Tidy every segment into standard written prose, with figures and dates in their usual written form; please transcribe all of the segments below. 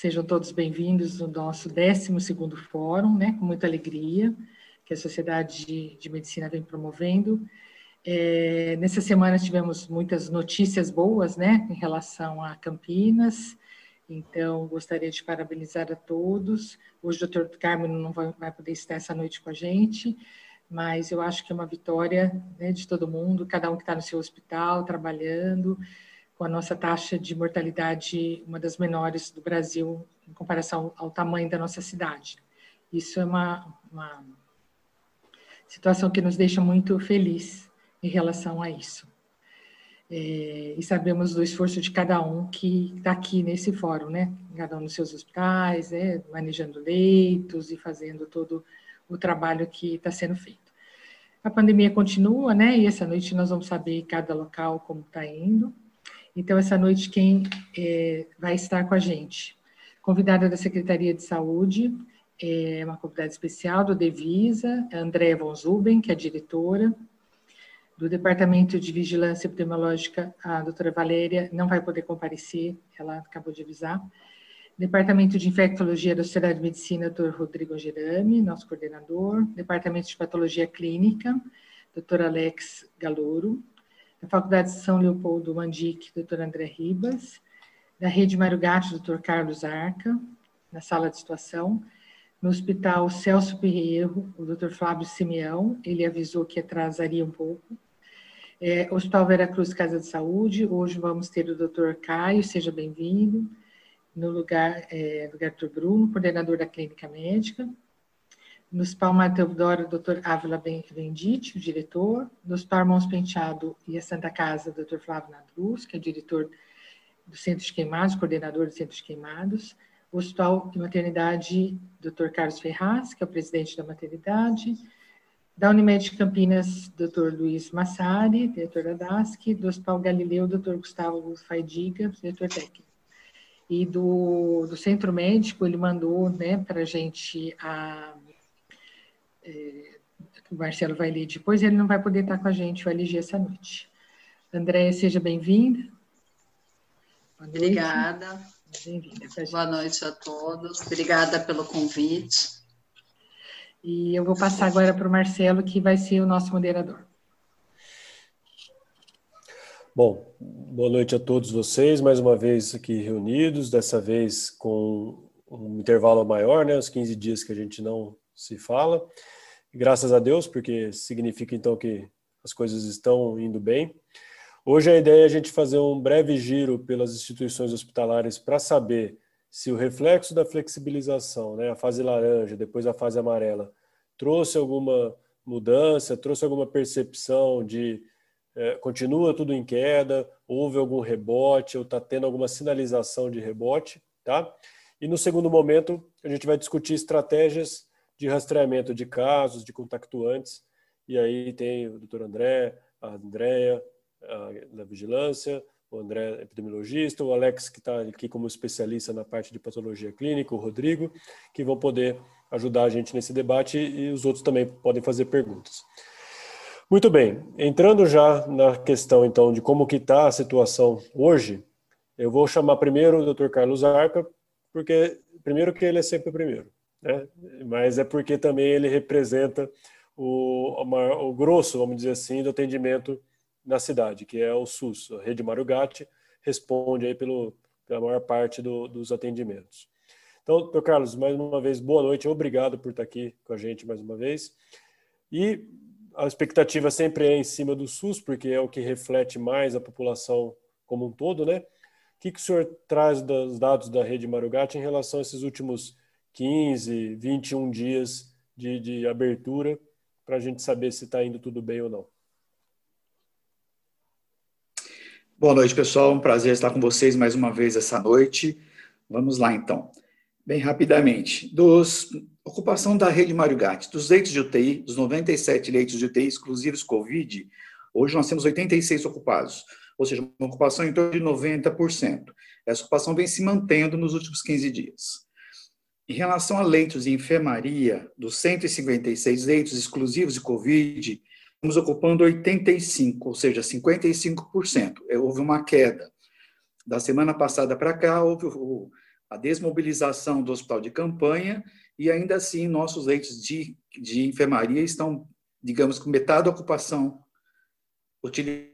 Sejam todos bem-vindos no nosso 12º Fórum, né, com muita alegria, que a Sociedade de Medicina vem promovendo. Nessa semana tivemos muitas notícias boas, né, em relação a Campinas, então gostaria de parabenizar a todos. Hoje o Dr. Carmen não vai poder estar essa noite com a gente, mas eu acho que é uma vitória, né, de todo mundo, cada um que está no seu hospital, trabalhando, com a nossa taxa de mortalidade uma das menores do Brasil, em comparação ao tamanho da nossa cidade. Isso é uma situação que nos deixa muito feliz em relação a isso. E sabemos do esforço de cada um que está aqui nesse fórum, né? Cada um nos seus hospitais, né? Manejando leitos e fazendo todo o trabalho que está sendo feito. A pandemia continua, né? E essa noite nós vamos saber cada local como está indo. Então, essa noite, quem vai estar com a gente? Convidada da Secretaria de Saúde, uma convidada especial do Devisa, a Andréa von Zuben, que é a diretora. Do Departamento de Vigilância Epidemiológica, a doutora Valéria não vai poder comparecer, ela acabou de avisar. Departamento de Infectologia da Sociedade de Medicina, doutor Rodrigo Gerami, nosso coordenador. Departamento de Patologia Clínica, doutor Alex Galouro. Da Faculdade de São Leopoldo Mandic, doutor André Ribas. Da Rede Mário Gatti, doutor Carlos Arca, na sala de situação. No Hospital Celso Pirreiro, o doutor Flávio Simeão, ele avisou que atrasaria um pouco. Hospital Veracruz Casa de Saúde, hoje vamos ter o doutor Caio, seja bem-vindo, no lugar do doutor Bruno, coordenador da Clínica Médica. No Hospital Mário Teodoro, o doutor Ávila Bendite, o diretor. No Hospital Irmãos Penteado e a Santa Casa, o doutor Flávio Nadruz, que é diretor do Centro de Queimados, coordenador do Centro de Queimados. O Hospital de Maternidade, Dr. Carlos Ferraz, que é o presidente da maternidade. Da Unimed Campinas, Dr. Luiz Massari, diretor da DASC. Do Hospital Galileu, Dr. Gustavo Faidiga, diretor técnico. E do Centro Médico, ele mandou, né, para a gente, o Marcelo vai ler depois, ele não vai poder estar com a gente, o LG, essa noite. Andréia, seja bem-vinda. Boa noite. Obrigada. Bem-vinda. Boa noite a todos. Obrigada pelo convite. E eu vou passar agora para o Marcelo, que vai ser o nosso moderador. Bom, boa noite a todos vocês, mais uma vez aqui reunidos, dessa vez com um intervalo maior, né, os 15 dias que a gente não se fala. E graças a Deus, porque significa então que as coisas estão indo bem. Hoje a ideia é a gente fazer um breve giro pelas instituições hospitalares para saber se o reflexo da flexibilização, né, a fase laranja, depois a fase amarela, trouxe alguma mudança, trouxe alguma percepção de continua tudo em queda, houve algum rebote ou está tendo alguma sinalização de rebote, tá? E no segundo momento a gente vai discutir estratégias de rastreamento de casos, de contactuantes, e aí tem o doutor André, a Andréia, da vigilância, o André, epidemiologista, o Alex, que está aqui como especialista na parte de patologia clínica, o Rodrigo, que vão poder ajudar a gente nesse debate e os outros também podem fazer perguntas. Muito bem, entrando já na questão então de como que está a situação hoje, eu vou chamar primeiro o Dr. Carlos Arca, porque primeiro que ele é sempre o primeiro, né? Mas é porque também ele representa o grosso, vamos dizer assim, do atendimento na cidade, que é o SUS, a Rede Mário Gatti, responde aí pela maior parte dos atendimentos. Então, doutor Carlos, mais uma vez, boa noite, obrigado por estar aqui com a gente mais uma vez. E a expectativa sempre é em cima do SUS, porque é o que reflete mais a população como um todo, né? O que o senhor traz dos dados da Rede Mário Gatti em relação a esses últimos 15, 21 dias de abertura, para a gente saber se está indo tudo bem ou não? Boa noite, pessoal. Um prazer estar com vocês mais uma vez essa noite. Vamos lá, então. Bem rapidamente. Ocupação da Rede Mário Gatti. Dos leitos de UTI, dos 97 leitos de UTI exclusivos COVID, hoje nós temos 86 ocupados, ou seja, uma ocupação em torno de 90%. Essa ocupação vem se mantendo nos últimos 15 dias. Em relação a leitos de enfermaria, dos 156 leitos exclusivos de COVID, estamos ocupando 85, ou seja, 55%. Houve uma queda. Da semana passada para cá, houve a desmobilização do hospital de campanha, e ainda assim nossos leitos de enfermaria estão, digamos, com metade da ocupação utilizada.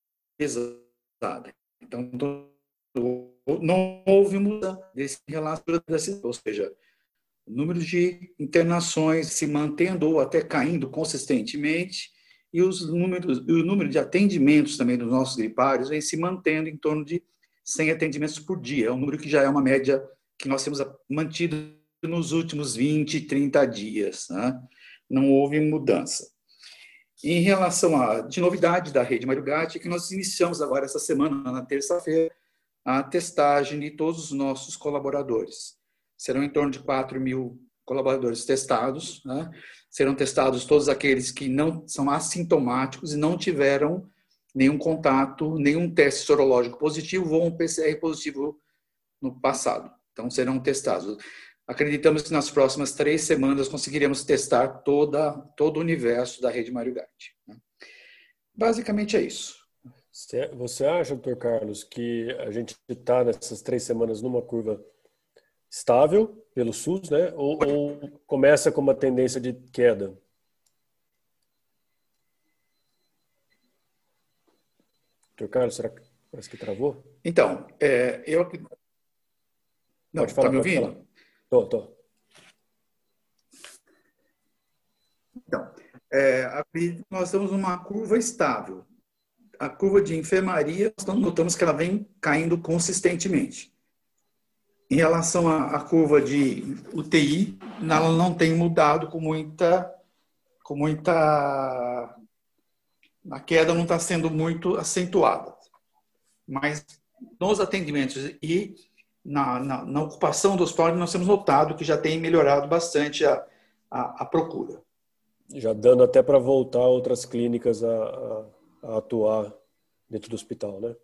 Então, não houve mudança desse relato, ou seja, o número de internações se mantendo ou até caindo consistentemente, e o número de atendimentos também dos nossos gripários vem se mantendo em torno de 100 atendimentos por dia. É um número que já é uma média que nós temos mantido nos últimos 20, 30 dias. Né? Não houve mudança. Em relação de novidade da Rede Mário Gatti, que nós iniciamos agora essa semana, na terça-feira, a testagem de todos os nossos colaboradores. Serão em torno de 4.000 colaboradores testados. Né? Serão testados todos aqueles que não são assintomáticos e não tiveram nenhum contato, nenhum teste sorológico positivo ou um PCR positivo no passado. Então, serão testados. Acreditamos que nas próximas 3 semanas conseguiremos testar todo o universo da Rede Mário Gatti. Basicamente é isso. Você acha, doutor Carlos, que a gente está nessas 3 semanas numa curva estável pelo SUS, né? Ou começa com uma tendência de queda? Doutor Carlos, será que parece que travou? Então, eu... Não, está me ouvindo? Tô. Então, acredito que nós estamos numa curva estável. A curva de enfermaria, nós notamos que ela vem caindo consistentemente. Em relação à curva de UTI, ela não tem mudado com muita... A queda não está sendo muito acentuada. Mas nos atendimentos e na ocupação do hospital, nós temos notado que já tem melhorado bastante a procura. Já dando até para voltar outras clínicas a atuar dentro do hospital, né?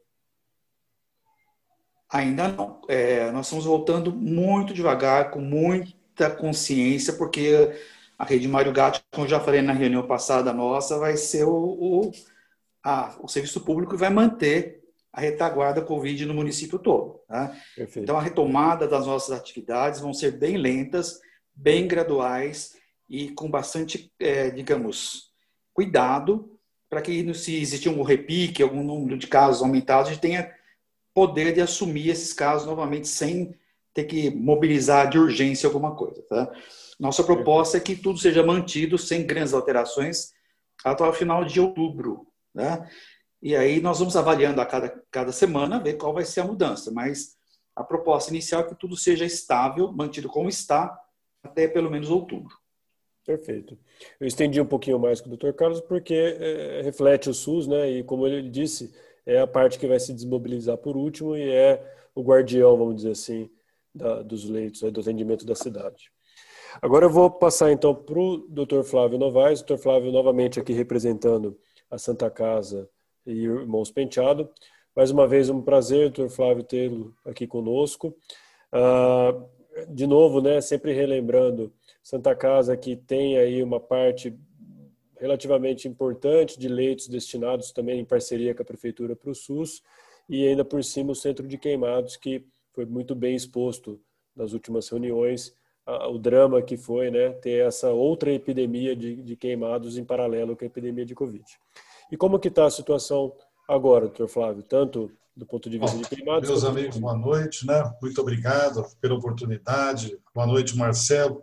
Ainda não. Nós estamos voltando muito devagar, com muita consciência, porque a Rede Mário Gatti, como eu já falei na reunião passada nossa, vai ser o serviço público que vai manter a retaguarda Covid no município todo. Tá? Então, a retomada das nossas atividades vão ser bem lentas, bem graduais e com bastante, digamos, cuidado para que, se existir um repique, algum número de casos aumentados, a gente tenha poder de assumir esses casos novamente sem ter que mobilizar de urgência alguma coisa. Tá? Nossa proposta é que tudo seja mantido sem grandes alterações até o final de outubro. Né? E aí nós vamos avaliando a cada semana, ver qual vai ser a mudança. Mas a proposta inicial é que tudo seja estável, mantido como está, até pelo menos outubro. Perfeito. Eu estendi um pouquinho mais com o Dr. Carlos porque reflete o SUS, né? E como ele disse, é a parte que vai se desmobilizar por último e é o guardião, vamos dizer assim, dos leitos, do atendimento da cidade. Agora eu vou passar então para o Dr. Flávio Novaes. Dr. Flávio novamente aqui representando a Santa Casa e Irmãos Penteado. Mais uma vez um prazer, Dr. Flávio, tê-lo aqui conosco. De novo, né, sempre relembrando, Santa Casa que tem aí uma parte relativamente importante de leitos destinados também em parceria com a Prefeitura para o SUS e ainda por cima o Centro de Queimados, que foi muito bem exposto nas últimas reuniões, o drama que foi, né, ter essa outra epidemia de queimados em paralelo com a epidemia de Covid. E como que está a situação agora, doutor Flávio, tanto do ponto de vista de queimados... Meus amigos, boa noite, né? Muito obrigado pela oportunidade. Boa noite, Marcelo.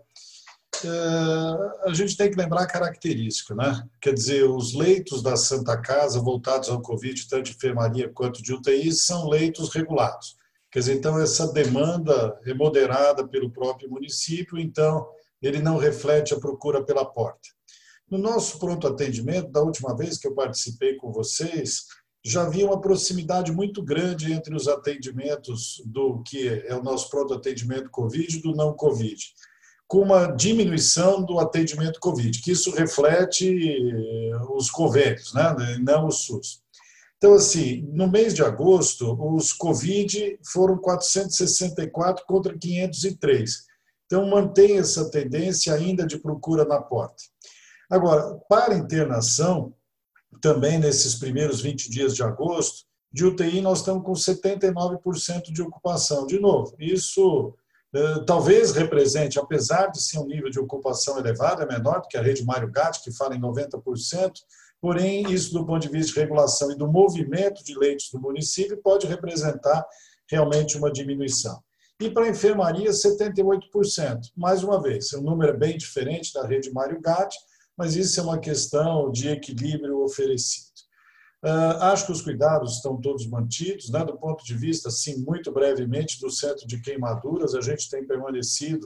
A gente tem que lembrar a característica, né? Quer dizer, os leitos da Santa Casa voltados ao Covid, tanto de enfermaria quanto de UTI, são leitos regulados. Quer dizer, então, essa demanda é moderada pelo próprio município, então ele não reflete a procura pela porta. No nosso pronto atendimento, da última vez que eu participei com vocês, já havia uma proximidade muito grande entre os atendimentos do que é o nosso pronto atendimento Covid e do não Covid, com uma diminuição do atendimento Covid, que isso reflete os convênios, né? Não o SUS. Então, assim, no mês de agosto, os Covid foram 464 contra 503. Então, mantém essa tendência ainda de procura na porta. Agora, para internação, também nesses primeiros 20 dias de agosto, de UTI nós estamos com 79% de ocupação. De novo, isso talvez represente, apesar de ser um nível de ocupação elevado, é menor do que a rede Mário Gatti, que fala em 90%, porém, isso do ponto de vista de regulação e do movimento de leitos do município pode representar realmente uma diminuição. E para a enfermaria, 78%. Mais uma vez, o número é bem diferente da rede Mário Gatti, mas isso é uma questão de equilíbrio oferecido. Acho que os cuidados estão todos mantidos, né? Do ponto de vista, sim, muito brevemente, do centro de queimaduras, a gente tem permanecido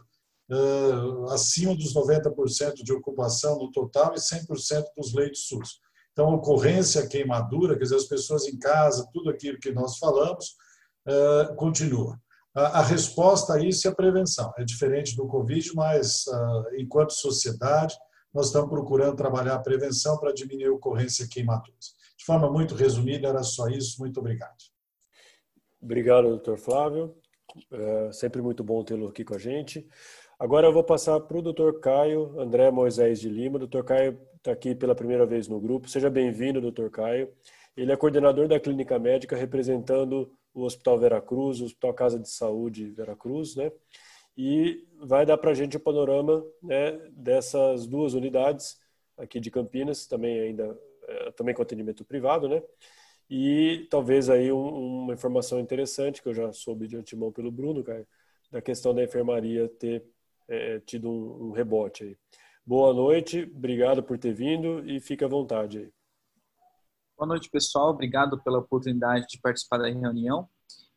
acima dos 90% de ocupação no total e 100% dos leitos SUS. Então, ocorrência, queimadura, quer dizer, as pessoas em casa, tudo aquilo que nós falamos, continua. A resposta a isso é a prevenção. É diferente do Covid, mas, enquanto sociedade, nós estamos procurando trabalhar a prevenção para diminuir a ocorrência de queimaduras. De forma muito resumida, era só isso. Muito obrigado. Obrigado, doutor Flávio. Sempre muito bom tê-lo aqui com a gente. Agora eu vou passar para o doutor Caio André Moisés de Lima. O doutor Caio está aqui pela primeira vez no grupo. Seja bem-vindo, doutor Caio. Ele é coordenador da Clínica Médica, representando o Hospital Veracruz, o Hospital Casa de Saúde Veracruz, né? E vai dar para a gente o panorama, né, dessas duas unidades aqui de Campinas, também com atendimento privado, né? E talvez aí uma informação interessante, que eu já soube de antemão pelo Bruno, Caio, da questão da enfermaria ter tido um rebote aí. Boa noite, obrigado por ter vindo e fique à vontade aí. Boa noite, pessoal. Obrigado pela oportunidade de participar da reunião.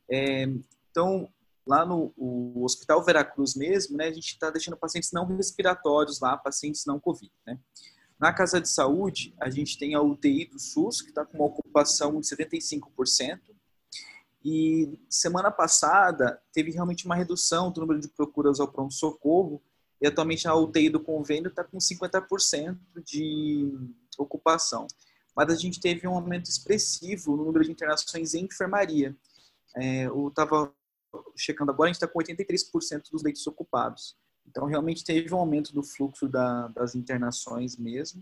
Então, lá no Hospital Veracruz mesmo, né, a gente está deixando pacientes não respiratórios lá, pacientes não Covid, né? Na Casa de Saúde, a gente tem a UTI do SUS, que está com uma ocupação de 75%. E semana passada, teve realmente uma redução do número de procuras ao pronto-socorro. E atualmente a UTI do convênio está com 50% de ocupação. Mas a gente teve um aumento expressivo no número de internações em enfermaria. Eu estava checando agora, a gente está com 83% dos leitos ocupados. Então, realmente teve um aumento do fluxo das internações mesmo.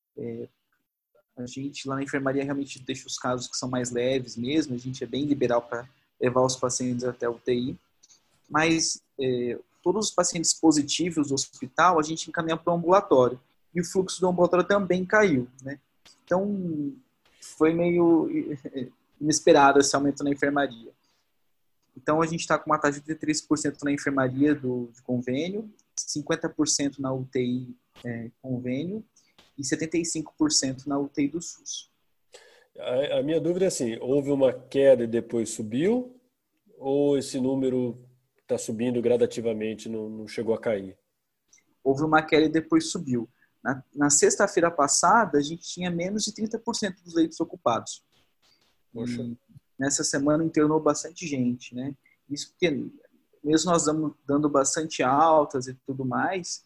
A gente, lá na enfermaria, realmente deixa os casos que são mais leves mesmo. A gente é bem liberal para levar os pacientes até a UTI. Mas todos os pacientes positivos do hospital, a gente encaminha para o ambulatório. E o fluxo do ambulatório também caiu, né? Então, foi meio inesperado esse aumento na enfermaria. Então, a gente está com uma taxa de 33% na enfermaria de convênio, 50% na UTI convênio e 75% na UTI do SUS. A minha dúvida é assim, houve uma queda e depois subiu? Ou esse número está subindo gradativamente, não chegou a cair? Houve uma queda e depois subiu. Na sexta-feira passada, a gente tinha menos de 30% dos leitos ocupados. Poxa. E nessa semana internou bastante gente, né? Isso porque, mesmo nós dando bastante altas e tudo mais,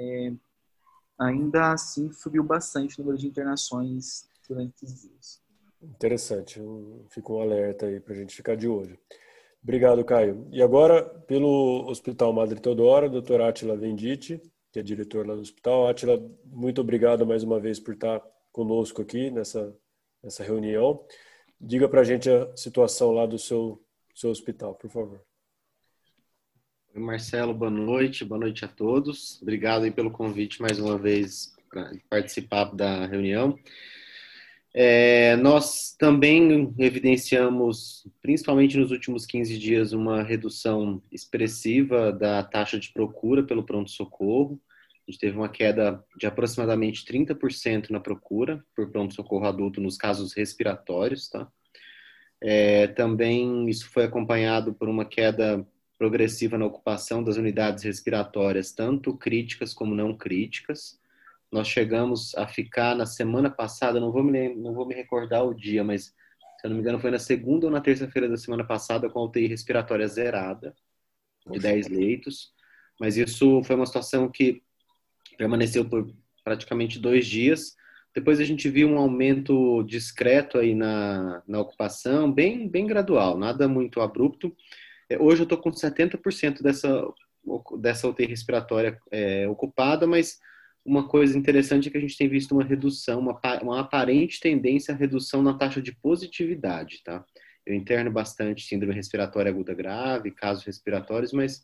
ainda assim subiu bastante o número de internações durante os dias. Interessante, fica um alerta aí para a gente ficar de olho. Obrigado, Caio. E agora, pelo Hospital Madre Teodora, Dr. Átila Venditti, que é diretor lá do hospital. Átila, muito obrigado mais uma vez por estar conosco aqui nessa reunião. Diga para a gente a situação lá do seu hospital, por favor. Oi, Marcelo, boa noite a todos. Obrigado aí pelo convite mais uma vez para participar da reunião. Nós também evidenciamos, principalmente nos últimos 15 dias, uma redução expressiva da taxa de procura pelo pronto-socorro. A gente teve uma queda de aproximadamente 30% na procura por pronto-socorro adulto nos casos respiratórios, tá? Também isso foi acompanhado por uma queda progressiva na ocupação das unidades respiratórias, tanto críticas como não críticas. Nós chegamos a ficar na semana passada, não vou me recordar o dia, mas se eu não me engano foi na segunda ou na terça-feira da semana passada com a UTI respiratória zerada, de 10 leitos. Mas isso foi uma situação que permaneceu por praticamente 2 dias. Depois a gente viu um aumento discreto aí na ocupação, bem gradual, nada muito abrupto. Hoje eu estou com 70% dessa UTI respiratória ocupada, mas uma coisa interessante é que a gente tem visto uma redução, uma aparente tendência à redução na taxa de positividade, tá? Eu interno bastante síndrome respiratória aguda grave, casos respiratórios, mas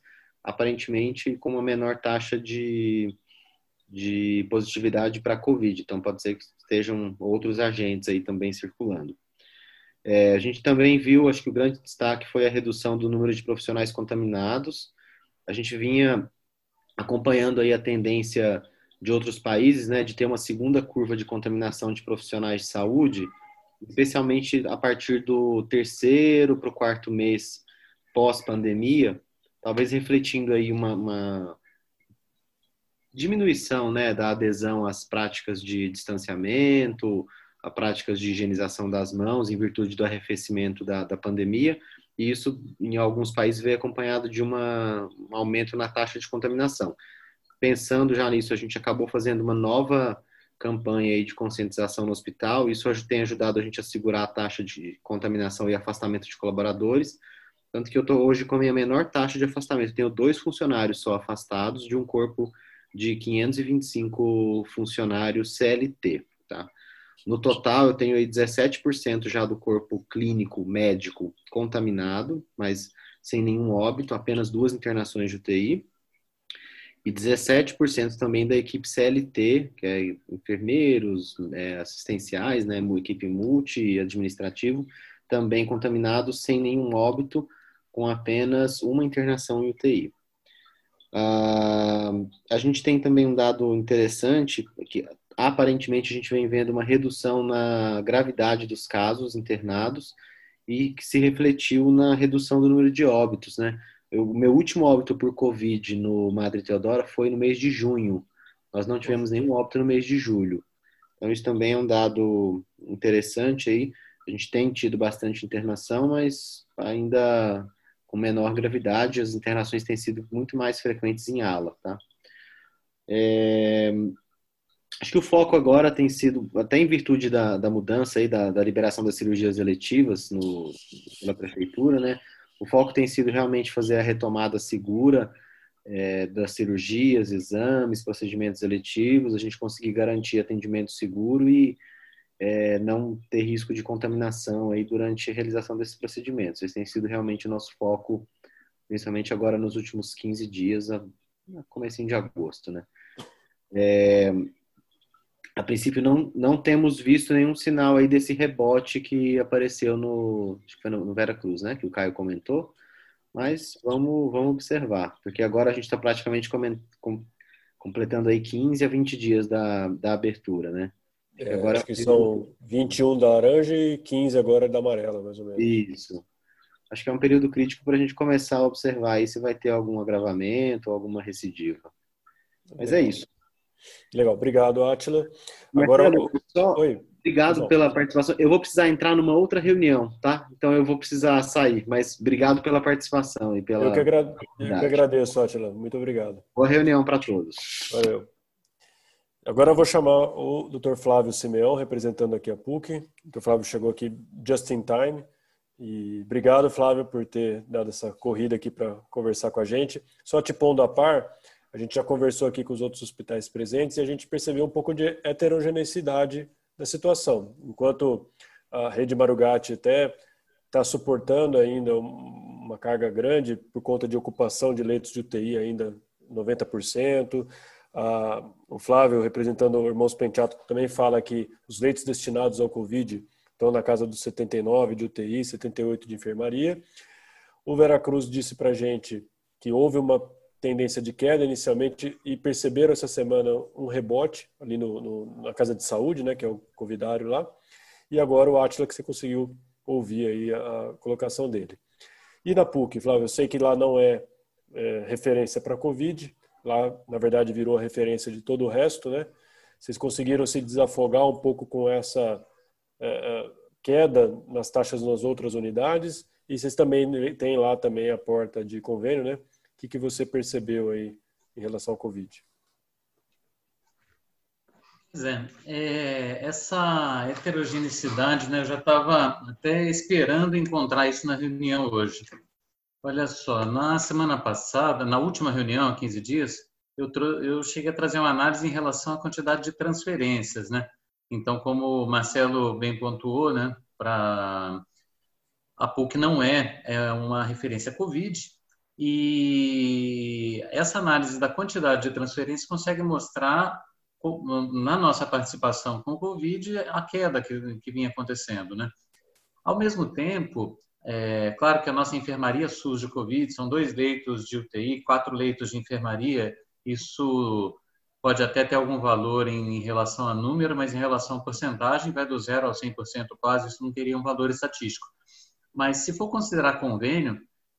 aparentemente com uma menor taxa de positividade para a Covid. Então, pode ser que estejam outros agentes aí também circulando. A gente também viu, acho que o grande destaque foi a redução do número de profissionais contaminados. A gente vinha acompanhando aí a tendência de outros países, né, de ter uma segunda curva de contaminação de profissionais de saúde, especialmente a partir do terceiro para o quarto mês pós-pandemia, talvez refletindo aí uma diminuição, né, da adesão às práticas de distanciamento, a práticas de higienização das mãos, em virtude do arrefecimento da pandemia, e isso, em alguns países, veio acompanhado de um aumento na taxa de contaminação. Pensando já nisso, a gente acabou fazendo uma nova campanha aí de conscientização no hospital, isso tem ajudado a gente a segurar a taxa de contaminação e afastamento de colaboradores, tanto que eu estou hoje com a minha menor taxa de afastamento. Eu tenho 2 funcionários só afastados de um corpo de 525 funcionários CLT, tá? No total, eu tenho aí 17% já do corpo clínico médico contaminado, mas sem nenhum óbito, apenas 2 internações de UTI. E 17% também da equipe CLT, que é enfermeiros, assistenciais, né, equipe multi, administrativo, também contaminados sem nenhum óbito, com apenas uma internação em UTI. A gente tem também um dado interessante, que aparentemente a gente vem vendo uma redução na gravidade dos casos internados e que se refletiu na redução do número de óbitos, né? O meu último óbito por Covid no Madre Teodora foi no mês de junho. Nós não tivemos nenhum óbito no mês de julho. Então isso também é um dado interessante aí. A gente tem tido bastante internação, mas ainda com menor gravidade. As internações têm sido muito mais frequentes em ala, tá? Acho que o foco agora tem sido, até em virtude da mudança aí, da liberação das cirurgias eletivas pela prefeitura, né? O foco tem sido realmente fazer a retomada segura das cirurgias, exames, procedimentos eletivos, a gente conseguir garantir atendimento seguro e não ter risco de contaminação aí durante a realização desses procedimentos. Esse tem sido realmente o nosso foco, principalmente agora nos últimos 15 dias, comecinho de agosto, né? A princípio, não temos visto nenhum sinal aí desse rebote que apareceu acho que foi no Veracruz, né? Que o Caio comentou. Mas vamos observar, porque agora a gente está praticamente completando aí 15 a 20 dias da abertura, né? Agora, acho que são 21 da laranja e 15 agora da amarela, mais ou menos. Isso. Acho que é um período crítico para a gente começar a observar aí se vai ter algum agravamento ou alguma recidiva. Mas é isso. Legal, obrigado, Átila. Agora, obrigado pela participação. Eu vou precisar entrar numa outra reunião, tá? Então eu vou precisar sair, mas obrigado pela participação e pela. Eu que agradeço, Átila. Muito obrigado. Boa reunião para todos. Valeu. Agora eu vou chamar o Dr. Flávio Simeão, representando aqui a PUC. O Dr. Flávio chegou aqui just in time. E obrigado, Flávio, por ter dado essa corrida aqui para conversar com a gente. Só te pondo a par, a gente já conversou aqui com os outros hospitais presentes e a gente percebeu um pouco de heterogeneidade da situação. Enquanto a Rede Marugatti até está suportando ainda uma carga grande por conta de ocupação de leitos de UTI ainda 90%. O Flávio, representando o Irmãos Penteato, também fala que os leitos destinados ao Covid estão na casa dos 79 de UTI, 78 de enfermaria. O Veracruz disse para a gente que houve uma tendência de queda inicialmente e perceberam essa semana um rebote ali na casa de saúde, né, que é o covidário lá, e agora o Átila, que você conseguiu ouvir aí a colocação dele. E na PUC, Flávio, eu sei que lá não é referência para Covid, lá na verdade virou a referência de todo o resto, né? Vocês conseguiram se desafogar um pouco com essa queda nas taxas nas outras unidades e vocês também têm lá também a porta de convênio, né? O que você percebeu aí em relação ao Covid? Pois essa heterogeneidade, né, eu já estava até esperando encontrar isso na reunião hoje. Olha só, na semana passada, na última reunião, há 15 dias, eu cheguei a trazer uma análise em relação à quantidade de transferências, né? Então, como o Marcelo bem pontuou, né, a PUC não é uma referência Covid, E essa análise da quantidade de transferências consegue mostrar, na nossa participação com o Covid, a queda que vinha acontecendo, né? Ao mesmo tempo, claro que a nossa enfermaria SUS de Covid são 2 leitos de UTI, 4 leitos de enfermaria. Isso pode até ter algum valor em relação a número, mas em relação a porcentagem, vai do 0 ao 100% quase, isso não teria um valor estatístico. Mas se for considerar convênio,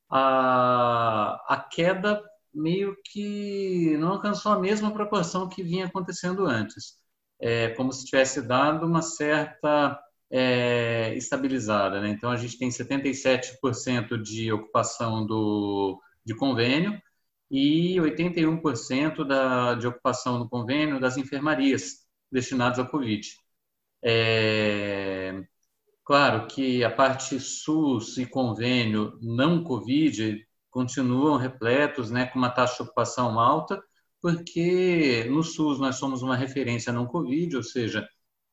a queda meio que não alcançou a mesma proporção que vinha acontecendo antes. É como se tivesse dado uma certa estabilizada, né? Então, a gente tem 77% de ocupação de convênio e 81% de ocupação do convênio das enfermarias destinadas ao Covid. Claro que a parte SUS e convênio não Covid continuam repletos, né, com uma taxa de ocupação alta, porque no SUS nós somos uma referência não Covid, ou seja,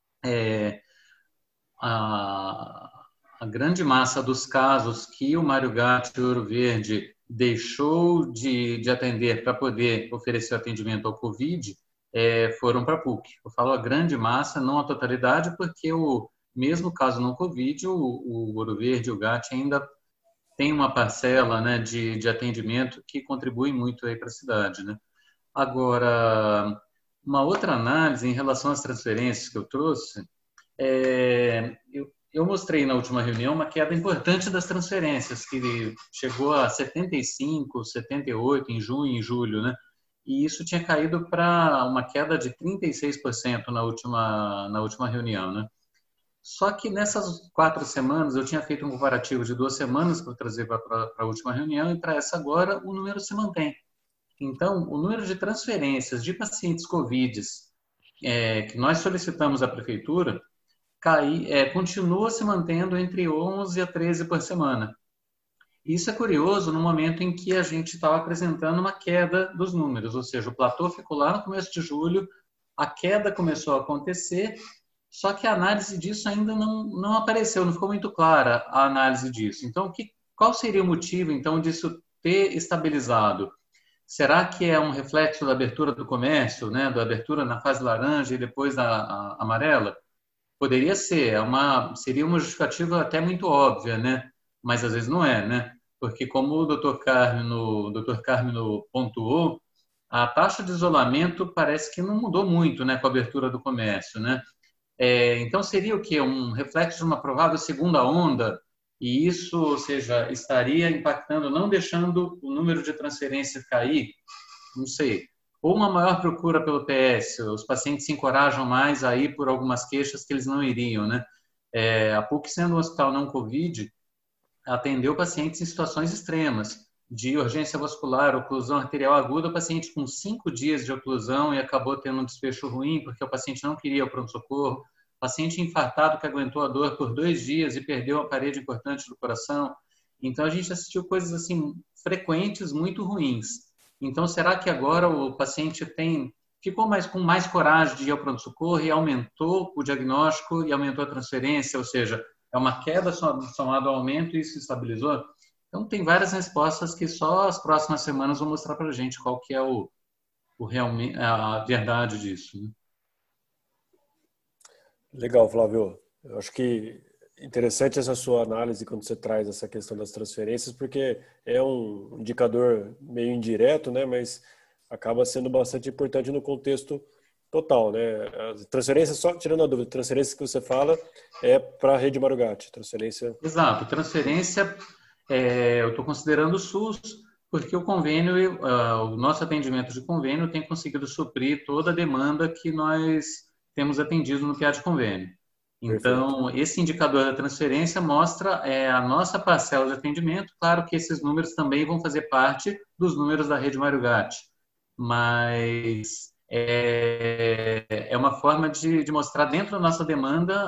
a grande massa dos casos que o Mário Gatti e Ouro Verde deixou de atender para poder oferecer atendimento ao Covid foram para a PUC. Eu falo a grande massa, não a totalidade, porque o mesmo caso no Covid, o Ouro Verde e o Gatti ainda tem uma parcela, né, de atendimento que contribui muito aí para a cidade, né? Agora, uma outra análise em relação às transferências que eu trouxe, eu mostrei na última reunião uma queda importante das transferências, que chegou a 75, 78 em junho e em julho, né? E isso tinha caído para uma queda de 36% na última reunião, né? Só que nessas 4 semanas, eu tinha feito um comparativo de 2 semanas para trazer para a última reunião, e para essa agora o número se mantém. Então, o número de transferências de pacientes Covid que nós solicitamos à prefeitura continua se mantendo entre 11 a 13 por semana. Isso é curioso no momento em que a gente estava apresentando uma queda dos números, ou seja, o platô ficou lá no começo de julho, a queda começou a acontecer, só que a análise disso ainda não apareceu, não ficou muito clara a análise disso. Então, qual seria o motivo, então, disso ter estabilizado? Será que é um reflexo da abertura do comércio, né, da abertura na fase laranja e depois da amarela? Poderia ser, seria uma justificativa até muito óbvia, né? Mas às vezes não é, né? Porque como o Dr. Carmino pontuou, a taxa de isolamento parece que não mudou muito, né, com a abertura do comércio, né? Então seria o quê? Um reflexo de uma provável segunda onda, e isso, ou seja, estaria impactando, não deixando o número de transferências cair, não sei. Ou uma maior procura pelo PS, os pacientes se encorajam mais a ir por algumas queixas que eles não iriam, né? A PUC, sendo um hospital não Covid, atendeu pacientes em situações extremas, de urgência vascular, oclusão arterial aguda, paciente com 5 dias de oclusão e acabou tendo um desfecho ruim, porque o paciente não queria o pronto-socorro, paciente infartado que aguentou a dor por 2 dias e perdeu a parede importante do coração. Então, a gente assistiu coisas assim frequentes, muito ruins. Então, será que agora o paciente ficou com mais coragem de ir ao pronto-socorro e aumentou o diagnóstico e aumentou a transferência, ou seja, é uma queda somada ao aumento e isso se estabilizou? Então, tem várias respostas que só as próximas semanas vão mostrar para a gente qual que é a verdade disso, né? Legal, Flávio. Eu acho que interessante essa sua análise quando você traz essa questão das transferências, porque é um indicador meio indireto, né, mas acaba sendo bastante importante no contexto total, né? As transferências, só tirando a dúvida, transferência que você fala é para a rede Mário Gatti, transferência... Exato, transferência, eu estou considerando o SUS, porque o convênio, o nosso atendimento de convênio tem conseguido suprir toda a demanda que nós temos atendido no PA de convênio. Então, perfeito. Esse indicador da transferência mostra a nossa parcela de atendimento. Claro que esses números também vão fazer parte dos números da rede Mário Gatti, mas é uma forma de mostrar dentro da nossa demanda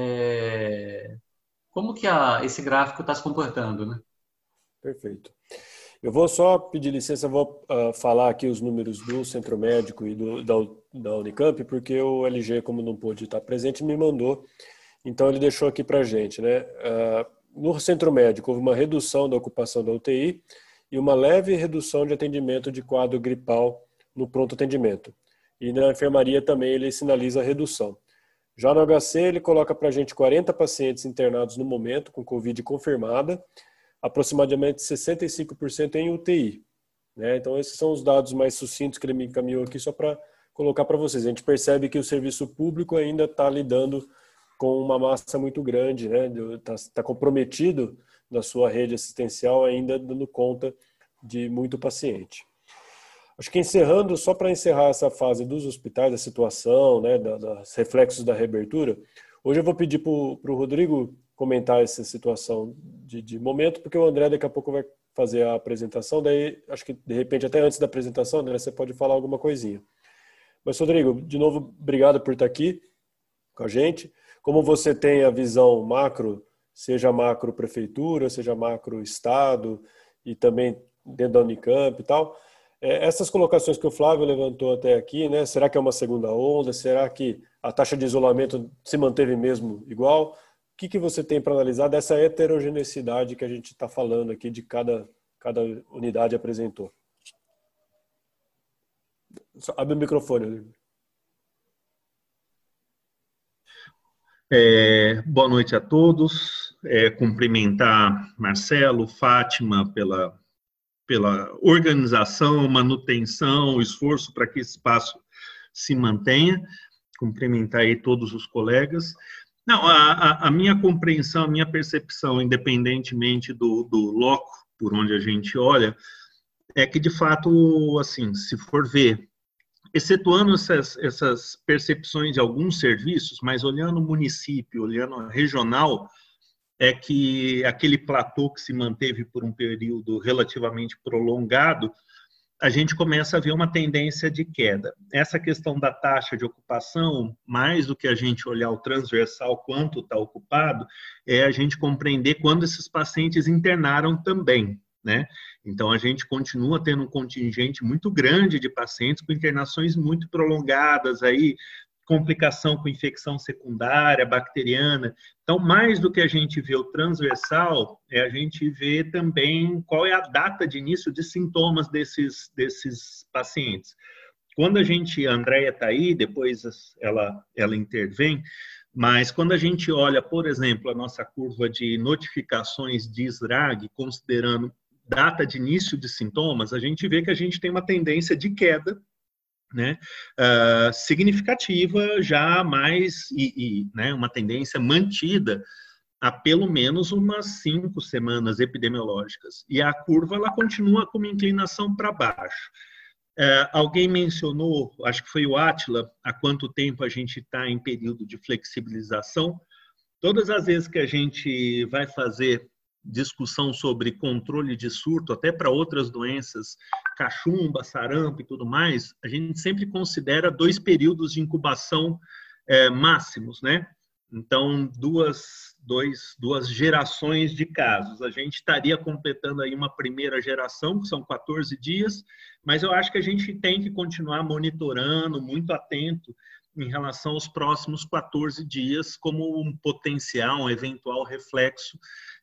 como que esse gráfico está se comportando, né? Perfeito. Eu vou só pedir licença, vou falar aqui os números do Centro Médico e da Unicamp, porque o LG, como não pôde estar presente, me mandou. Então, ele deixou aqui para a gente, né? No Centro Médico, houve uma redução da ocupação da UTI e uma leve redução de atendimento de quadro gripal no pronto atendimento. E na enfermaria também ele sinaliza a redução. Já no HC, ele coloca para a gente 40 pacientes internados no momento, com Covid confirmada, aproximadamente 65% em UTI. Né? Então, esses são os dados mais sucintos que ele me encaminhou aqui, só para colocar para vocês. A gente percebe que o serviço público ainda está lidando com uma massa muito grande, né? Está comprometido na sua rede assistencial, ainda dando conta de muito paciente. Acho que encerrando, só para encerrar essa fase dos hospitais, da situação, né, dos reflexos da reabertura, hoje eu vou pedir para o Rodrigo comentar essa situação de momento, porque o André daqui a pouco vai fazer a apresentação, daí acho que de repente até antes da apresentação, André, você pode falar alguma coisinha. Mas, Rodrigo, de novo, obrigado por estar aqui com a gente. Como você tem a visão macro, seja macro prefeitura, seja macro estado e também dentro da Unicamp e tal, essas colocações que o Flávio levantou até aqui, né? Será que é uma segunda onda? Será que a taxa de isolamento se manteve mesmo igual? O que você tem para analisar dessa heterogeneidade que a gente está falando aqui de cada unidade apresentou? Só abre o microfone, Rodrigo. Boa noite a todos. Cumprimentar Marcelo, Fátima pela organização, manutenção, esforço para que esse espaço se mantenha. Cumprimentar aí todos os colegas. Não, a minha compreensão, a minha percepção, independentemente do loco por onde a gente olha, é que, de fato, assim, se for ver, excetuando essas percepções de alguns serviços, mas olhando o município, olhando a regional, é que aquele platô que se manteve por um período relativamente prolongado, a gente começa a ver uma tendência de queda. Essa questão da taxa de ocupação, mais do que a gente olhar o transversal, quanto está ocupado, é a gente compreender quando esses pacientes internaram também, né? Então, a gente continua tendo um contingente muito grande de pacientes com internações muito prolongadas, aí, complicação com infecção secundária, bacteriana. Então, mais do que a gente vê o transversal, a gente vê também qual é a data de início de sintomas desses pacientes. Quando a gente, a Andréia está aí, depois ela intervém, mas quando a gente olha, por exemplo, a nossa curva de notificações de SRAG, considerando data de início de sintomas, a gente vê que a gente tem uma tendência de queda, né, significativa já mais, né, uma tendência mantida há pelo menos umas 5 semanas epidemiológicas. E a curva ela continua com uma inclinação para baixo. Alguém mencionou, acho que foi o Átila, há quanto tempo a gente está em período de flexibilização. Todas as vezes que a gente vai fazer discussão sobre controle de surto, até para outras doenças, cachumba, sarampo e tudo mais, a gente sempre considera 2 períodos de incubação máximos, né? Então, duas gerações de casos. A gente estaria completando aí uma primeira geração, que são 14 dias, mas eu acho que a gente tem que continuar monitorando, muito atento em relação aos próximos 14 dias, como um potencial, um eventual reflexo.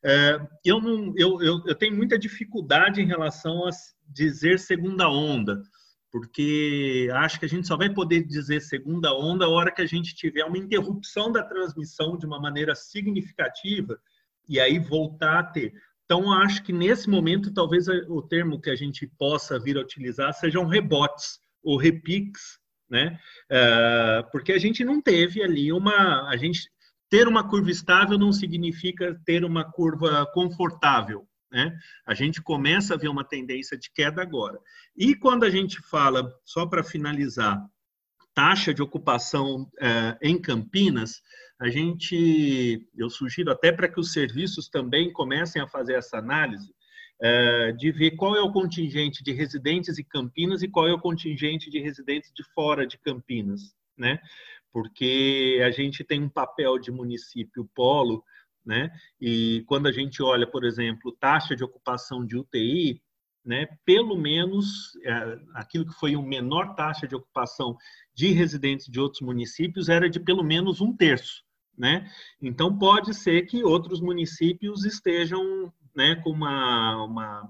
Eu tenho muita dificuldade em relação a dizer segunda onda, porque acho que a gente só vai poder dizer segunda onda a hora que a gente tiver uma interrupção da transmissão de uma maneira significativa e aí voltar a ter. Então, acho que nesse momento, talvez o termo que a gente possa vir a utilizar sejam rebotes ou repiques, né? Porque a gente não teve ali ter uma curva estável não significa ter uma curva confortável, né? A gente começa a ver uma tendência de queda agora. E quando a gente fala, só para finalizar, taxa de ocupação em Campinas, eu sugiro até para que os serviços também comecem a fazer essa análise, de ver qual é o contingente de residentes em Campinas e qual é o contingente de residentes de fora de Campinas, né? Porque a gente tem um papel de município polo, né? E quando a gente olha, por exemplo, taxa de ocupação de UTI, né? Pelo menos aquilo que foi uma menor taxa de ocupação de residentes de outros municípios era de pelo menos 1/3, né? Então pode ser que outros municípios estejam, né, com uma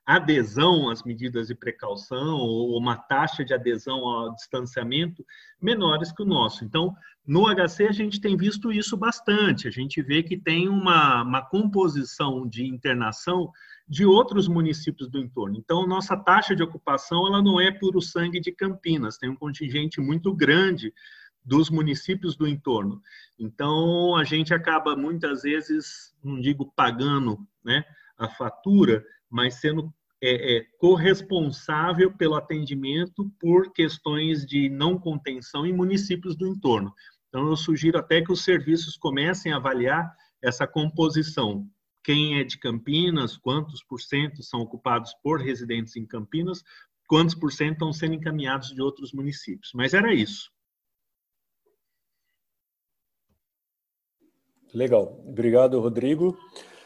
adesão às medidas de precaução ou uma taxa de adesão ao distanciamento menores que o nosso. Então, no HC a gente tem visto isso bastante, a gente vê que tem uma composição de internação de outros municípios do entorno. Então, nossa taxa de ocupação ela não é puro sangue de Campinas, tem um contingente muito grande dos municípios do entorno. Então, a gente acaba muitas vezes, não digo pagando, né, a fatura, mas sendo corresponsável pelo atendimento por questões de não contenção em municípios do entorno. Então, eu sugiro até que os serviços comecem a avaliar essa composição. Quem é de Campinas, quantos por cento são ocupados por residentes em Campinas, quantos por cento estão sendo encaminhados de outros municípios. Mas era isso. Legal. Obrigado, Rodrigo.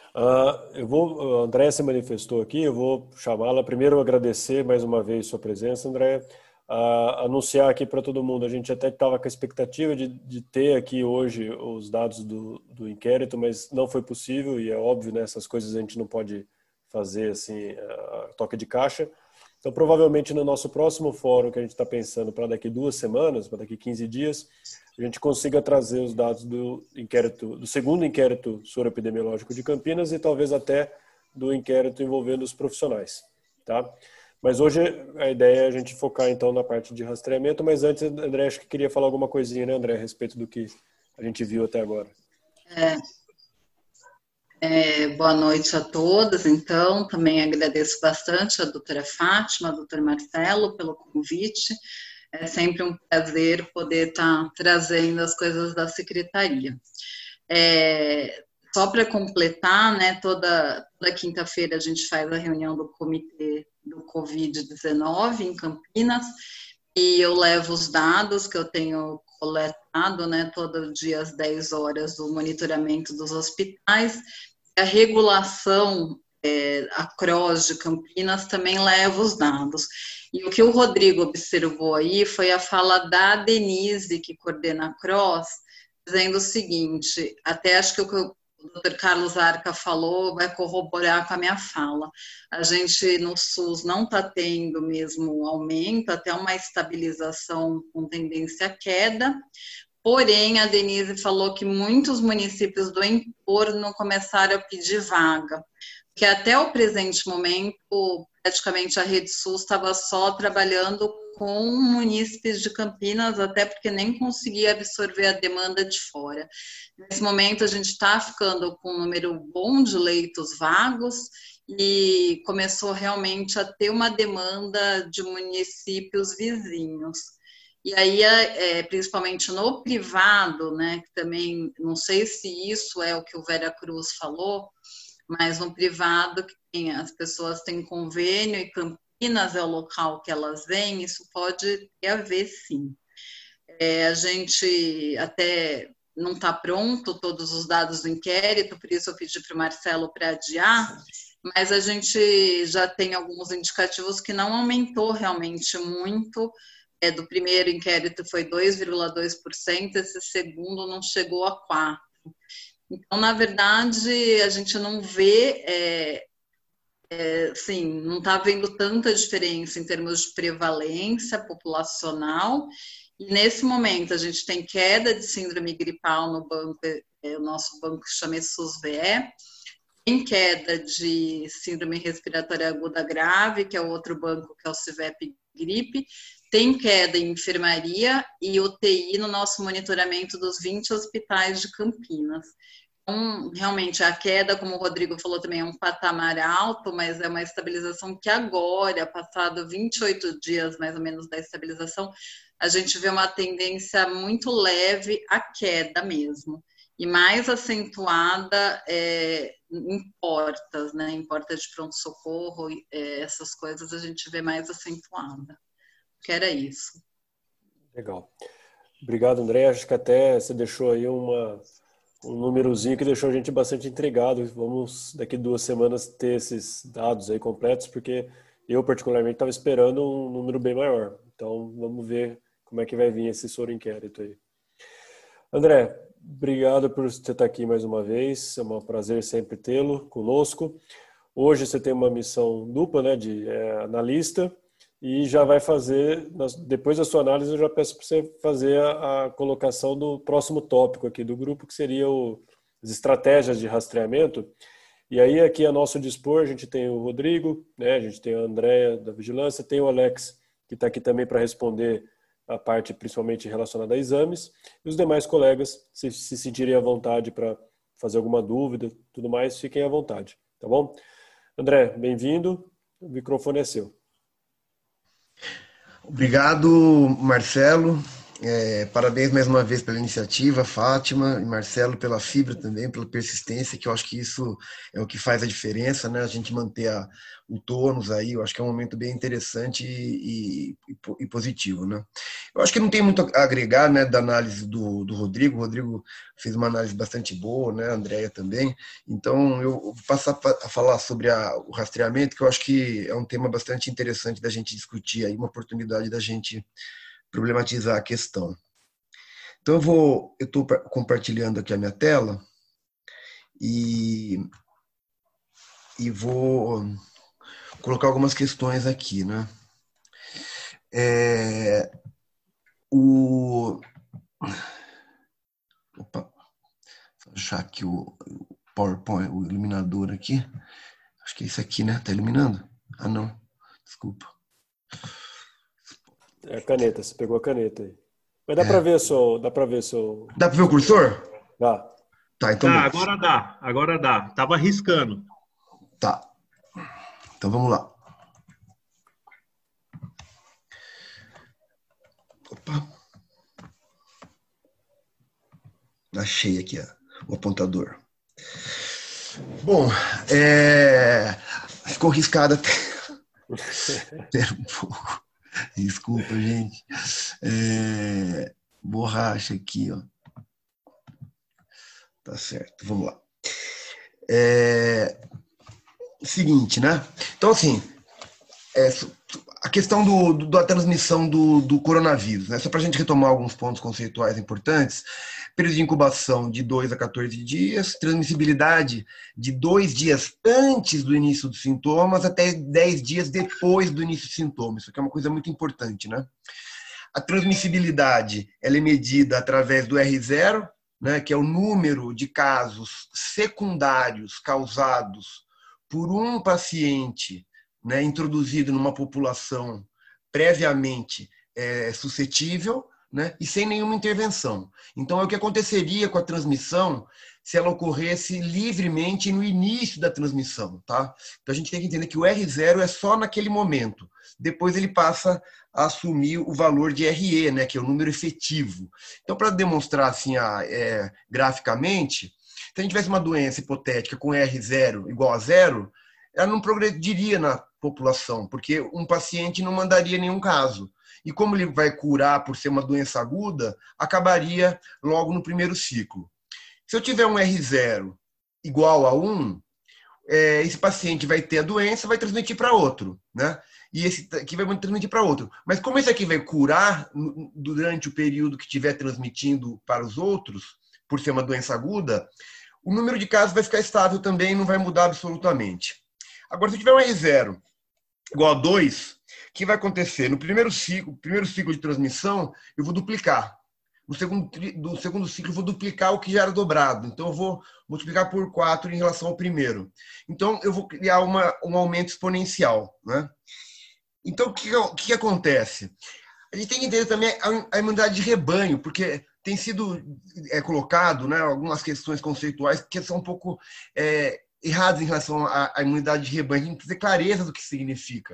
A Andréia se manifestou aqui, eu vou chamá-la. Primeiro, agradecer mais uma vez sua presença, Andréia. Anunciar aqui para todo mundo, a gente até estava com a expectativa de ter aqui hoje os dados do inquérito, mas não foi possível, e é óbvio, né, essas coisas a gente não pode fazer assim, a toque de caixa. Então, provavelmente no nosso próximo fórum, que a gente está pensando para daqui 2 semanas, para daqui 15 dias, a gente consiga trazer os dados do segundo inquérito soroepidemiológico de Campinas e talvez até do inquérito envolvendo os profissionais, tá? Mas hoje a ideia é a gente focar então na parte de rastreamento, mas antes, André, acho que queria falar alguma coisinha, né, André, a respeito do que a gente viu até agora. Boa noite a todos, então, também agradeço bastante a doutora Fátima, ao doutor Marcelo pelo convite, é sempre um prazer poder estar trazendo as coisas da secretaria. Só para completar, né, toda quinta-feira a gente faz a reunião do comitê do Covid-19 em Campinas, e eu levo os dados que eu tenho coletado, né, todo dia às 10 horas, do monitoramento dos hospitais. A regulação, a CROSS de Campinas também leva os dados. E o que o Rodrigo observou aí foi a fala da Denise, que coordena a CROSS, dizendo o seguinte, até acho que o Dr. Carlos Arca falou vai corroborar com a minha fala. A gente no SUS não está tendo mesmo aumento, até uma estabilização com tendência à queda, porém a Denise falou que muitos municípios do entorno começaram a pedir vaga, que até o presente momento praticamente a Rede SUS estava só trabalhando com munícipes de Campinas, até porque nem conseguia absorver a demanda de fora. Nesse momento, a gente está ficando com um número bom de leitos vagos e começou realmente a ter uma demanda de municípios vizinhos. E aí, principalmente no privado, né, que também, não sei se isso é o que o Vera Cruz falou, mas no privado, que as pessoas têm convênio e Campinas é o local que elas vêm, isso pode ter a ver, sim. A gente até não está pronto, todos os dados do inquérito, por isso eu pedi para o Marcelo para adiar, mas a gente já tem alguns indicativos que não aumentou realmente muito. Do primeiro inquérito foi 2,2%, esse segundo não chegou a 4%. Então, na verdade, a gente não vê, sim, não está vendo tanta diferença em termos de prevalência populacional, e nesse momento a gente tem queda de síndrome gripal no banco, o nosso banco chama SUS-VE, tem queda de síndrome respiratória aguda grave, que é o outro banco, que é o CIVEP-Gripe, tem queda em enfermaria e UTI no nosso monitoramento dos 20 hospitais de Campinas. Então, realmente, a queda, como o Rodrigo falou também, é um patamar alto, mas é uma estabilização que agora, passado 28 dias mais ou menos da estabilização, a gente vê uma tendência muito leve à queda mesmo. E mais acentuada em portas, né? Em portas de pronto-socorro, essas coisas a gente vê mais acentuada. Que era isso. Legal. Obrigado, André. Acho que até você deixou aí um númerozinho que deixou a gente bastante intrigado. Vamos, daqui 2 semanas, ter esses dados aí completos, porque eu, particularmente, estava esperando um número bem maior. Então, vamos ver como é que vai vir esse soro inquérito aí. André, obrigado por você estar aqui mais uma vez. É um prazer sempre tê-lo conosco. Hoje você tem uma missão dupla, né, de analista, e já vai fazer, depois da sua análise, eu já peço para você fazer a colocação do próximo tópico aqui do grupo, que seria as estratégias de rastreamento. E aí, aqui a nosso dispor, a gente tem o Rodrigo, né, a gente tem a Andréia da Vigilância, tem o Alex, que está aqui também para responder a parte principalmente relacionada a exames, e os demais colegas, se sentirem à vontade para fazer alguma dúvida, tudo mais, fiquem à vontade, tá bom? André, bem-vindo, o microfone é seu. Obrigado, Marcelo. Parabéns mais uma vez pela iniciativa, Fátima e Marcelo, pela fibra também, pela persistência, que eu acho que isso é o que faz a diferença, né? A gente manter o tônus aí, eu acho que é um momento bem interessante e positivo, né? Eu acho que não tem muito a agregar, né, da análise do Rodrigo. O Rodrigo fez uma análise bastante boa, né? A Andréia também. Então, eu vou passar a falar sobre o rastreamento, que eu acho que é um tema bastante interessante da gente discutir aí, uma oportunidade da gente problematizar a questão. Então eu estou compartilhando aqui a minha tela e vou colocar algumas questões aqui, né? Opa, vou achar aqui o PowerPoint, o iluminador aqui. Acho que é esse aqui, né? Tá iluminando? Ah, não. Desculpa. É a caneta, você pegou a caneta aí. Mas dá para ver Dá para ver o cursor? Dá. Tá, então. Tá, agora dá. Tava arriscando. Tá. Então vamos lá. Opa. Achei aqui o apontador. Bom, ficou riscada até. Espera um pouco. Desculpa, gente. Borracha aqui, ó. Tá certo, vamos lá. Seguinte, né? Então, assim, a questão da transmissão do coronavírus, né? Só para a gente retomar alguns pontos conceituais importantes. Período de incubação de 2 a 14 dias, transmissibilidade de 2 dias antes do início dos sintomas até 10 dias depois do início dos sintomas. Isso aqui é uma coisa muito importante, né? A transmissibilidade, ela é medida através do R0, né, que é o número de casos secundários causados por um paciente, né, introduzido numa população previamente suscetível, né, e sem nenhuma intervenção. Então, é o que aconteceria com a transmissão se ela ocorresse livremente no início da transmissão, tá? Então, a gente tem que entender que o R0 é só naquele momento. Depois ele passa a assumir o valor de RE, né, que é o número efetivo. Então, para demonstrar assim, graficamente, se a gente tivesse uma doença hipotética com R0 igual a 0, ela não progrediria na população, porque um paciente não mandaria nenhum caso. E como ele vai curar por ser uma doença aguda, acabaria logo no primeiro ciclo. Se eu tiver um R0 igual a 1, esse paciente vai ter a doença, vai transmitir para outro, né? E esse aqui vai transmitir para outro. Mas como esse aqui vai curar durante o período que estiver transmitindo para os outros, por ser uma doença aguda, o número de casos vai ficar estável também, não vai mudar absolutamente. Agora, se eu tiver um R0 igual a 2, o que vai acontecer? No primeiro ciclo de transmissão, eu vou duplicar. No segundo ciclo, eu vou duplicar o que já era dobrado. Então, eu vou multiplicar por 4 em relação ao primeiro. Então, eu vou criar um aumento exponencial, né? Então, o que acontece? A gente tem que entender também a imunidade de rebanho, porque tem sido colocado, né, algumas questões conceituais que são um pouco erradas em relação à imunidade de rebanho. A gente precisa ter clareza do que significa.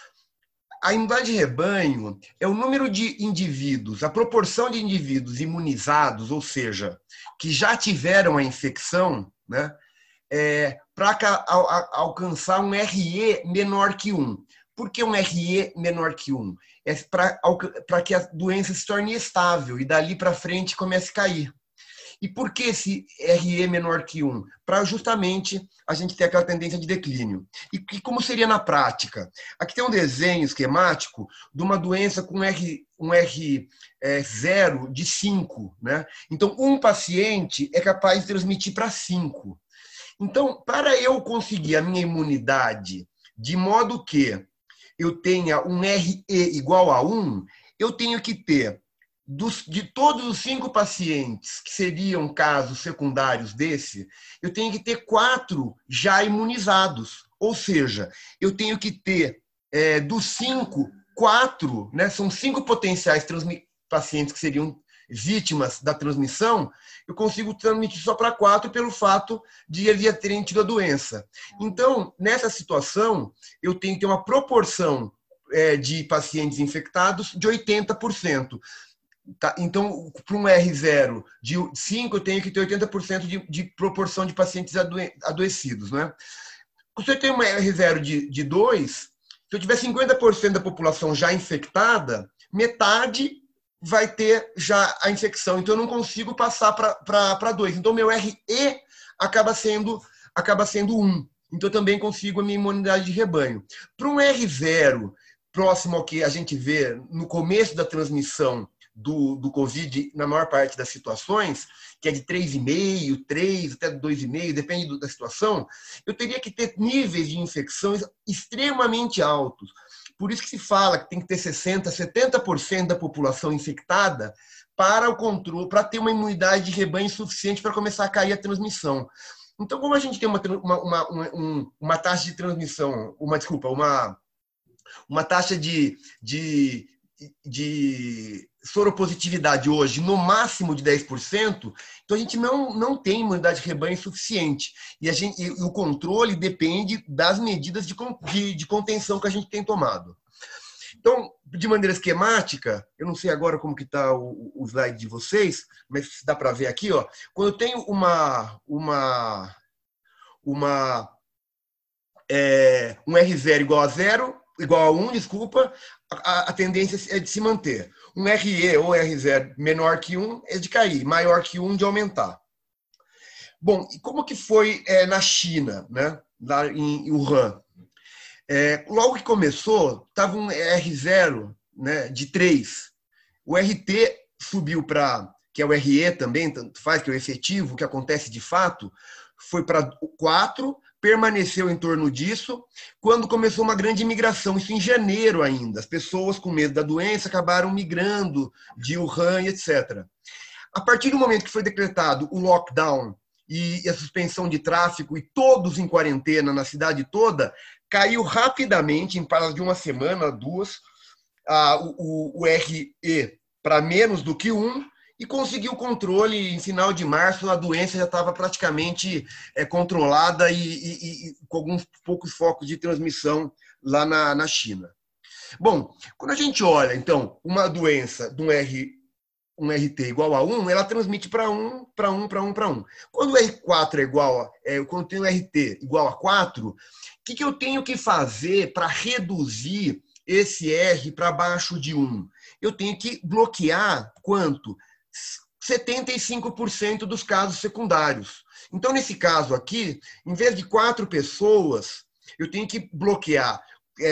A imunidade de rebanho é o número de indivíduos, a proporção de indivíduos imunizados, ou seja, que já tiveram a infecção, né, para alcançar um RE menor que 1. Por que um RE menor que 1? É para que a doença se torne estável e dali para frente comece a cair. E por que esse RE menor que 1? Para justamente a gente ter aquela tendência de declínio. E como seria na prática? Aqui tem um desenho esquemático de uma doença com um R0 de 5. Né? Então, um paciente é capaz de transmitir para 5. Então, para eu conseguir a minha imunidade de modo que eu tenha um RE igual a 1, eu tenho que ter, de todos os 5 pacientes que seriam casos secundários desse, eu tenho que ter 4 já imunizados. Ou seja, eu tenho que ter, dos 5, 4, né, são 5 potenciais pacientes que seriam vítimas da transmissão, eu consigo transmitir só para 4 pelo fato de eles já terem tido a doença. Então, nessa situação, eu tenho que ter uma proporção de pacientes infectados de 80%. Tá? Então, para um R0 de 5, eu tenho que ter 80% de proporção de pacientes adoecidos. Né? Se eu tenho um R0 de 2, se eu tiver 50% da população já infectada, metade vai ter já a infecção. Então, eu não consigo passar para 2. Então, meu RE acaba sendo 1. Então, eu também consigo a minha imunidade de rebanho. Para um R0, próximo ao que a gente vê no começo da transmissão do Covid, na maior parte das situações, que é de 3,5, 3, até 2,5, depende da situação, eu teria que ter níveis de infecção extremamente altos. Por isso que se fala que tem que ter 60%, 70% da população infectada para o controle, para ter uma imunidade de rebanho suficiente para começar a cair a transmissão. Então, como a gente tem uma taxa de transmissão, uma taxa de soropositividade hoje no máximo de 10%, então a gente não tem imunidade de rebanho suficiente. E o controle depende das medidas de contenção que a gente tem tomado. Então, de maneira esquemática, eu não sei agora como que está o slide de vocês, mas dá para ver aqui, ó, quando eu tenho um R0 igual a 0, igual a 1, desculpa, a tendência é de se manter. Um RE ou R0 menor que 1 é de cair, maior que 1 de aumentar. Bom, e como que foi na China, né? Lá em Wuhan? Logo que começou, estava um R0, né, de 3. O RT subiu para, que é o RE também, tanto faz, que é o efetivo, o que acontece de fato, foi para 4, permaneceu em torno disso, quando começou uma grande imigração, isso em janeiro ainda. As pessoas com medo da doença acabaram migrando de Wuhan, etc. A partir do momento que foi decretado o lockdown e a suspensão de tráfego e todos em quarentena na cidade toda, caiu rapidamente, em prazo de uma semana, 2, o RE para menos do que 1, e conseguiu controle. Em final de março, a doença já estava praticamente controlada e com alguns poucos focos de transmissão lá na China. Bom, quando a gente olha, então, uma doença de um RT igual a 1, ela transmite para 1, para 1, para 1, para 1. Quando o R4 é igual quando tem um RT igual a 4, o que eu tenho que fazer para reduzir esse R para baixo de 1? Eu tenho que bloquear quanto? 75% dos casos secundários. Então, nesse caso aqui, em vez de 4 pessoas, eu tenho que bloquear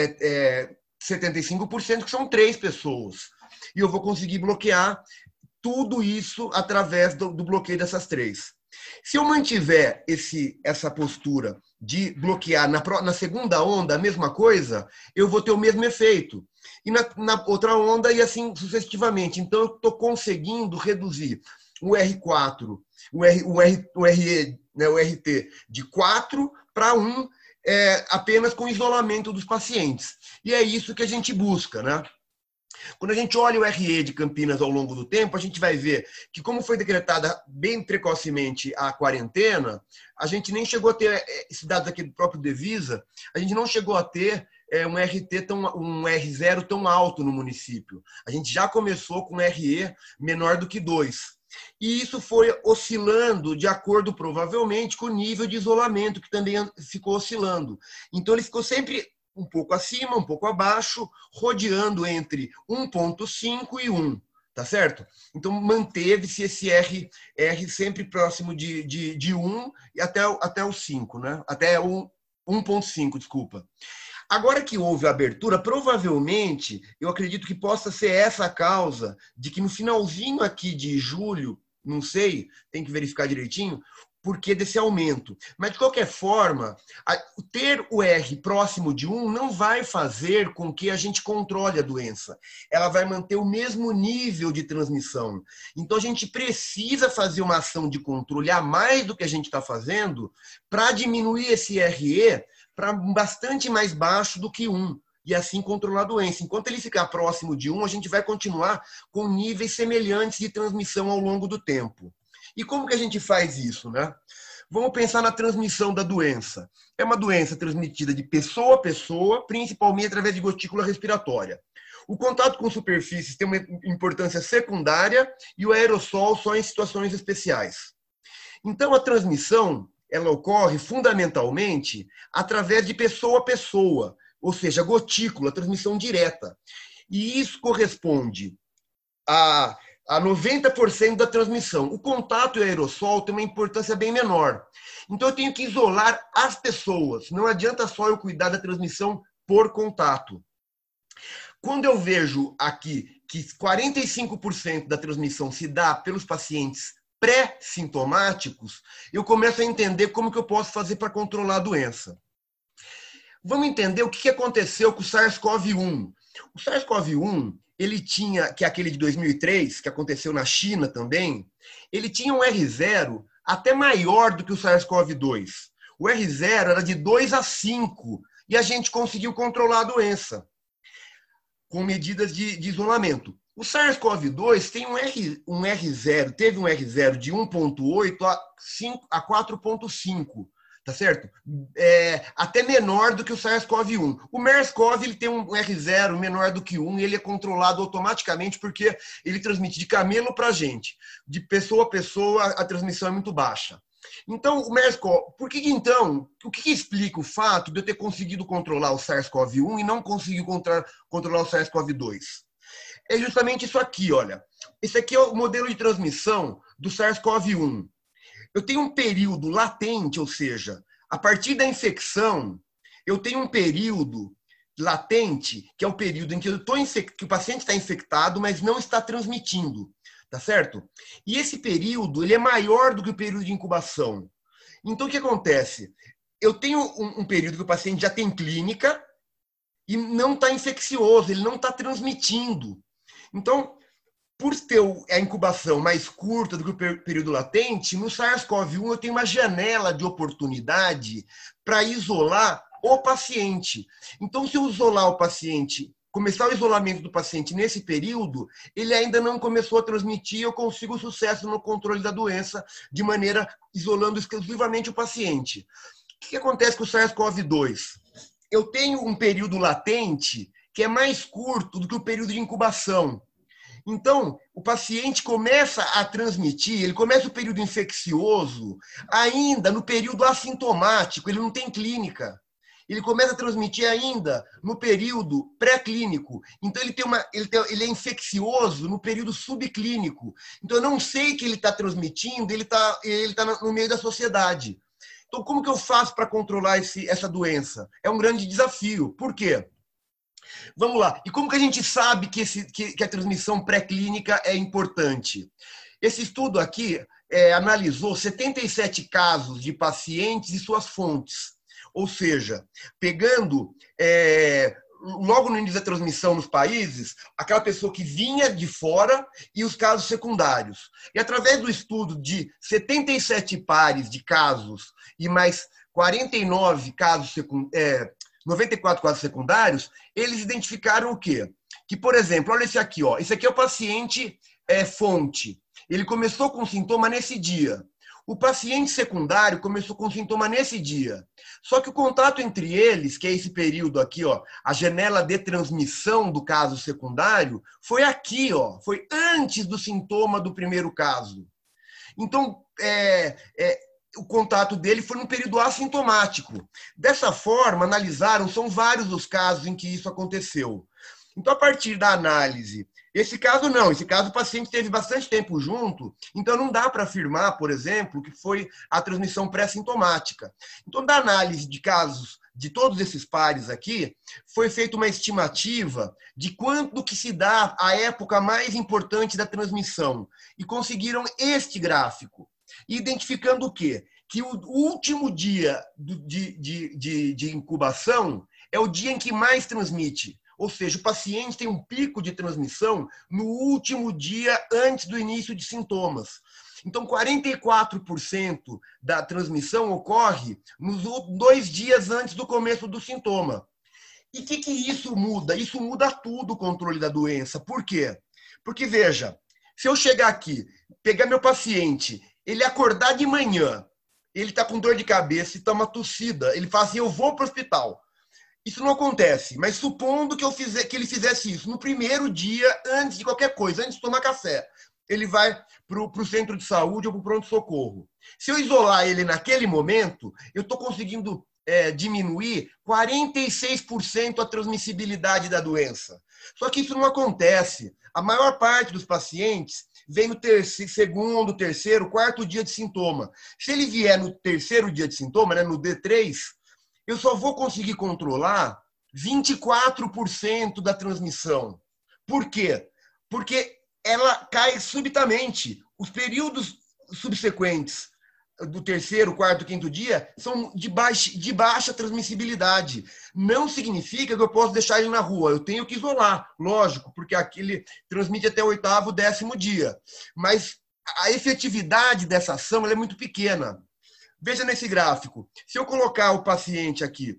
75%, que são 3 pessoas. E eu vou conseguir bloquear tudo isso através do bloqueio dessas 3. Se eu mantiver essa postura de bloquear na segunda onda a mesma coisa, eu vou ter o mesmo efeito. E na outra onda, e assim sucessivamente. Então, eu estou conseguindo reduzir o R4, o RE, né, o RT, de 4 para 1, apenas com isolamento dos pacientes. E é isso que a gente busca, né? Quando a gente olha o RE de Campinas ao longo do tempo, a gente vai ver que, como foi decretada bem precocemente a quarentena, a gente nem chegou a ter, esses dados aqui do próprio Devisa, a gente não chegou a ter um R0 tão alto no município. A gente já começou com um RE menor do que 2. E isso foi oscilando de acordo, provavelmente, com o nível de isolamento, que também ficou oscilando. Então, ele ficou sempre um pouco acima, um pouco abaixo, rodeando entre 1,5 e 1, tá certo? Então, manteve-se esse R sempre próximo de 1 e até o 5, né? Até o 1,5, desculpa. Agora que houve a abertura, provavelmente, eu acredito que possa ser essa a causa de que no finalzinho aqui de julho, não sei, tem que verificar direitinho, porquê desse aumento. Mas, de qualquer forma, ter o R próximo de 1 não vai fazer com que a gente controle a doença. Ela vai manter o mesmo nível de transmissão. Então, a gente precisa fazer uma ação de controle a mais do que a gente está fazendo para diminuir esse RE para bastante mais baixo do que 1. E assim controlar a doença. Enquanto ele ficar próximo de 1, a gente vai continuar com níveis semelhantes de transmissão ao longo do tempo. E como que a gente faz isso, né? Vamos pensar na transmissão da doença. É uma doença transmitida de pessoa a pessoa, principalmente através de gotícula respiratória. O contato com superfícies tem uma importância secundária e o aerossol só em situações especiais. Então, a transmissão, ela ocorre fundamentalmente através de pessoa a pessoa, ou seja, gotícula, transmissão direta. E isso corresponde a 90% da transmissão. O contato e o aerossol tem uma importância bem menor. Então, eu tenho que isolar as pessoas. Não adianta só eu cuidar da transmissão por contato. Quando eu vejo aqui que 45% da transmissão se dá pelos pacientes pré-sintomáticos, eu começo a entender como que eu posso fazer para controlar a doença. Vamos entender o que aconteceu com o SARS-CoV-1. O SARS-CoV-1, ele tinha, que é aquele de 2003, que aconteceu na China também, ele tinha um R0 até maior do que o SARS-CoV-2. O R0 era de 2 a 5 e a gente conseguiu controlar a doença com medidas de isolamento. O SARS-CoV-2 tem um R0, teve um R0 de 1,8 a 4,5. Tá certo? Até menor do que o SARS-CoV-1. O MERS-CoV ele tem um R0 menor do que 1 e ele é controlado automaticamente porque ele transmite de camelo para gente. De pessoa a pessoa, a transmissão é muito baixa. Então, o MERS-CoV... o que explica o fato de eu ter conseguido controlar o SARS-CoV-1 e não conseguir controlar o SARS-CoV-2? É justamente isso aqui, olha. Esse aqui é o modelo de transmissão do SARS-CoV-1. Eu tenho um período latente, ou seja, a partir da infecção, eu tenho um período latente, que é o período em que, que o paciente está infectado, mas não está transmitindo, tá certo? E esse período, ele é maior do que o período de incubação. Então, o que acontece? Eu tenho um período que o paciente já tem clínica e não está infeccioso, ele não está transmitindo. Então, por ter a incubação mais curta do que o período latente, no SARS-CoV-1 eu tenho uma janela de oportunidade para isolar o paciente. Então, se eu isolar o paciente, começar o isolamento do paciente nesse período, ele ainda não começou a transmitir, eu consigo sucesso no controle da doença, de maneira isolando exclusivamente o paciente. O que acontece com o SARS-CoV-2? Eu tenho um período latente que é mais curto do que o período de incubação. Então, o paciente começa a transmitir, ele começa o período infeccioso ainda no período assintomático, ele não tem clínica. Ele começa a transmitir ainda no período pré-clínico. Então, ele é infeccioso no período subclínico. Então, eu não sei que ele está transmitindo, ele tá no meio da sociedade. Então, como que eu faço para controlar essa doença? É um grande desafio. Por quê? Vamos lá. E como que a gente sabe que a transmissão pré-clínica é importante? Esse estudo aqui analisou 77 casos de pacientes e suas fontes. Ou seja, pegando, logo no início da transmissão nos países, aquela pessoa que vinha de fora e os casos secundários. E através do estudo de 77 pares de casos e mais 49 casos secundários, 94 casos secundários, eles identificaram o quê? Que, por exemplo, olha esse aqui, ó. Esse aqui é o paciente fonte. Ele começou com sintoma nesse dia. O paciente secundário começou com sintoma nesse dia. Só que o contato entre eles, que é esse período aqui, ó, a janela de transmissão do caso secundário, foi aqui, ó. Foi antes do sintoma do primeiro caso. Então, o contato dele foi num período assintomático. Dessa forma, analisaram, são vários os casos em que isso aconteceu. Então, a partir da análise, esse caso não, esse caso o paciente teve bastante tempo junto, então não dá para afirmar, por exemplo, que foi a transmissão pré-sintomática. Então, da análise de casos de todos esses pares aqui, foi feita uma estimativa de quanto que se dá a época mais importante da transmissão, e conseguiram este gráfico. e identificando o quê? Que o último dia de incubação é o dia em que mais transmite. Ou seja, o paciente tem um pico de transmissão no último dia antes do início de sintomas. Então, 44% da transmissão ocorre nos 2 dias antes do começo do sintoma. E o que isso muda? Isso muda tudo o controle da doença. Por quê? Porque, veja, se eu chegar aqui, pegar meu paciente, ele acordar de manhã, ele está com dor de cabeça e está uma tossida, ele fala assim, eu vou para o hospital. Isso não acontece, mas supondo que ele fizesse isso no primeiro dia, antes de qualquer coisa, antes de tomar café, ele vai para o centro de saúde ou para o pronto-socorro. Se eu isolar ele naquele momento, eu estou conseguindo diminuir 46% a transmissibilidade da doença. Só que isso não acontece. A maior parte dos pacientes vem no segundo, terceiro, quarto dia de sintoma. Se ele vier no terceiro dia de sintoma, né, no D3, eu só vou conseguir controlar 24% da transmissão. Por quê? Porque ela cai subitamente. Os períodos subsequentes do terceiro, quarto, quinto dia são de baixa transmissibilidade. Não significa que eu posso deixar ele na rua. Eu tenho que isolar, lógico, porque aquele transmite até o 8º, 10º dia. Mas a efetividade dessa ação ela é muito pequena. Veja nesse gráfico. Se eu colocar o paciente aqui,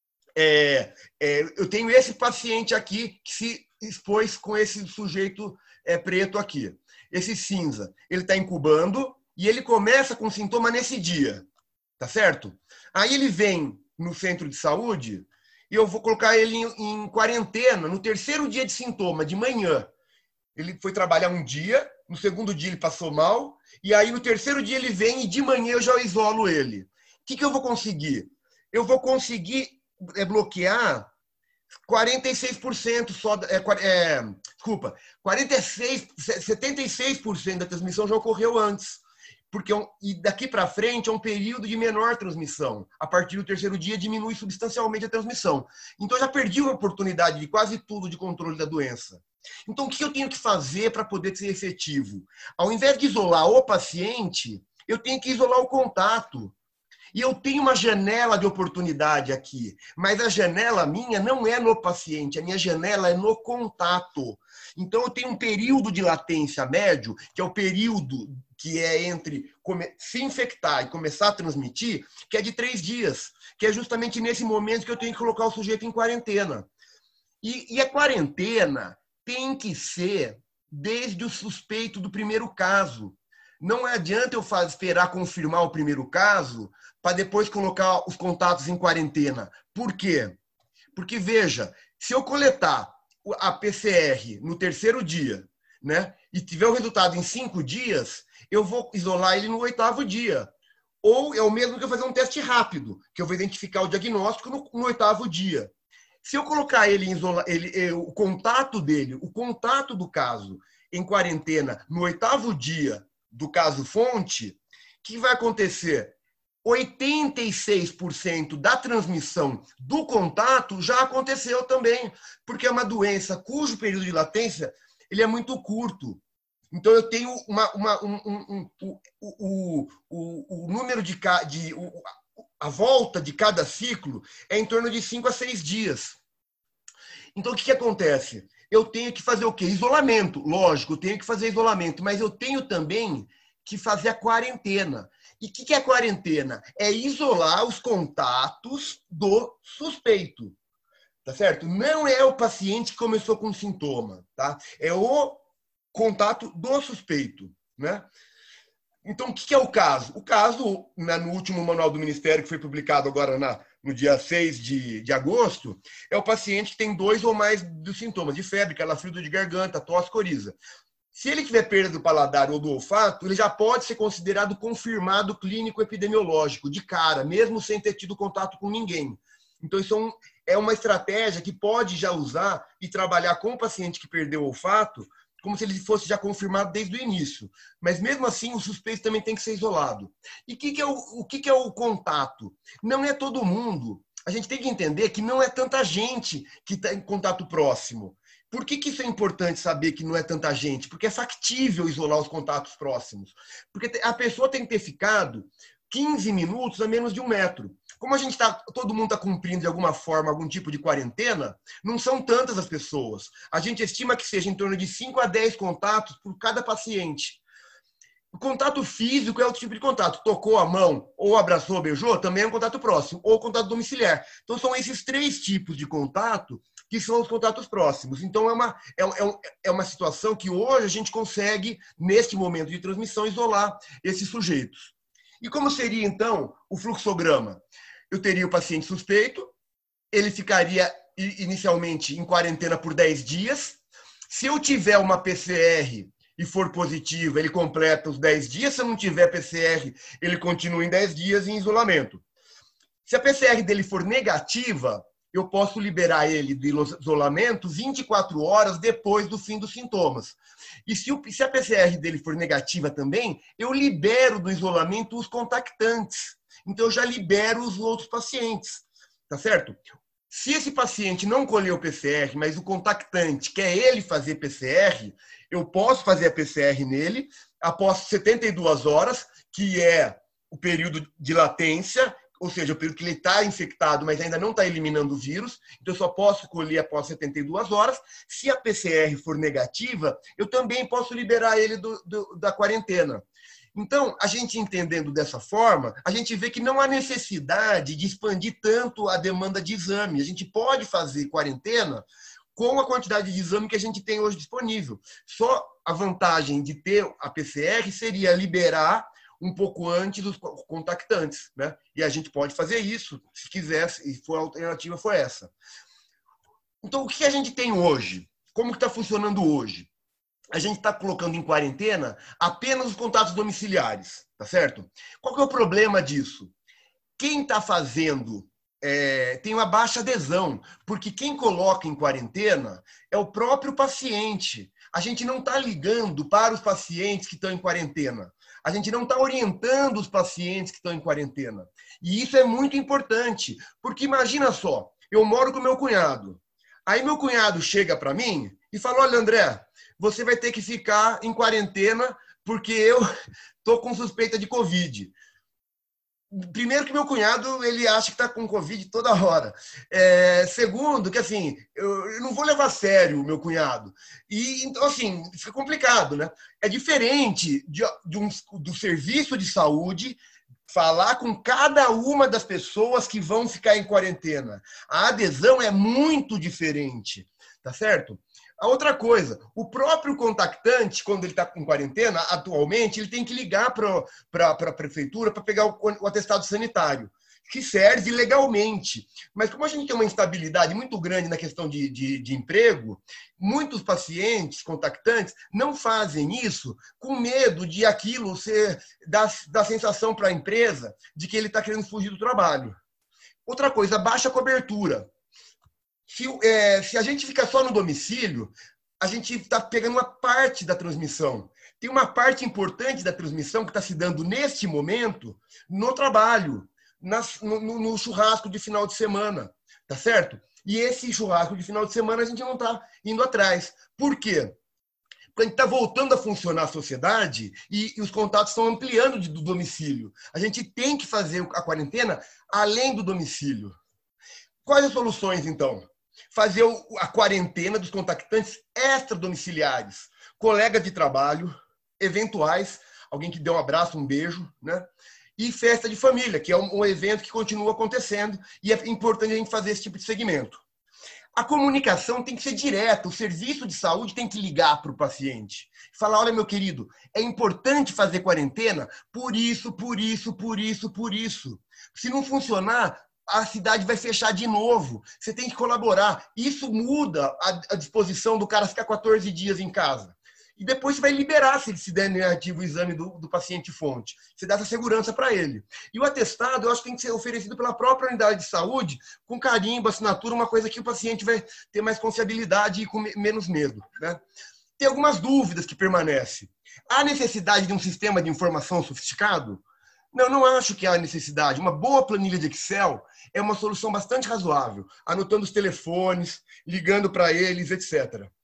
eu tenho esse paciente aqui que se expôs com esse sujeito preto aqui. Esse cinza. Ele está incubando e ele começa com sintoma nesse dia. Tá certo? Aí ele vem no centro de saúde e eu vou colocar ele em quarentena no terceiro dia de sintoma, de manhã. Ele foi trabalhar um dia, no segundo dia ele passou mal, e aí no terceiro dia ele vem e de manhã eu já isolo ele. O que eu vou conseguir? Eu vou conseguir bloquear 46% só, 76% da transmissão já ocorreu antes. E daqui para frente é um período de menor transmissão. A partir do terceiro dia diminui substancialmente a transmissão. Então eu já perdi a oportunidade de quase tudo de controle da doença. Então o que eu tenho que fazer para poder ser efetivo? Ao invés de isolar o paciente, eu tenho que isolar o contato. E eu tenho uma janela de oportunidade aqui, mas a janela minha não é no paciente, a minha janela é no contato. Então eu tenho um período de latência médio, que é o período que é entre se infectar e começar a transmitir, que é de 3 dias, que é justamente nesse momento que eu tenho que colocar o sujeito em quarentena. E a quarentena tem que ser desde o suspeito do primeiro caso. Não adianta eu esperar confirmar o primeiro caso para depois colocar os contatos em quarentena. Por quê? Porque, veja, se eu coletar a PCR no terceiro dia, né, e tiver o resultado em 5 dias, eu vou isolar ele no 8º dia. Ou é o mesmo que eu fazer um teste rápido, que eu vou identificar o diagnóstico no 8º dia. Se eu colocar o contato dele, o contato do caso em quarentena no 8º dia do caso fonte, o que vai acontecer? 86% da transmissão do contato já aconteceu também, porque é uma doença cujo período de latência ele é muito curto. Então eu tenho o número a volta de cada ciclo é em torno de 5 a 6 dias. Então o que acontece? Eu tenho que fazer o quê? Isolamento, lógico, eu tenho que fazer isolamento, mas eu tenho também que fazer a quarentena. E o que é quarentena? É isolar os contatos do suspeito, tá certo? Não é o paciente que começou com sintoma, tá? É o contato do suspeito, né? Então, o que é o caso? O caso, no último manual do Ministério, que foi publicado agora no dia 6 de agosto, é o paciente que tem 2 ou mais dos sintomas de febre, calafrio de garganta, tosse, coriza. Se ele tiver perda do paladar ou do olfato, ele já pode ser considerado confirmado clínico epidemiológico, de cara, mesmo sem ter tido contato com ninguém. Então, isso é uma estratégia que pode já usar e trabalhar com o paciente que perdeu o olfato, como se ele fosse já confirmado desde o início. Mas, mesmo assim, o suspeito também tem que ser isolado. E o que é o contato? Não é todo mundo. A gente tem que entender que não é tanta gente que está em contato próximo. Por que isso é importante saber que não é tanta gente? Porque é factível isolar os contatos próximos. Porque a pessoa tem que ter ficado 15 minutos a menos de 1 metro. Como todo mundo está cumprindo de alguma forma algum tipo de quarentena, não são tantas as pessoas. A gente estima que seja em torno de 5 a 10 contatos por cada paciente. O contato físico é outro tipo de contato. Tocou a mão, ou abraçou, beijou, também é um contato próximo, ou contato domiciliar. Então, são esses 3 tipos de contato que são os contatos próximos. Então, é uma situação que hoje a gente consegue, neste momento de transmissão, isolar esses sujeitos. E como seria, então, o fluxograma? Eu teria o paciente suspeito, ele ficaria inicialmente em quarentena por 10 dias. Se eu tiver uma PCR e for positiva, ele completa os 10 dias. Se eu não tiver PCR, ele continua em 10 dias em isolamento. Se a PCR dele for negativa, eu posso liberar ele do isolamento 24 horas depois do fim dos sintomas. E se a PCR dele for negativa também, eu libero do isolamento os contactantes. Então, eu já libero os outros pacientes, tá certo? Se esse paciente não colheu PCR, mas o contactante quer ele fazer PCR, eu posso fazer a PCR nele após 72 horas, que é o período de latência, ou seja, o período que ele está infectado, mas ainda não está eliminando o vírus. Então, eu só posso colher após 72 horas. Se a PCR for negativa, eu também posso liberar ele da quarentena. Então, a gente entendendo dessa forma, a gente vê que não há necessidade de expandir tanto a demanda de exame. A gente pode fazer quarentena com a quantidade de exame que a gente tem hoje disponível. Só a vantagem de ter a PCR seria liberar um pouco antes dos contactantes, né? E a gente pode fazer isso, se quiser, e a alternativa foi essa. Então, o que a gente tem hoje? Como que está funcionando hoje? A gente está colocando em quarentena apenas os contatos domiciliares, tá certo? Qual que é o problema disso? Quem está fazendo tem uma baixa adesão, porque quem coloca em quarentena é o próprio paciente. A gente não está ligando para os pacientes que estão em quarentena. A gente não está orientando os pacientes que estão em quarentena. E isso é muito importante, porque imagina só, eu moro com meu cunhado. Aí meu cunhado chega para mim e fala, olha, André, você vai ter que ficar em quarentena porque eu estou com suspeita de Covid. Primeiro que meu cunhado, ele acha que está com Covid toda hora. Segundo, que assim, eu não vou levar a sério o meu cunhado. E, então, assim, fica complicado, né? É diferente do serviço de saúde falar com cada uma das pessoas que vão ficar em quarentena. A adesão é muito diferente, tá certo? A outra coisa, o próprio contactante, quando ele está em quarentena, atualmente, ele tem que ligar para a prefeitura para pegar o atestado sanitário, que serve legalmente. Mas como a gente tem uma instabilidade muito grande na questão de emprego, muitos pacientes, contactantes, não fazem isso com medo de aquilo dar sensação para a empresa de que ele está querendo fugir do trabalho. Outra coisa, baixa cobertura. Se a gente fica só no domicílio, a gente está pegando uma parte da transmissão. Tem uma parte importante da transmissão que está se dando neste momento no trabalho, no churrasco de final de semana, tá certo? E esse churrasco de final de semana a gente não está indo atrás. Por quê? Porque a gente está voltando a funcionar a sociedade e os contatos estão ampliando do domicílio. A gente tem que fazer a quarentena além do domicílio. Quais as soluções, então? Fazer a quarentena dos contactantes extradomiciliares, colegas de trabalho, eventuais, alguém que dê um abraço, um beijo, né? E festa de família, que é um evento que continua acontecendo e é importante a gente fazer esse tipo de segmento. A comunicação tem que ser direta, o serviço de saúde tem que ligar para o paciente. Falar, olha, meu querido, é importante fazer quarentena por isso, por isso, por isso, por isso. Se não funcionar, a cidade vai fechar de novo. Você tem que colaborar. Isso muda a disposição do cara ficar 14 dias em casa. E depois você vai liberar, se der negativo o exame do paciente fonte. Você dá essa segurança para ele. E o atestado, eu acho que tem que ser oferecido pela própria unidade de saúde, com carimbo, assinatura, uma coisa que o paciente vai ter mais confiabilidade e com menos medo, né? Tem algumas dúvidas que permanecem. Há necessidade de um sistema de informação sofisticado? Não acho que há necessidade. Uma boa planilha de Excel é uma solução bastante razoável, anotando os telefones, ligando para eles, etc.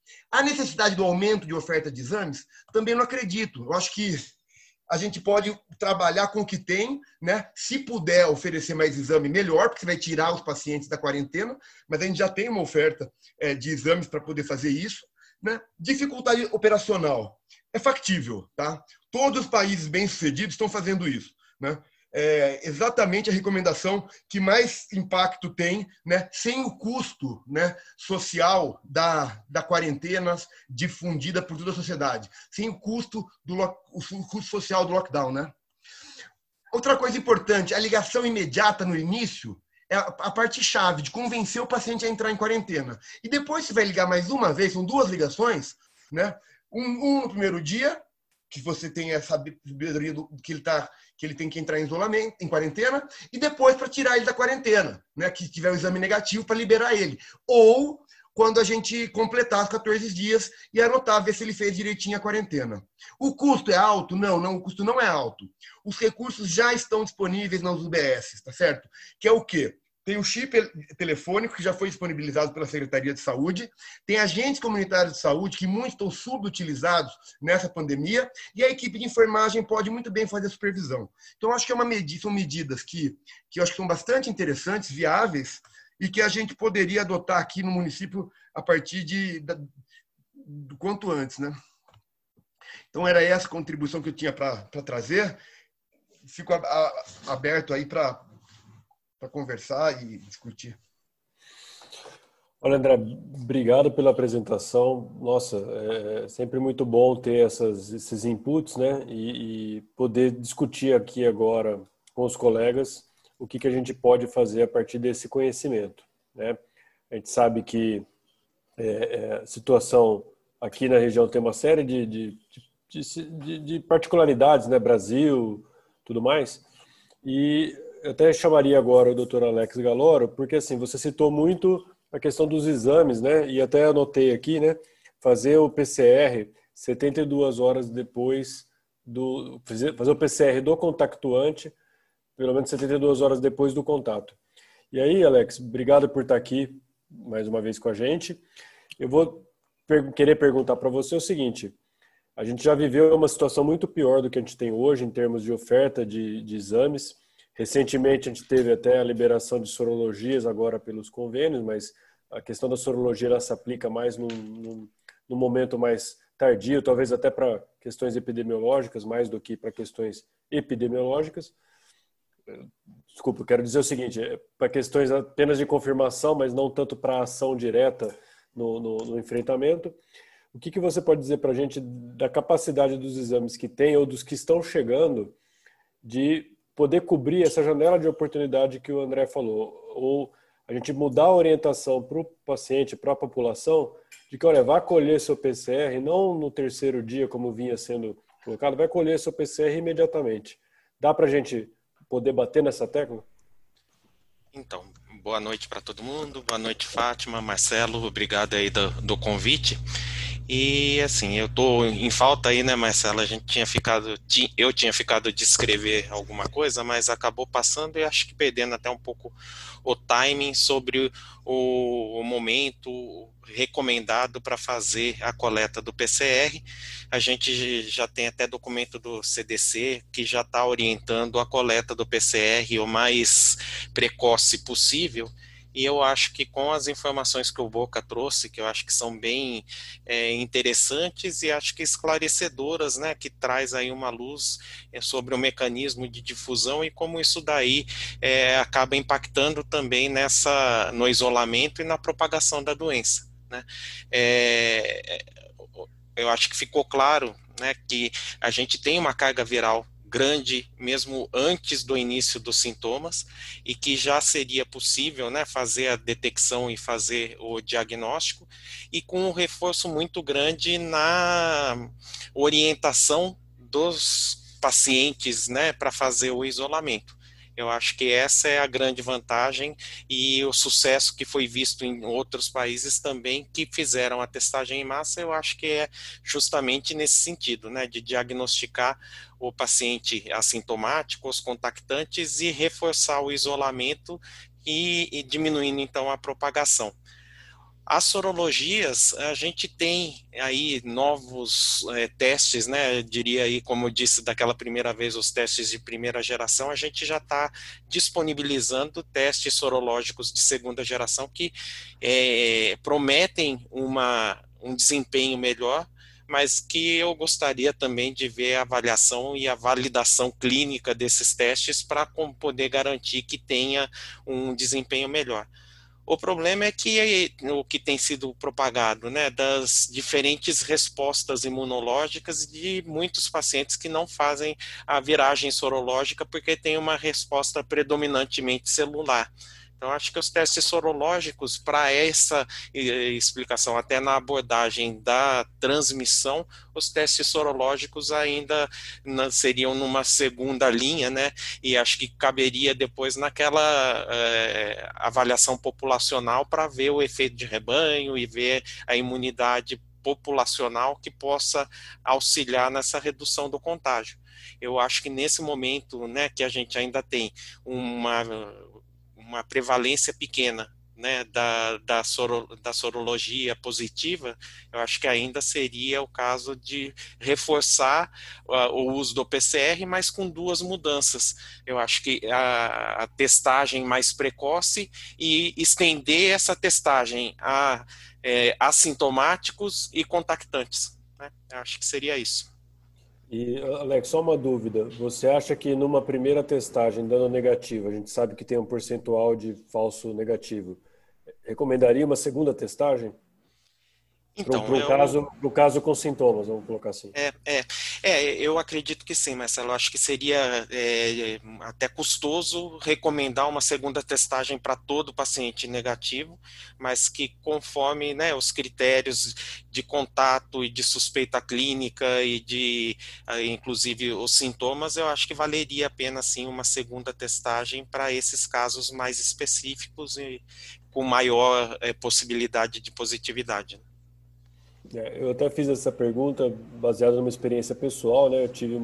A necessidade do aumento de oferta de exames, também não acredito. Eu acho que a gente pode trabalhar com o que tem, né? Se puder oferecer mais exame, melhor, porque você vai tirar os pacientes da quarentena, mas a gente já tem uma oferta de exames para poder fazer isso, né? Dificuldade operacional. É factível, tá? Todos os países bem-sucedidos estão fazendo isso, né? É exatamente a recomendação que mais impacto tem, né, sem o custo, né, social da quarentena difundida por toda a sociedade, sem o custo social do lockdown. Né? Outra coisa importante, a ligação imediata no início é a parte chave de convencer o paciente a entrar em quarentena. E depois você vai ligar mais uma vez, são 2 ligações, né? Um no primeiro dia, que você tem essa sabedoria que ele tem que entrar em isolamento, em quarentena, e depois para tirar ele da quarentena, né? Que tiver o exame negativo para liberar ele. Ou quando a gente completar os 14 dias e anotar, ver se ele fez direitinho a quarentena. O custo é alto? Não, o custo não é alto. Os recursos já estão disponíveis nas UBS, tá certo? Que é o quê? Tem o chip telefônico, que já foi disponibilizado pela Secretaria de Saúde. Tem agentes comunitários de saúde, que muitos estão subutilizados nessa pandemia. E a equipe de enfermagem pode muito bem fazer a supervisão. Então, acho que são medidas que eu acho que são bastante interessantes, viáveis, e que a gente poderia adotar aqui no município a partir do quanto antes. Né? Então, era essa a contribuição que eu tinha para trazer. Fico aberto aí para conversar e discutir. Olha, André, obrigado pela apresentação. Nossa, é sempre muito bom ter esses inputs, né? E poder discutir aqui agora com os colegas o que a gente pode fazer a partir desse conhecimento, né? A gente sabe que a situação aqui na região tem uma série de particularidades, né? Brasil, tudo mais. E eu até chamaria agora o Dr. Alex Galoro, porque assim, você citou muito a questão dos exames, né? E até anotei aqui, né? Fazer o PCR 72 horas depois fazer o PCR do contactuante, pelo menos 72 horas depois do contato. E aí, Alex, obrigado por estar aqui mais uma vez com a gente. Eu vou querer perguntar para você o seguinte: a gente já viveu uma situação muito pior do que a gente tem hoje em termos de oferta de exames. Recentemente, a gente teve até a liberação de sorologias agora pelos convênios, mas a questão da sorologia ela se aplica mais num momento mais tardio, talvez até para questões epidemiológicas, mais do que para questões epidemiológicas. Desculpa, eu quero dizer o seguinte, para questões apenas de confirmação, mas não tanto para ação direta no enfrentamento. O que você pode dizer para a gente da capacidade dos exames que tem ou dos que estão chegando de poder cobrir essa janela de oportunidade que o André falou, ou a gente mudar a orientação para o paciente, para a população, de que, olha, vai colher seu PCR, não no terceiro dia, como vinha sendo colocado, vai colher seu PCR imediatamente. Dá para a gente poder bater nessa tecla? Então, boa noite para todo mundo, boa noite, Fátima, Marcelo, obrigado aí do convite. E assim, eu tô em falta aí, né, Marcelo? Eu tinha ficado de escrever alguma coisa, mas acabou passando e acho que perdendo até um pouco o timing sobre o momento recomendado para fazer a coleta do PCR. A gente já tem até documento do CDC que já está orientando a coleta do PCR o mais precoce possível. E eu acho que com as informações que o Boca trouxe, que eu acho que são bem interessantes e acho que esclarecedoras, né, que traz aí uma luz sobre o mecanismo de difusão e como isso daí acaba impactando também no isolamento e na propagação da doença, né? Eu acho que ficou claro, né, que a gente tem uma carga viral grande mesmo antes do início dos sintomas e que já seria possível, né, fazer a detecção e fazer o diagnóstico e com um reforço muito grande na orientação dos pacientes, né, para fazer o isolamento. Eu acho que essa é a grande vantagem e o sucesso que foi visto em outros países também que fizeram a testagem em massa, eu acho que é justamente nesse sentido, né, de diagnosticar o paciente assintomático, os contactantes e reforçar o isolamento e diminuindo então a propagação. As sorologias, a gente tem aí novos testes, né? Eu diria aí, como eu disse daquela primeira vez, os testes de primeira geração, a gente já está disponibilizando testes sorológicos de segunda geração que prometem um desempenho melhor, mas que eu gostaria também de ver a avaliação e a validação clínica desses testes para poder garantir que tenha um desempenho melhor. O problema é que o que tem sido propagado, né, das diferentes respostas imunológicas de muitos pacientes que não fazem a viragem sorológica porque tem uma resposta predominantemente celular. Então, acho que os testes sorológicos, para essa explicação, até na abordagem da transmissão, os testes sorológicos ainda seriam numa segunda linha, né? E acho que caberia depois naquela avaliação populacional para ver o efeito de rebanho e ver a imunidade populacional que possa auxiliar nessa redução do contágio. Eu acho que nesse momento, né, que a gente ainda tem uma prevalência pequena, né, da sorologia positiva, eu acho que ainda seria o caso de reforçar o uso do PCR, mas com duas mudanças. Eu acho que a testagem mais precoce e estender essa testagem a assintomáticos e contactantes, né? Eu acho que seria isso. E, Alex, só uma dúvida. Você acha que numa primeira testagem dando negativo, a gente sabe que tem um percentual de falso negativo, recomendaria uma segunda testagem? Então, pro caso com sintomas, vamos colocar assim. Eu acredito que sim, Marcelo. Acho que seria até custoso recomendar uma segunda testagem para todo paciente negativo, mas que conforme, né, os critérios de contato e de suspeita clínica e de, inclusive, os sintomas, eu acho que valeria a pena, sim, uma segunda testagem para esses casos mais específicos e com maior possibilidade de positividade. Eu até fiz essa pergunta baseada numa experiência pessoal, né? Eu tive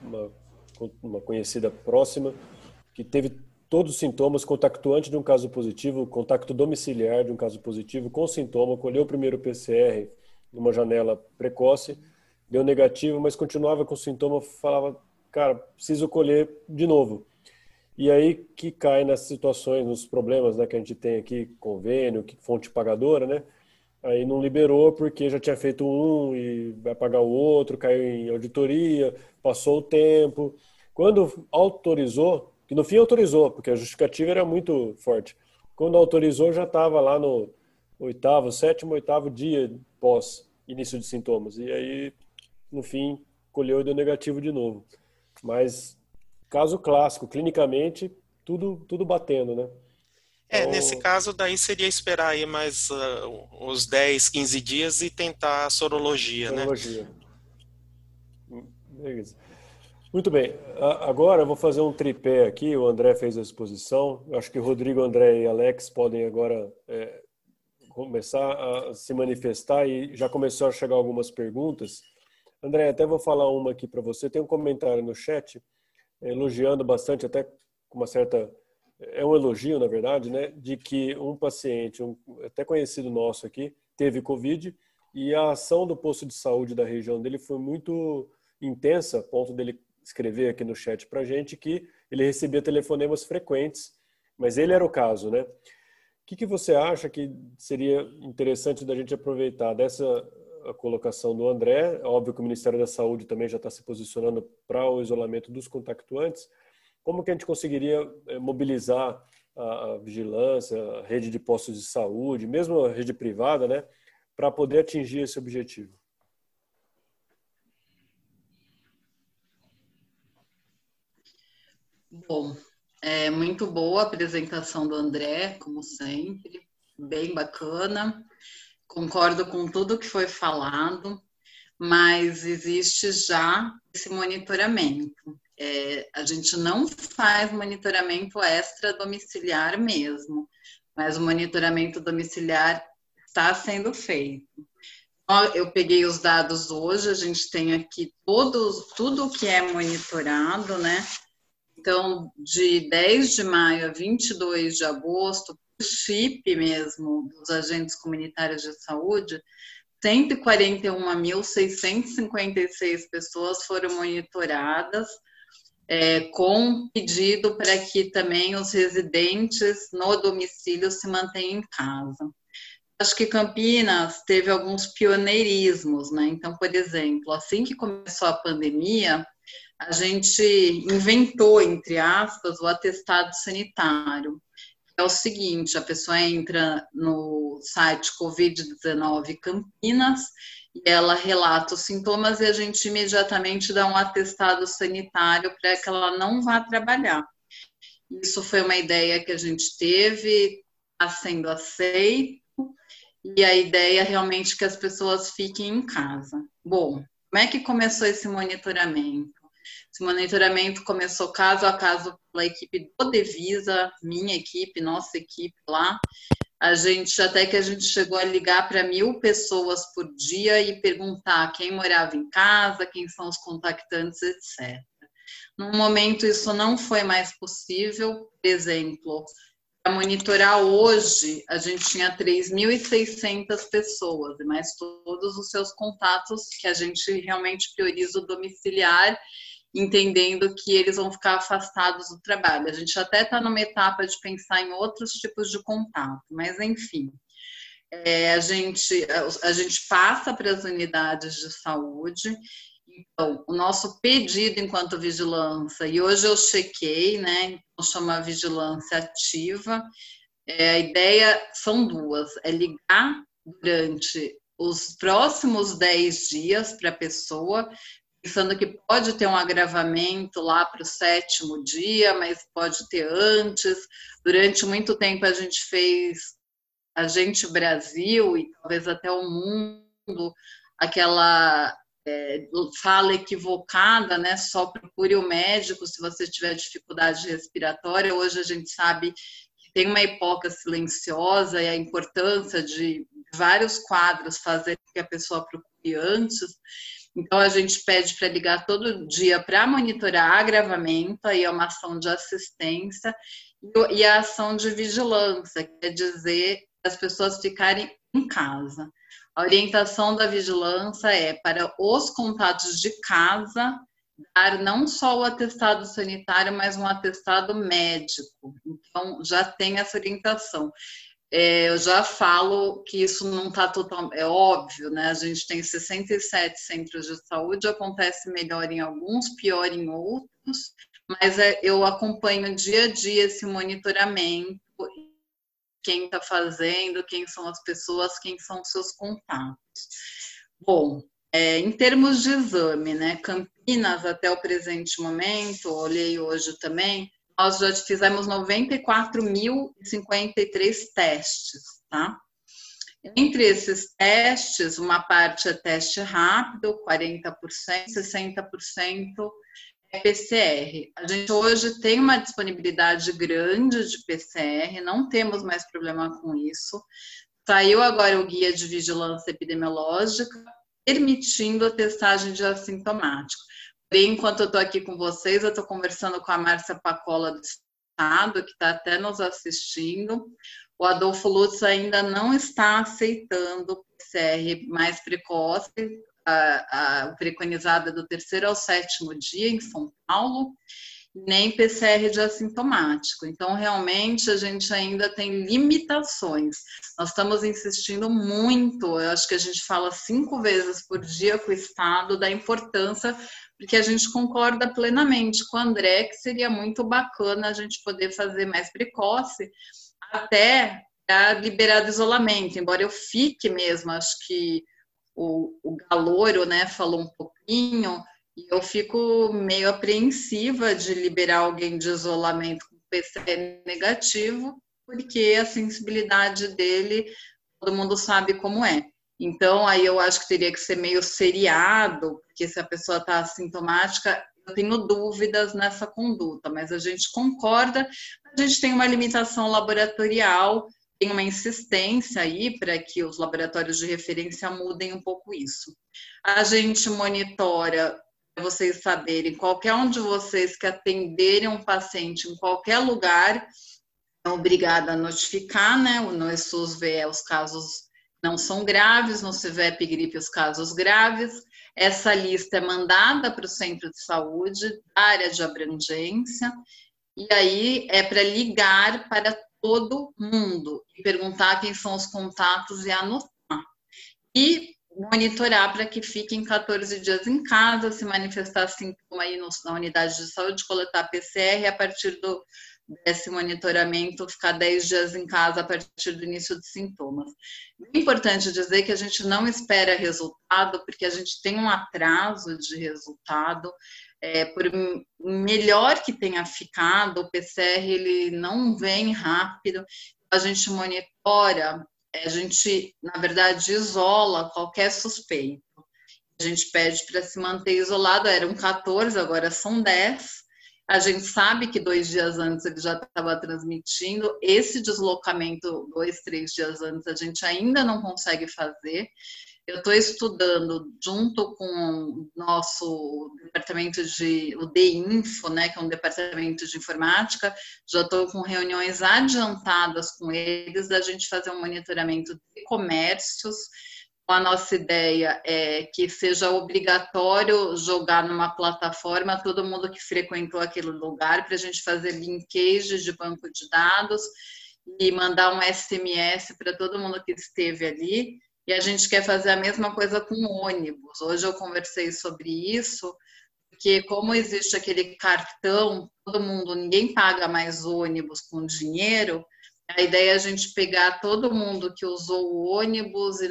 uma conhecida próxima que teve todos os sintomas, contactuante de um caso positivo, contacto domiciliar de um caso positivo com sintoma, colheu o primeiro PCR numa janela precoce, deu negativo, mas continuava com sintoma, falava, cara, preciso colher de novo. E aí que cai nas situações, nos problemas, né, que a gente tem aqui, convênio, fonte pagadora, né? Aí não liberou porque já tinha feito um e vai pagar o outro, caiu em auditoria, passou o tempo. Quando autorizou, que no fim autorizou, porque a justificativa era muito forte. Quando autorizou, já estava lá no sétimo, oitavo dia pós início de sintomas. E aí, no fim, colheu e deu negativo de novo. Mas, caso clássico, clinicamente, tudo batendo, né? Nesse caso, daí seria esperar aí mais uns 10, 15 dias e tentar a sorologia, né? Beleza. Muito bem. Agora eu vou fazer um tripé aqui. O André fez a exposição. Eu acho que o Rodrigo, André e Alex podem agora começar a se manifestar e já começou a chegar algumas perguntas. André, até vou falar uma aqui para você. Tem um comentário no chat elogiando bastante, até com uma certa... É um elogio, na verdade, né, de que um paciente, até conhecido nosso aqui, teve Covid e a ação do posto de saúde da região dele foi muito intensa, a ponto dele escrever aqui no chat para a gente que ele recebia telefonemas frequentes, mas ele era o caso, né? O que você acha que seria interessante da gente aproveitar dessa colocação do André? Óbvio que o Ministério da Saúde também já está se posicionando para o isolamento dos contactuantes. Como que a gente conseguiria mobilizar a vigilância, a rede de postos de saúde, mesmo a rede privada, né, para poder atingir esse objetivo? Bom, é muito boa a apresentação do André, como sempre, bem bacana. Concordo com tudo que foi falado, mas existe já esse monitoramento. A gente não faz monitoramento extra domiciliar mesmo, mas o monitoramento domiciliar está sendo feito. Eu peguei os dados hoje, a gente tem aqui tudo que é monitorado, né? Então, de 10 de maio a 22 de agosto, chip mesmo dos agentes comunitários de saúde, 141.656 pessoas foram monitoradas, com pedido para que também os residentes no domicílio se mantenham em casa. Acho que Campinas teve alguns pioneirismos, né? Então, por exemplo, assim que começou a pandemia, a gente inventou, entre aspas, o atestado sanitário. É o seguinte, a pessoa entra no site Covid-19 Campinas e ela relata os sintomas e a gente imediatamente dá um atestado sanitário para que ela não vá trabalhar. Isso foi uma ideia que a gente teve, está sendo aceito, e a ideia é realmente que as pessoas fiquem em casa. Bom, como é que começou esse monitoramento? Esse monitoramento começou caso a caso pela equipe do Devisa, minha equipe, nossa equipe lá. Até que a gente chegou a ligar para 1.000 pessoas por dia e perguntar quem morava em casa, quem são os contactantes, etc. No momento, isso não foi mais possível. Por exemplo, para monitorar hoje, a gente tinha 3.600 pessoas, mais todos os seus contatos, que a gente realmente prioriza o domiciliar, entendendo que eles vão ficar afastados do trabalho. A gente até está numa etapa de pensar em outros tipos de contato, mas enfim. A gente passa para as unidades de saúde. Então, o nosso pedido enquanto vigilância, e hoje eu chequei, né, então chama vigilância ativa, a ideia são duas, é ligar durante os próximos 10 dias para a pessoa, pensando que pode ter um agravamento lá para o 7º dia, mas pode ter antes. Durante muito tempo a gente fez Agente Brasil e talvez até o mundo, aquela fala equivocada, né? Só procure o médico se você tiver dificuldade respiratória. Hoje a gente sabe que tem uma hipóxia silenciosa e a importância de vários quadros fazer com que a pessoa procure antes. Então, a gente pede para ligar todo dia para monitorar agravamento, aí é uma ação de assistência, e a ação de vigilância, que quer dizer as pessoas ficarem em casa. A orientação da vigilância é para os contatos de casa, dar não só o atestado sanitário, mas um atestado médico. Então, já tem essa orientação. Eu já falo que isso não está totalmente... É óbvio, né? A gente tem 67 centros de saúde, acontece melhor em alguns, pior em outros, mas eu acompanho dia a dia esse monitoramento, quem está fazendo, quem são as pessoas, quem são os seus contatos. Bom, em termos de exame, né? Campinas, até o presente momento, olhei hoje também, nós já fizemos 94.053 testes, tá? Entre esses testes, uma parte é teste rápido, 40%, 60% é PCR. A gente hoje tem uma disponibilidade grande de PCR, não temos mais problema com isso. Saiu agora o guia de vigilância epidemiológica, permitindo a testagem de assintomático. Porém, enquanto eu estou aqui com vocês, eu estou conversando com a Márcia Pacola do Estado, que está até nos assistindo. O Adolfo Lutz ainda não está aceitando o PCR mais precoce, a preconizada do 3º ao 7º dia em São Paulo, nem PCR de assintomático. Então, realmente, a gente ainda tem limitações. Nós estamos insistindo muito, eu acho que a gente fala 5 vezes por dia com o Estado da importância, porque a gente concorda plenamente com o André que seria muito bacana a gente poder fazer mais precoce, até para liberar do isolamento, embora eu fique mesmo, acho que o Galouro, né, falou um pouquinho, e eu fico meio apreensiva de liberar alguém de isolamento com PCR negativo, porque a sensibilidade dele, todo mundo sabe como é. Então, aí eu acho que teria que ser meio seriado, porque se a pessoa está assintomática, eu tenho dúvidas nessa conduta, mas a gente concorda, a gente tem uma limitação laboratorial, tem uma insistência aí para que os laboratórios de referência mudem um pouco isso. A gente monitora, para vocês saberem, qualquer um de vocês que atenderem um paciente em qualquer lugar, obrigada a notificar, né? No SUS-VE os casos não são graves, no CVEP-Gripe os casos graves. Essa lista é mandada para o centro de saúde, área de abrangência, e aí é para ligar para todo mundo e perguntar quem são os contatos e anotar. E monitorar para que fiquem 14 dias em casa, se manifestar sintoma aí na unidade de saúde, coletar PCR, a partir desse monitoramento, ficar 10 dias em casa a partir do início de sintomas. É importante dizer que a gente não espera resultado, porque a gente tem um atraso de resultado. Por melhor que tenha ficado, o PCR ele não vem rápido, a gente monitora, a gente, na verdade, isola qualquer suspeito. A gente pede para se manter isolado, eram 14, agora são 10. A gente sabe que 2 dias antes ele já estava transmitindo. Esse deslocamento 2, 3 dias antes a gente ainda não consegue fazer. Eu estou estudando junto com o nosso departamento o DINFO, né, que é um departamento de informática, já estou com reuniões adiantadas com eles, da gente fazer um monitoramento de comércios. A nossa ideia é que seja obrigatório jogar numa plataforma todo mundo que frequentou aquele lugar, para a gente fazer linkage de banco de dados e mandar um SMS para todo mundo que esteve ali. E a gente quer fazer a mesma coisa com ônibus. Hoje eu conversei sobre isso, porque como existe aquele cartão, ninguém paga mais ônibus com dinheiro. A ideia é a gente pegar todo mundo que usou o ônibus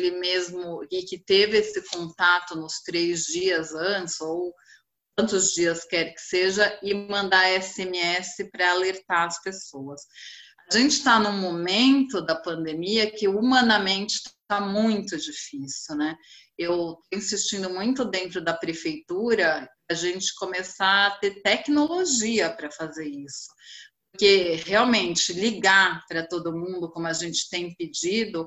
e que teve esse contato nos 3 dias antes, ou quantos dias quer que seja, e mandar SMS para alertar as pessoas. A gente está num momento da pandemia que humanamente está muito difícil, né? Eu estou insistindo muito dentro da prefeitura a gente começar a ter tecnologia para fazer isso. Porque realmente ligar para todo mundo, como a gente tem pedido,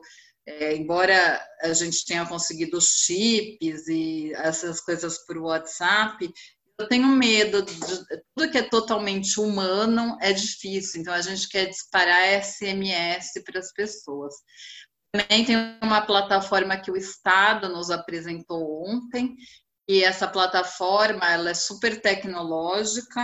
embora a gente tenha conseguido os chips e essas coisas por WhatsApp, eu tenho medo de tudo que é totalmente humano é difícil. Então a gente quer disparar SMS para as pessoas. Também tem uma plataforma que o Estado nos apresentou ontem. E essa plataforma ela é super tecnológica,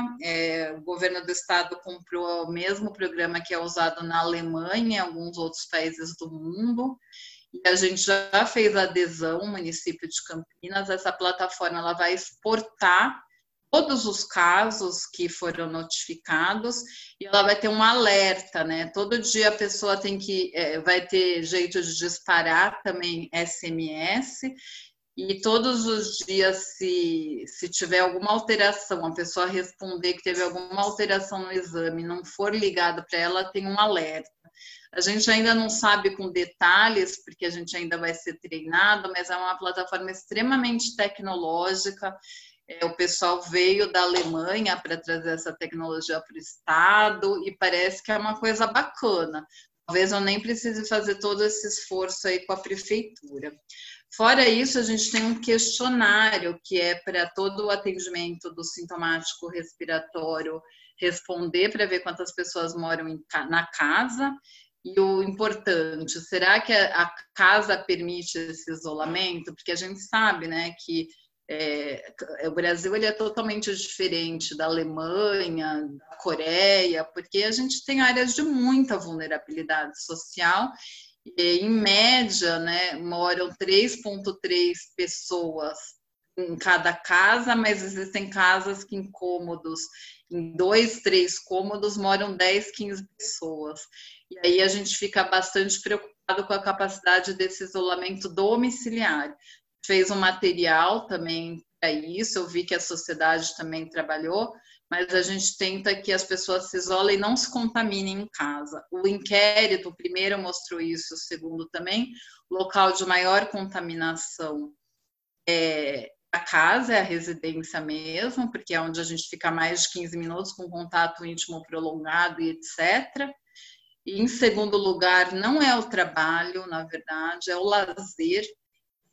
o governo do estado comprou o mesmo programa que é usado na Alemanha e em alguns outros países do mundo, e a gente já fez adesão, município de Campinas. Essa plataforma ela vai exportar todos os casos que foram notificados e ela vai ter um alerta, né? Todo dia a pessoa vai ter jeito de disparar também SMS. E todos os dias, se tiver alguma alteração, a pessoa responder que teve alguma alteração no exame, não for ligado para ela, tem um alerta. A gente ainda não sabe com detalhes, porque a gente ainda vai ser treinado, mas é uma plataforma extremamente tecnológica. O pessoal veio da Alemanha para trazer essa tecnologia para o estado e parece que é uma coisa bacana. Talvez eu nem precise fazer todo esse esforço aí com a prefeitura. Fora isso, a gente tem um questionário que é para todo o atendimento do sintomático respiratório responder, para ver quantas pessoas moram na casa. E o importante, será que a casa permite esse isolamento? Porque a gente sabe, né, que o Brasil ele é totalmente diferente da Alemanha, da Coreia, porque a gente tem áreas de muita vulnerabilidade social. E, em média, né, moram 3,3 pessoas em cada casa, mas existem casas que em 2, 3 cômodos moram 10, 15 pessoas. E aí a gente fica bastante preocupado com a capacidade desse isolamento domiciliar. Fez um material também para isso, eu vi que a sociedade também trabalhou, mas a gente tenta que as pessoas se isolem e não se contaminem em casa. O inquérito, o primeiro mostrou isso, o segundo também. O local de maior contaminação é a casa, é a residência mesmo, porque é onde a gente fica mais de 15 minutos com contato íntimo prolongado e etc. E, em segundo lugar, não é o trabalho, na verdade, é o lazer.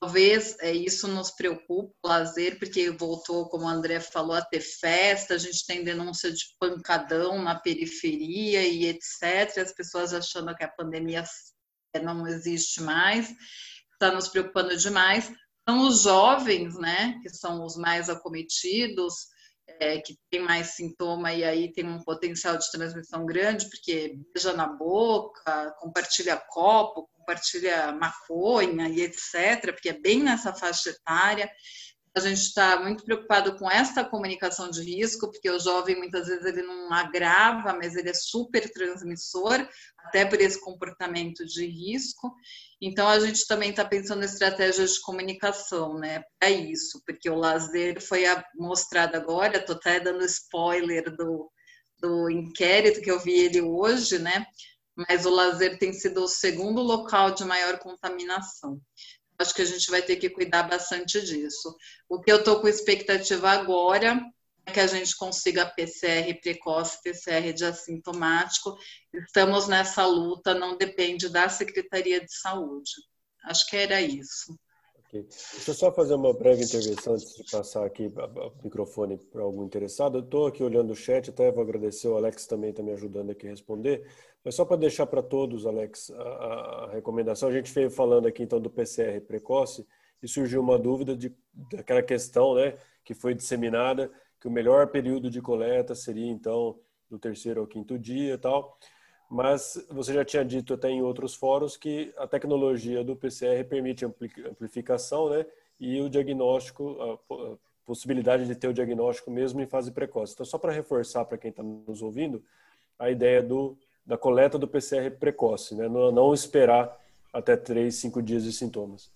Talvez isso nos preocupe, o lazer, porque voltou, como o André falou, a ter festa, a gente tem denúncia de pancadão na periferia e etc. As pessoas achando que a pandemia não existe mais, está nos preocupando demais. São os jovens, né, que são os mais acometidos, que tem mais sintoma e aí tem um potencial de transmissão grande, porque beija na boca, compartilha copo, compartilha maconha e etc., porque é bem nessa faixa etária. A gente está muito preocupado com essa comunicação de risco, porque o jovem, muitas vezes, ele não agrava, mas ele é super transmissor, até por esse comportamento de risco. Então, a gente também está pensando em estratégias de comunicação, né, para isso, porque o lazer foi mostrado agora, estou até dando spoiler do inquérito, que eu vi ele hoje, né, mas o lazer tem sido o segundo local de maior contaminação. Acho que a gente vai ter que cuidar bastante disso. O que eu estou com expectativa agora é que a gente consiga PCR precoce, PCR de assintomático. Estamos nessa luta, não depende da Secretaria de Saúde. Acho que era isso. Okay. Deixa eu só fazer uma breve intervenção antes de passar aqui o microfone para algum interessado. Eu estou aqui olhando o chat, até vou agradecer, o Alex também está me ajudando aqui a responder. Mas só para deixar para todos, Alex, a recomendação, a gente veio falando aqui então do PCR precoce e surgiu uma dúvida daquela questão, né, que foi disseminada, que o melhor período de coleta seria então do 3º ao 5º dia e tal. Mas você já tinha dito até em outros fóruns que a tecnologia do PCR permite amplificação, né, e o diagnóstico, a possibilidade de ter o diagnóstico mesmo em fase precoce. Então, só para reforçar para quem está nos ouvindo, a ideia da coleta do PCR precoce, né, não esperar até 3, 5 dias de sintomas.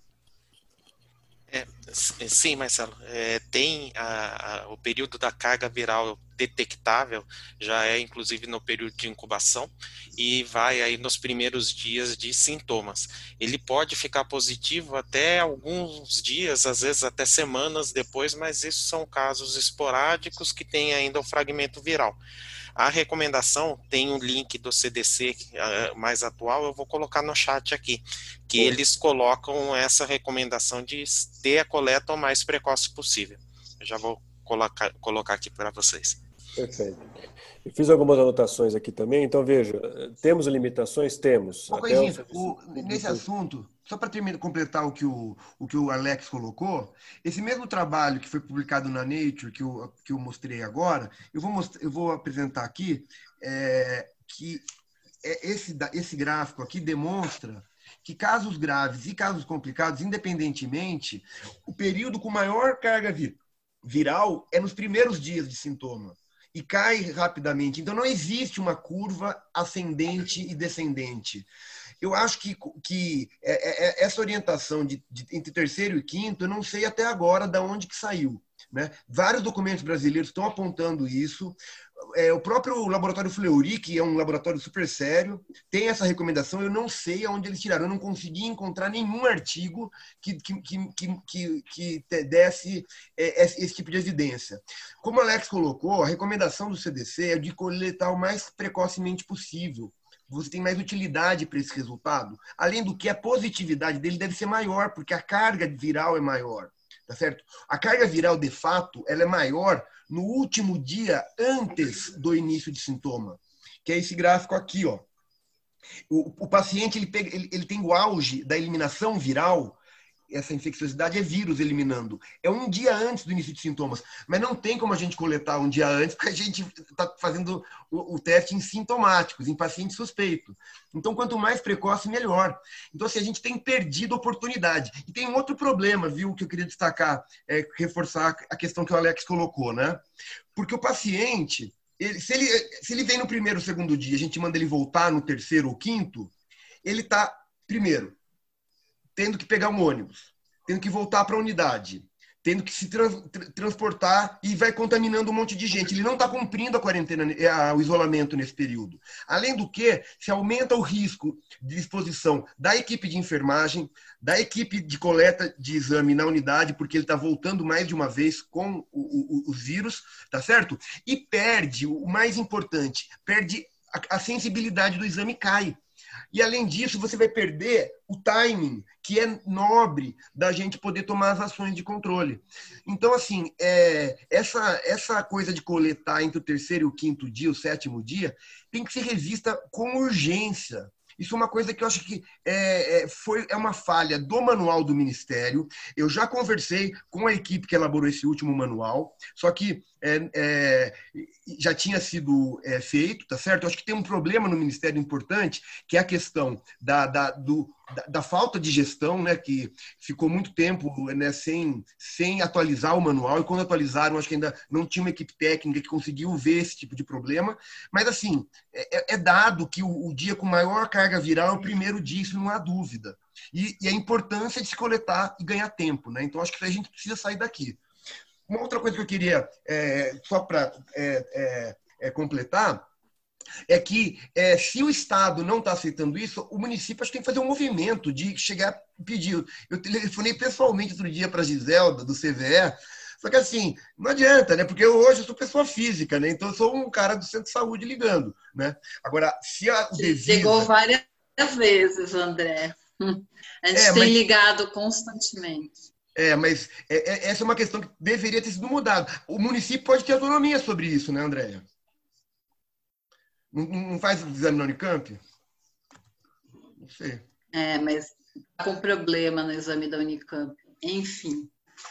Sim, Marcelo, tem o período da carga viral detectável, já é inclusive no período de incubação e vai aí nos primeiros dias de sintomas. Ele pode ficar positivo até alguns dias, às vezes até semanas depois, mas isso são casos esporádicos que têm ainda o fragmento viral. A recomendação tem um link do CDC mais atual, eu vou colocar no chat aqui, que eles colocam essa recomendação de ter a coleta o mais precoce possível. Eu já vou colocar aqui para vocês. Perfeito. Eu fiz algumas anotações aqui também, então veja, temos limitações? Temos. Uma coisinha, nesse assunto, só para completar o que o Alex colocou, esse mesmo trabalho que foi publicado na Nature, que eu mostrei agora, eu vou apresentar aqui, que esse gráfico aqui demonstra que casos graves e casos complicados, independentemente, o período com maior carga viral é nos primeiros dias de sintoma. E cai rapidamente. Então, não existe uma curva ascendente e descendente. Eu acho que essa orientação entre 3º e 5º, eu não sei até agora de onde que saiu, né? Vários documentos brasileiros estão apontando isso. O próprio laboratório Fleury, que é um laboratório super sério, tem essa recomendação. Eu não sei aonde eles tiraram. Eu não consegui encontrar nenhum artigo que desse esse tipo de evidência. Como o Alex colocou, a recomendação do CDC é de coletar o mais precocemente possível. Você tem mais utilidade para esse resultado. Além do que, a positividade dele deve ser maior, porque a carga viral é maior. Tá certo? A carga viral, de fato, ela é maior no último dia antes do início de sintoma, que é esse gráfico aqui, ó. O paciente ele tem o auge da eliminação viral, essa infecciosidade é vírus eliminando. É um dia antes do início de sintomas, mas não tem como a gente coletar um dia antes, porque a gente está fazendo o teste em sintomáticos, em paciente suspeito. Então, quanto mais precoce, melhor. Então, assim, a gente tem perdido oportunidade. E tem um outro problema, viu, que eu queria destacar, reforçar a questão que o Alex colocou, né? Porque o paciente, se ele vem no 1º ou 2º dia, a gente manda ele voltar no 3º ou 5º, ele está, primeiro, tendo que pegar um ônibus, tendo que voltar para a unidade, tendo que se transportar e vai contaminando um monte de gente. Ele não está cumprindo a quarentena, o isolamento nesse período. Além do que, se aumenta o risco de exposição da equipe de enfermagem, da equipe de coleta de exame na unidade, porque ele está voltando mais de uma vez com os vírus, tá certo? E perde, o mais importante, perde a sensibilidade do exame cai. E, além disso, você vai perder o timing, que é nobre da gente poder tomar as ações de controle. Então, assim, essa coisa de coletar entre o terceiro e o quinto dia, o sétimo dia, tem que ser revista com urgência. Isso é uma coisa que eu acho que é uma falha do manual do Ministério. Eu já conversei com a equipe que elaborou esse último manual, só que já tinha sido feito, tá certo? Eu acho que tem um problema no Ministério importante, que é a questão da falta de gestão, né, que ficou muito tempo, né, sem atualizar o manual, e quando atualizaram, acho que ainda não tinha uma equipe técnica que conseguiu ver esse tipo de problema. Mas, assim, é dado que o dia com maior carga viral é o primeiro dia, isso não há dúvida. E a importância de se coletar e ganhar tempo, né? Então, acho que a gente precisa sair daqui. Uma outra coisa que eu queria, só para completar, é que se o Estado não está aceitando isso, o município acho que tem que fazer um movimento de chegar e pedir. Eu telefonei pessoalmente outro dia para a Giselda, do CVE, só que assim, não adianta, né? Porque hoje eu sou pessoa física, né? Então eu sou um cara do centro de saúde ligando, né? Agora, se o Devisa... Chegou várias vezes, André. A gente tem ligado constantemente. Mas essa é uma questão que deveria ter sido mudada. O município pode ter autonomia sobre isso, né, Andréia? Não faz o exame na Unicamp? Não sei. Mas está com problema no exame da Unicamp. Enfim.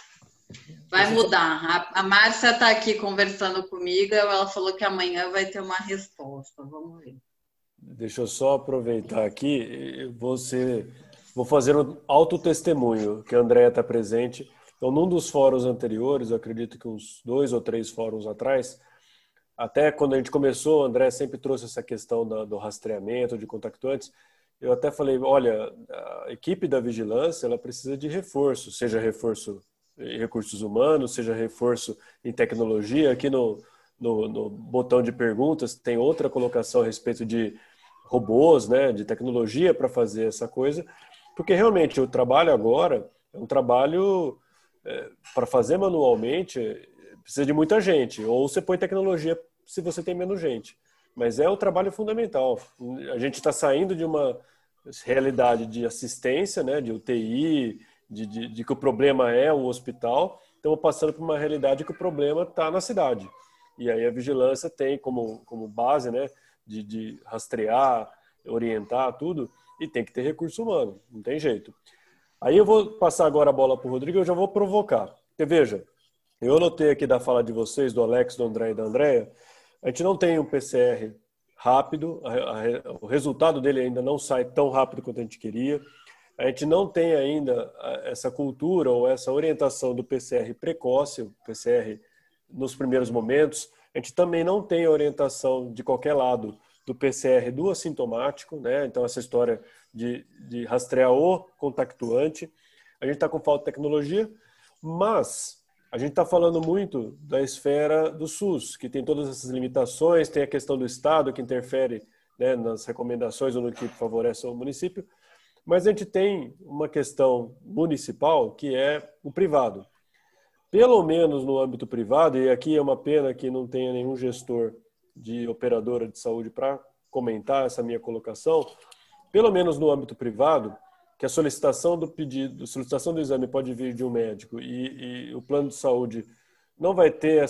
Vai mudar. A Márcia está aqui conversando comigo, ela falou que amanhã vai ter uma resposta. Vamos ver. Deixa eu só aproveitar aqui, vou fazer um autotestemunho, que a Andréia está presente. Então, num dos fóruns anteriores, eu acredito que uns 2 ou 3 fóruns atrás, até quando a gente começou, o André sempre trouxe essa questão do rastreamento, de contactantes. Eu até falei, olha, a equipe da vigilância ela precisa de reforço, seja reforço em recursos humanos, seja reforço em tecnologia. Aqui no botão de perguntas tem outra colocação a respeito de robôs, né, de tecnologia para fazer essa coisa, porque realmente o trabalho agora é um trabalho para fazer manualmente, precisa de muita gente, ou você põe tecnologia se você tem menos gente. Mas é um trabalho fundamental. A gente está saindo de uma realidade de assistência, né, de UTI, de que o problema é o hospital, estamos passando por uma realidade que o problema está na cidade. E aí a vigilância tem como base, né, de rastrear, orientar tudo, e tem que ter recurso humano, não tem jeito. Aí eu vou passar agora a bola para o Rodrigo, eu já vou provocar. Porque veja, eu anotei aqui da fala de vocês, do Alex, do André e da Andréia, a gente não tem um PCR rápido, o resultado dele ainda não sai tão rápido quanto a gente queria, a gente não tem ainda essa cultura ou essa orientação do PCR precoce, o PCR nos primeiros momentos, a gente também não tem a orientação de qualquer lado do PCR do assintomático, né? Então essa história de rastrear o contactuante, a gente está com falta de tecnologia, mas a gente está falando muito da esfera do SUS, que tem todas essas limitações, tem a questão do Estado que interfere, né, nas recomendações ou no que favorece o município, mas a gente tem uma questão municipal que é o privado. Pelo menos no âmbito privado, e aqui é uma pena que não tenha nenhum gestor de operadora de saúde para comentar essa minha colocação, pelo menos no âmbito privado, que a solicitação do pedido, a solicitação do exame pode vir de um médico e o plano de saúde não vai ter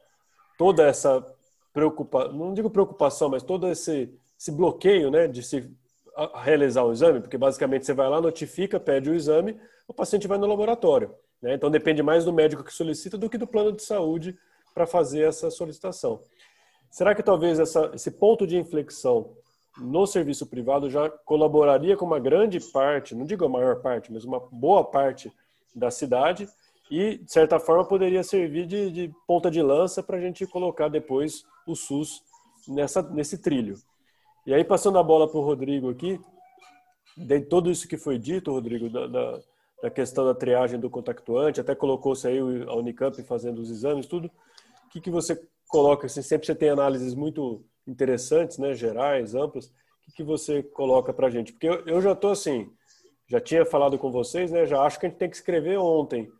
toda essa preocupação, não digo preocupação, mas todo esse bloqueio, né, de se realizar o exame, porque basicamente você vai lá, notifica, pede o exame, o paciente vai no laboratório, né? Então depende mais do médico que solicita do que do plano de saúde para fazer essa solicitação. Será que talvez esse ponto de inflexão no serviço privado já colaboraria com uma grande parte, não digo a maior parte, mas uma boa parte da cidade e, de certa forma, poderia servir de ponta de lança para a gente colocar depois o SUS nesse trilho. E aí, passando a bola para o Rodrigo aqui, de tudo isso que foi dito, Rodrigo, da questão da triagem do contactuante, até colocou-se aí a Unicamp fazendo os exames, tudo, o que você coloca, assim, sempre você tem análises muito interessantes, né, gerais, amplas, o que você coloca para a gente? Porque eu já estou assim, já tinha falado com vocês, né, já acho que a gente tem que escrever ontem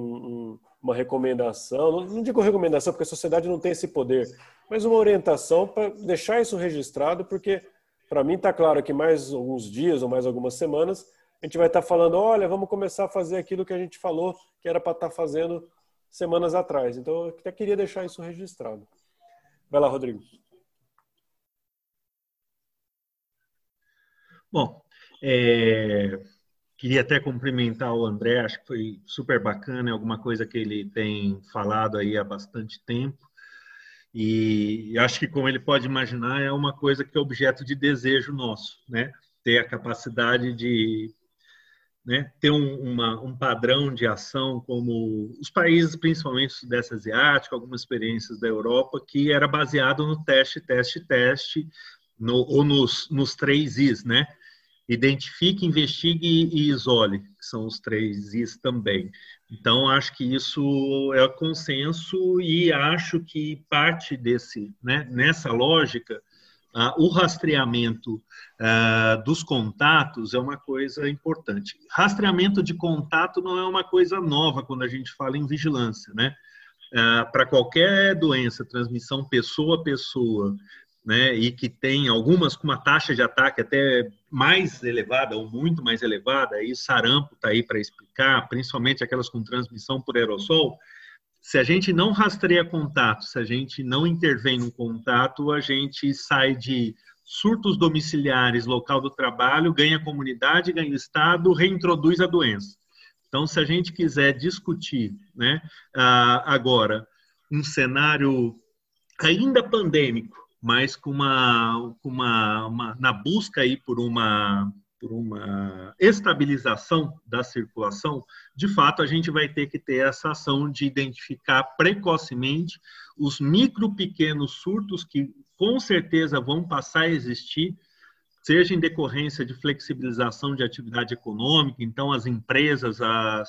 uma recomendação, não digo recomendação porque a sociedade não tem esse poder, mas uma orientação para deixar isso registrado, porque para mim está claro que mais alguns dias ou mais algumas semanas a gente vai estar falando, olha, vamos começar a fazer aquilo que a gente falou que era para estar fazendo semanas atrás. Então, eu até queria deixar isso registrado. Vai lá, Rodrigo. Bom, queria até cumprimentar o André, acho que foi super bacana, é alguma coisa que ele tem falado aí há bastante tempo. E acho que, como ele pode imaginar, é uma coisa que é objeto de desejo nosso, né? Ter a capacidade de, né, ter um padrão de ação como os países, principalmente do Sudeste Asiático, algumas experiências da Europa, que era baseado no teste, ou nos 3 Is, né? Identifique, investigue e isole, que são os 3 Is também. Então, acho que isso é consenso e acho que parte desse, né, nessa lógica, o rastreamento dos contatos é uma coisa importante. Rastreamento de contato não é uma coisa nova quando a gente fala em vigilância, né? Para qualquer doença, transmissão pessoa a pessoa, né, e que tem algumas com uma taxa de ataque até mais elevada ou muito mais elevada, aí sarampo está aí para explicar, principalmente aquelas com transmissão por aerossol. Se a gente não rastreia contato, se a gente não intervém no contato, a gente sai de surtos domiciliares, local do trabalho, ganha comunidade, ganha estado, reintroduz a doença. Então, se a gente quiser discutir, né, agora um cenário ainda pandêmico, mas na busca aí por uma estabilização da circulação, de fato a gente vai ter que ter essa ação de identificar precocemente os pequenos surtos que com certeza vão passar a existir, seja em decorrência de flexibilização de atividade econômica, então as empresas,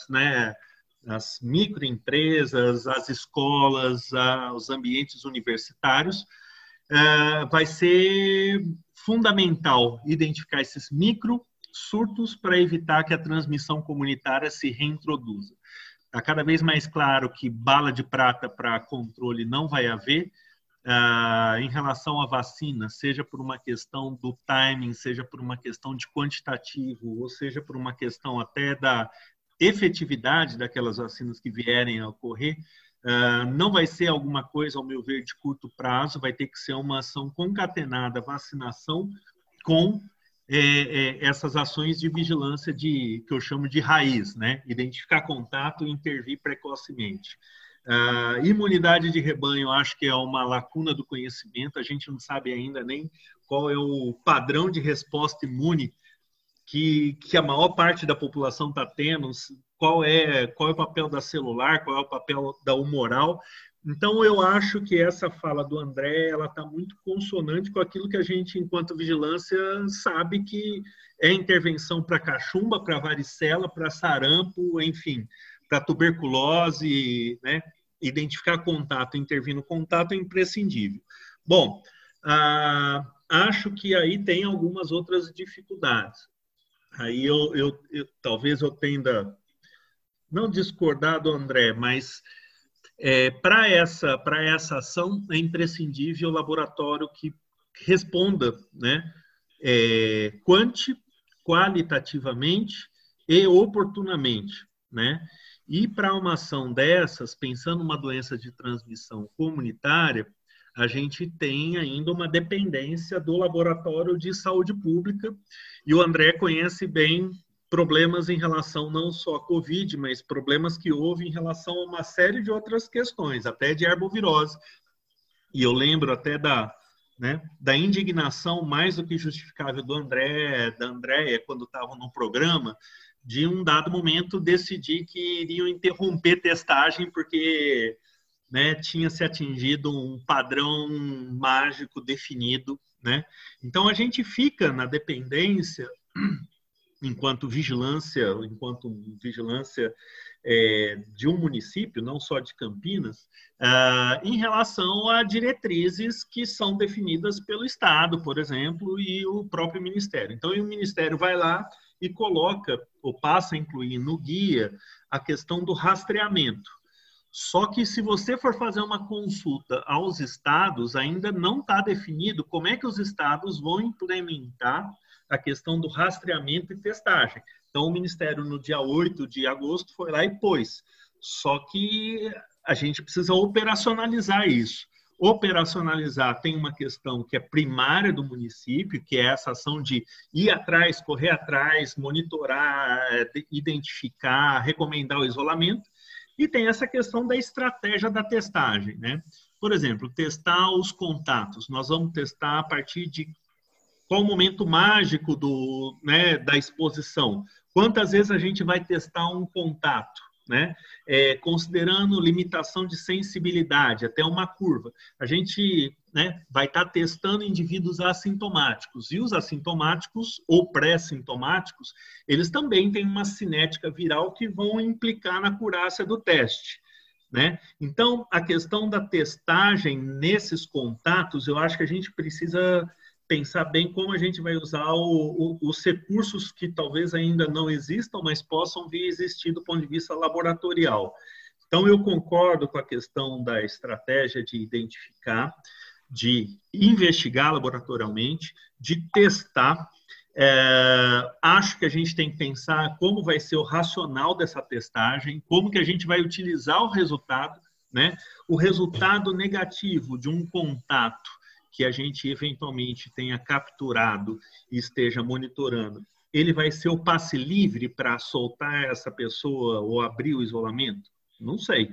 as microempresas, as escolas, os ambientes universitários, vai ser fundamental identificar esses micro surtos para evitar que a transmissão comunitária se reintroduza. Está cada vez mais claro que bala de prata para controle não vai haver. Em relação à vacina, seja por uma questão do timing, seja por uma questão de quantitativo, ou seja por uma questão até da efetividade daquelas vacinas que vierem a ocorrer, não vai ser alguma coisa, ao meu ver, de curto prazo, vai ter que ser uma ação concatenada, vacinação, com essas ações de vigilância que eu chamo de raiz, né? Identificar contato e intervir precocemente. Imunidade de rebanho, acho que é uma lacuna do conhecimento, a gente não sabe ainda nem qual é o padrão de resposta imune que a maior parte da população está tendo, qual é o papel da celular, qual é o papel da humoral. Então, eu acho que essa fala do André, ela está muito consonante com aquilo que a gente, enquanto vigilância, sabe que é intervenção para cachumba, para varicela, para sarampo, enfim, para tuberculose, né? Identificar contato, intervir no contato é imprescindível. Bom, acho que aí tem algumas outras dificuldades. Aí talvez eu tenda não discordar do André, mas para essa ação é imprescindível o laboratório que responda, né, qualitativamente e oportunamente, né? E para uma ação dessas, pensando numa doença de transmissão comunitária, a gente tem ainda uma dependência do laboratório de saúde pública, e o André conhece bem problemas em relação não só à Covid, mas problemas que houve em relação a uma série de outras questões, até de arbovirose. E eu lembro até da indignação mais do que justificável da Andréia, quando estavam no programa, de um dado momento decidir que iriam interromper testagem porque, né, tinha se atingido um padrão mágico definido, né? Então a gente fica na dependência enquanto vigilância de um município, não só de Campinas, em relação a diretrizes que são definidas pelo Estado, por exemplo, e o próprio Ministério. Então, o Ministério vai lá e coloca, ou passa a incluir no guia, a questão do rastreamento. Só que se você for fazer uma consulta aos estados, ainda não está definido como é que os estados vão implementar a questão do rastreamento e testagem. Então, o Ministério, no dia 8 de agosto, foi lá e pôs. Só que a gente precisa operacionalizar isso. Operacionalizar tem uma questão que é primária do município, que é essa ação de ir atrás, correr atrás, monitorar, identificar, recomendar o isolamento. E tem essa questão da estratégia da testagem, né? Por exemplo, testar os contatos. Nós vamos testar a partir de qual o momento mágico da exposição. Quantas vezes a gente vai testar um contato, né? Considerando limitação de sensibilidade, até uma curva. A gente, né, vai estar testando indivíduos assintomáticos. E os assintomáticos ou pré-sintomáticos, eles também têm uma cinética viral que vão implicar na acurácia do teste, né? Então, a questão da testagem nesses contatos, eu acho que a gente precisa pensar bem como a gente vai usar os recursos que talvez ainda não existam, mas possam vir a existir do ponto de vista laboratorial. Então, eu concordo com a questão da estratégia de identificar, de investigar laboratorialmente, de testar. Acho que a gente tem que pensar como vai ser o racional dessa testagem, como que a gente vai utilizar o resultado, né? O resultado negativo de um contato que a gente eventualmente tenha capturado e esteja monitorando, ele vai ser o passe livre para soltar essa pessoa ou abrir o isolamento? Não sei.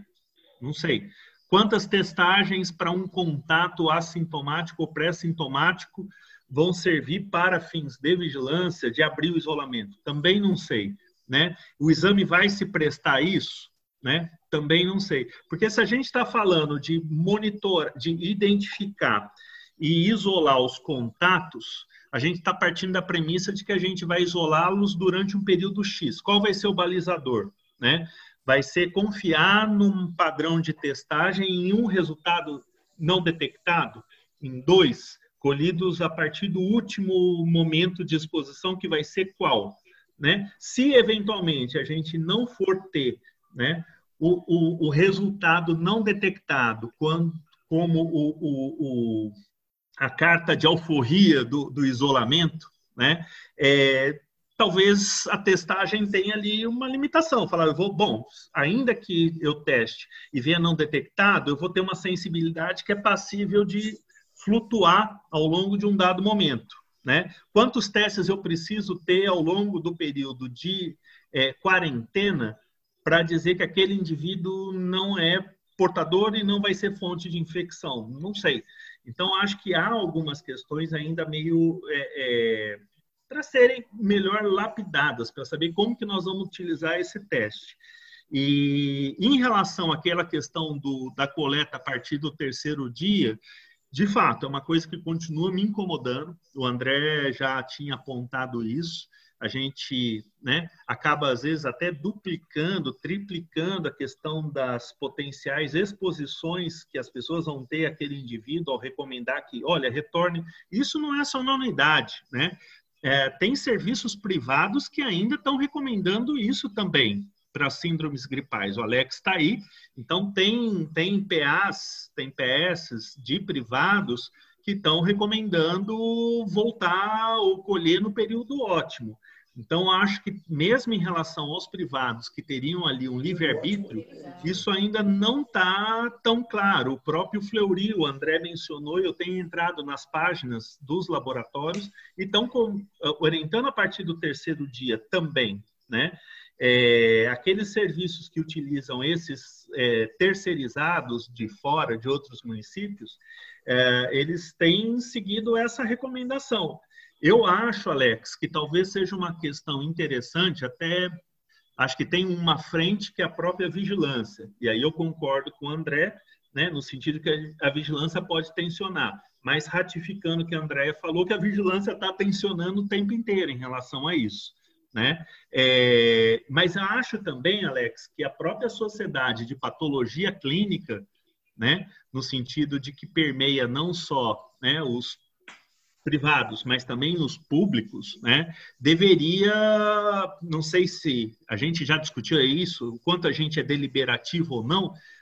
Quantas testagens para um contato assintomático ou pré-sintomático vão servir para fins de vigilância, de abrir o isolamento? Também não sei, né? O exame vai se prestar a isso, né? Também não sei. Porque se a gente está falando de monitorar, de identificar e isolar os contatos, a gente está partindo da premissa de que a gente vai isolá-los durante um período X. Qual vai ser o balizador, né? Vai ser confiar num padrão de testagem em um resultado não detectado, em 2, colhidos a partir do último momento de exposição, que vai ser qual, né? Se eventualmente a gente não for ter, né, o resultado não detectado como a carta de alforria do isolamento, né? Talvez a testagem tenha ali uma limitação. Falar, ainda que eu teste e venha não detectado, eu vou ter uma sensibilidade que é passível de flutuar ao longo de um dado momento, né? Quantos testes eu preciso ter ao longo do período de quarentena para dizer que aquele indivíduo não é portador e não vai ser fonte de infecção? Não sei. Então, acho que há algumas questões ainda meio para serem melhor lapidadas, para saber como que nós vamos utilizar esse teste. E em relação àquela questão da coleta a partir do 3º dia, de fato, é uma coisa que continua me incomodando. O André já tinha apontado isso. A gente, né, acaba, às vezes, até duplicando, triplicando a questão das potenciais exposições que as pessoas vão ter àquele indivíduo ao recomendar que, olha, retorne. Isso não é só na unidade, né? Tem serviços privados que ainda estão recomendando isso também para síndromes gripais. O Alex está aí, então tem PAs, tem PS de privados que estão recomendando voltar ou colher no período ótimo. Então, acho que mesmo em relação aos privados que teriam ali um livre-arbítrio, isso ainda não está tão claro. O próprio Fleury, o André mencionou, eu tenho entrado nas páginas dos laboratórios e estão orientando a partir do 3º dia também, né? Aqueles serviços que utilizam esses terceirizados de fora, de outros municípios, eles têm seguido essa recomendação. Eu acho, Alex, que talvez seja uma questão interessante, até acho que tem uma frente que é a própria vigilância. E aí eu concordo com o André, né, no sentido que a vigilância pode tensionar, mas ratificando o que a Andréia falou, que a vigilância está tensionando o tempo inteiro em relação a isso, né? Mas eu acho também, Alex, que a própria sociedade de patologia clínica, né, no sentido de que permeia não só, né, os privados, mas também os públicos, né, deveria, não sei se a gente já discutiu isso, o quanto a gente é deliberativo ou não,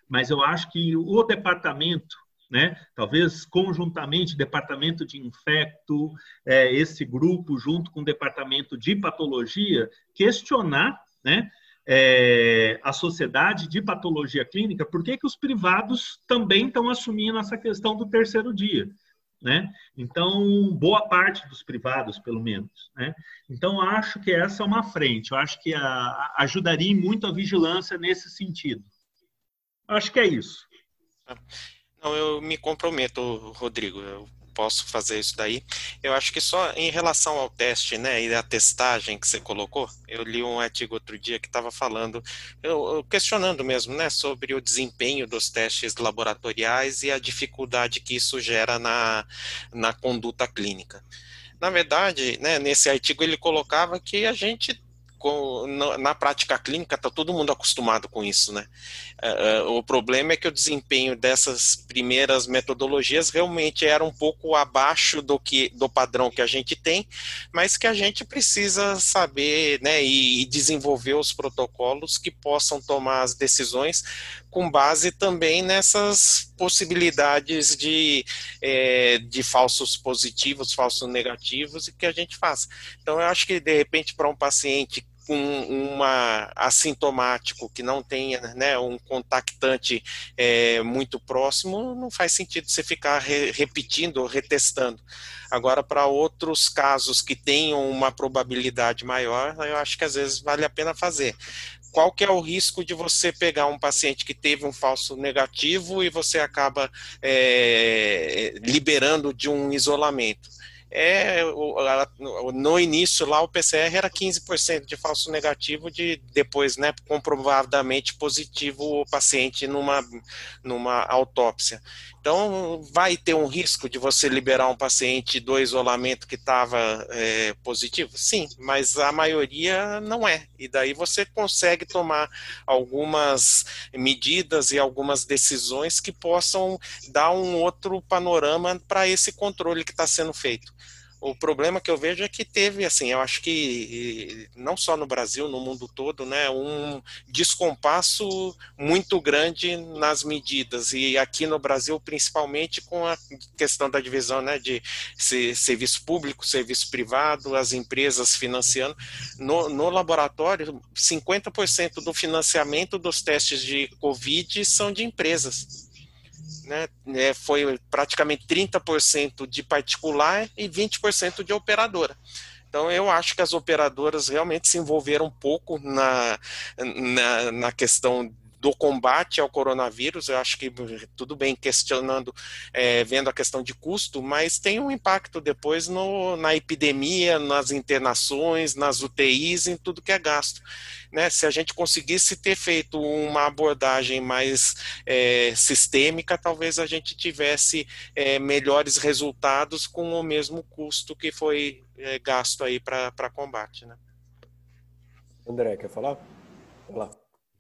mas eu acho que o departamento, né, talvez conjuntamente, departamento de infecto, esse grupo junto com o departamento de patologia, questionar, né, a sociedade de patologia clínica, por que os privados também estão assumindo essa questão do terceiro dia, né? Então, boa parte dos privados, pelo menos, né? Então, acho que essa é uma frente, eu acho que ajudaria muito a vigilância nesse sentido. Acho que é isso. Não, eu me comprometo, Rodrigo, eu posso fazer isso daí. Eu acho que só em relação ao teste, né, e a testagem que você colocou, eu li um artigo outro dia que estava falando, questionando mesmo, né, sobre o desempenho dos testes laboratoriais e a dificuldade que isso gera na conduta clínica. Na verdade, né, nesse artigo ele colocava que a gente, na prática clínica, está todo mundo acostumado com isso, né? O problema é que o desempenho dessas primeiras metodologias realmente era um pouco abaixo do padrão que a gente tem, mas que a gente precisa saber, né, e desenvolver os protocolos que possam tomar as decisões com base também nessas possibilidades de falsos positivos, falsos negativos, e que a gente faça. Então, eu acho que, de repente, para um paciente com assintomático, que não tenha, né, um contactante muito próximo, não faz sentido você ficar repetindo ou retestando. Agora, para outros casos que tenham uma probabilidade maior, eu acho que às vezes vale a pena fazer. Qual que é o risco de você pegar um paciente que teve um falso negativo e você acaba liberando de um isolamento? No início lá o PCR era 15% de falso negativo, depois, né, comprovadamente positivo o paciente numa autópsia. Então vai ter um risco de você liberar um paciente do isolamento que estava positivo? Sim, mas a maioria não é. E daí você consegue tomar algumas medidas e algumas decisões que possam dar um outro panorama para esse controle que está sendo feito. O problema que eu vejo é que teve, assim, eu acho que não só no Brasil, no mundo todo, né, um descompasso muito grande nas medidas, e aqui no Brasil principalmente com a questão da divisão, né, de serviço público, serviço privado, as empresas financiando. No laboratório, 50% do financiamento dos testes de Covid são de empresas. Né, foi praticamente 30% de particular e 20% de operadora. Então, eu acho que as operadoras realmente se envolveram um pouco na questão do combate ao coronavírus. Eu acho que tudo bem questionando, vendo a questão de custo, mas tem um impacto depois na epidemia, nas internações, nas UTIs, em tudo que é gasto. Né, se a gente conseguisse ter feito uma abordagem mais sistêmica, talvez a gente tivesse melhores resultados com o mesmo custo que foi gasto aí para combate. Né? André, quer falar? Vai lá.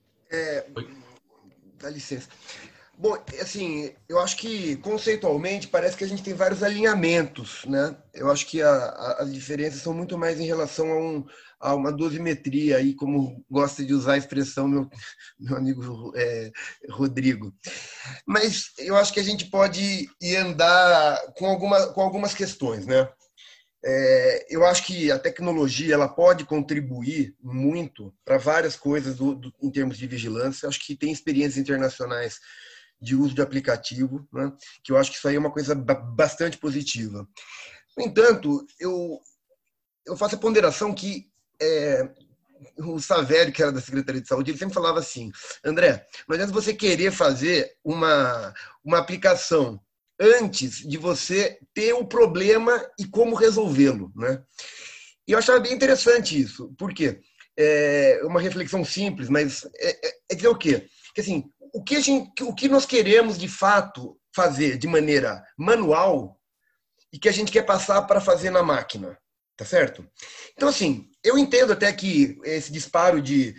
Dá licença. Bom, assim, eu acho que conceitualmente parece que a gente tem vários alinhamentos, né? Eu acho que as diferenças são muito mais em relação a uma dosimetria, aí, como gosta de usar a expressão meu amigo Rodrigo. Mas eu acho que a gente pode ir andar com algumas questões, né? Eu acho que a tecnologia ela pode contribuir muito para várias coisas em termos de vigilância. Eu acho que tem experiências internacionais de uso de aplicativo, né, que eu acho que isso aí é uma coisa bastante positiva. No entanto, eu faço a ponderação que o Savério, que era da Secretaria de Saúde, ele sempre falava assim: André, não adianta você querer fazer uma aplicação antes de você ter o problema e como resolvê-lo, né? E eu achava bem interessante isso. Por quê? É uma reflexão simples, mas é dizer o quê? Que assim, o que nós queremos de fato fazer de maneira manual e que a gente quer passar para fazer na máquina, tá certo? Então, assim, eu entendo até que esse disparo de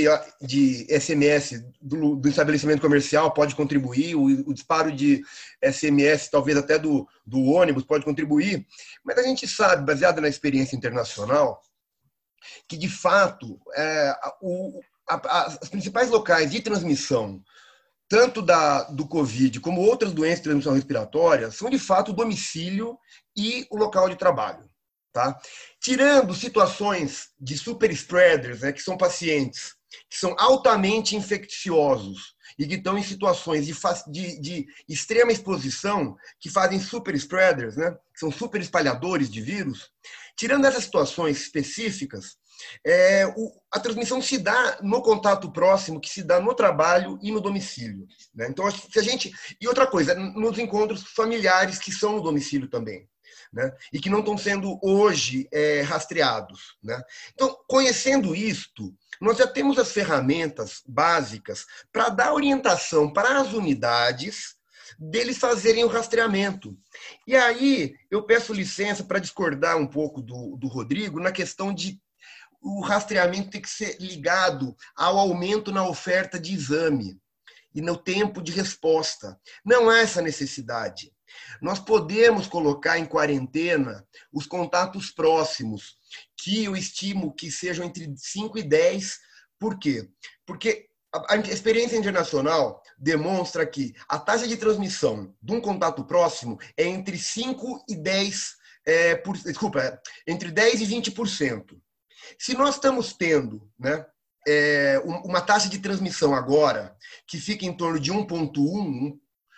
SMS do estabelecimento comercial pode contribuir, o disparo de SMS, talvez até do ônibus, pode contribuir, mas a gente sabe, baseado na experiência internacional, que, de fato, os principais locais de transmissão, tanto do Covid como outras doenças de transmissão respiratória, são de fato o domicílio e o local de trabalho. Tá? Tirando situações de super spreaders, né, que são pacientes que são altamente infecciosos e que estão em situações de extrema exposição, que fazem super spreaders, né, que são super espalhadores de vírus, tirando essas situações específicas, a transmissão se dá no contato próximo, que se dá no trabalho e no domicílio. Né? Então, se a gente... E outra coisa, nos encontros familiares que são no domicílio também. Né? E que não estão sendo hoje rastreados. Né? Então, conhecendo isto, nós já temos as ferramentas básicas para dar orientação para as unidades deles fazerem o rastreamento. E aí, eu peço licença para discordar um pouco do Rodrigo na questão de o rastreamento tem que ser ligado ao aumento na oferta de exame e no tempo de resposta. Não há essa necessidade. Nós podemos colocar em quarentena os contatos próximos, que eu estimo que sejam entre 5 e 10. Por quê? Porque a experiência internacional demonstra que a taxa de transmissão de um contato próximo é entre 5 e 10, entre 10 e 20%. Se nós estamos tendo, né, uma taxa de transmissão agora que fica em torno de 1,1,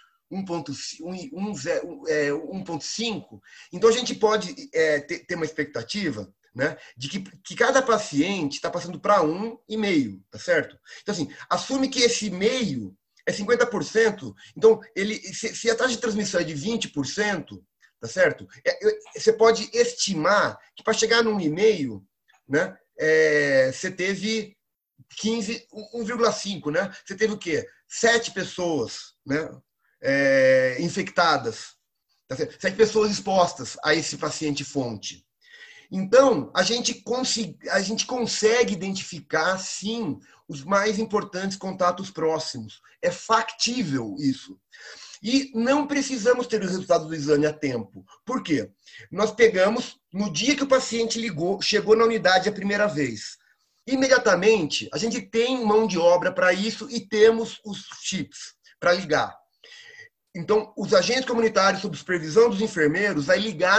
1,5, então a gente pode ter uma expectativa, né, de que cada paciente está passando para 1,5, tá certo? Então, assim, assume que esse meio é 50%, então, se a taxa de transmissão é de 20%, tá certo? Você pode estimar que para chegar no 1,5, né, você teve 1,5, né? Você teve o quê? 7 pessoas, né, infectadas, tá certo? 7 pessoas expostas a esse paciente fonte. Então, a gente consegue identificar, sim, os mais importantes contatos próximos. É factível isso. E não precisamos ter os resultados do exame a tempo. Por quê? Nós pegamos, no dia que o paciente chegou na unidade a primeira vez. Imediatamente, a gente tem mão de obra para isso e temos os chips para ligar. Então, os agentes comunitários, sob supervisão dos enfermeiros, vai ligar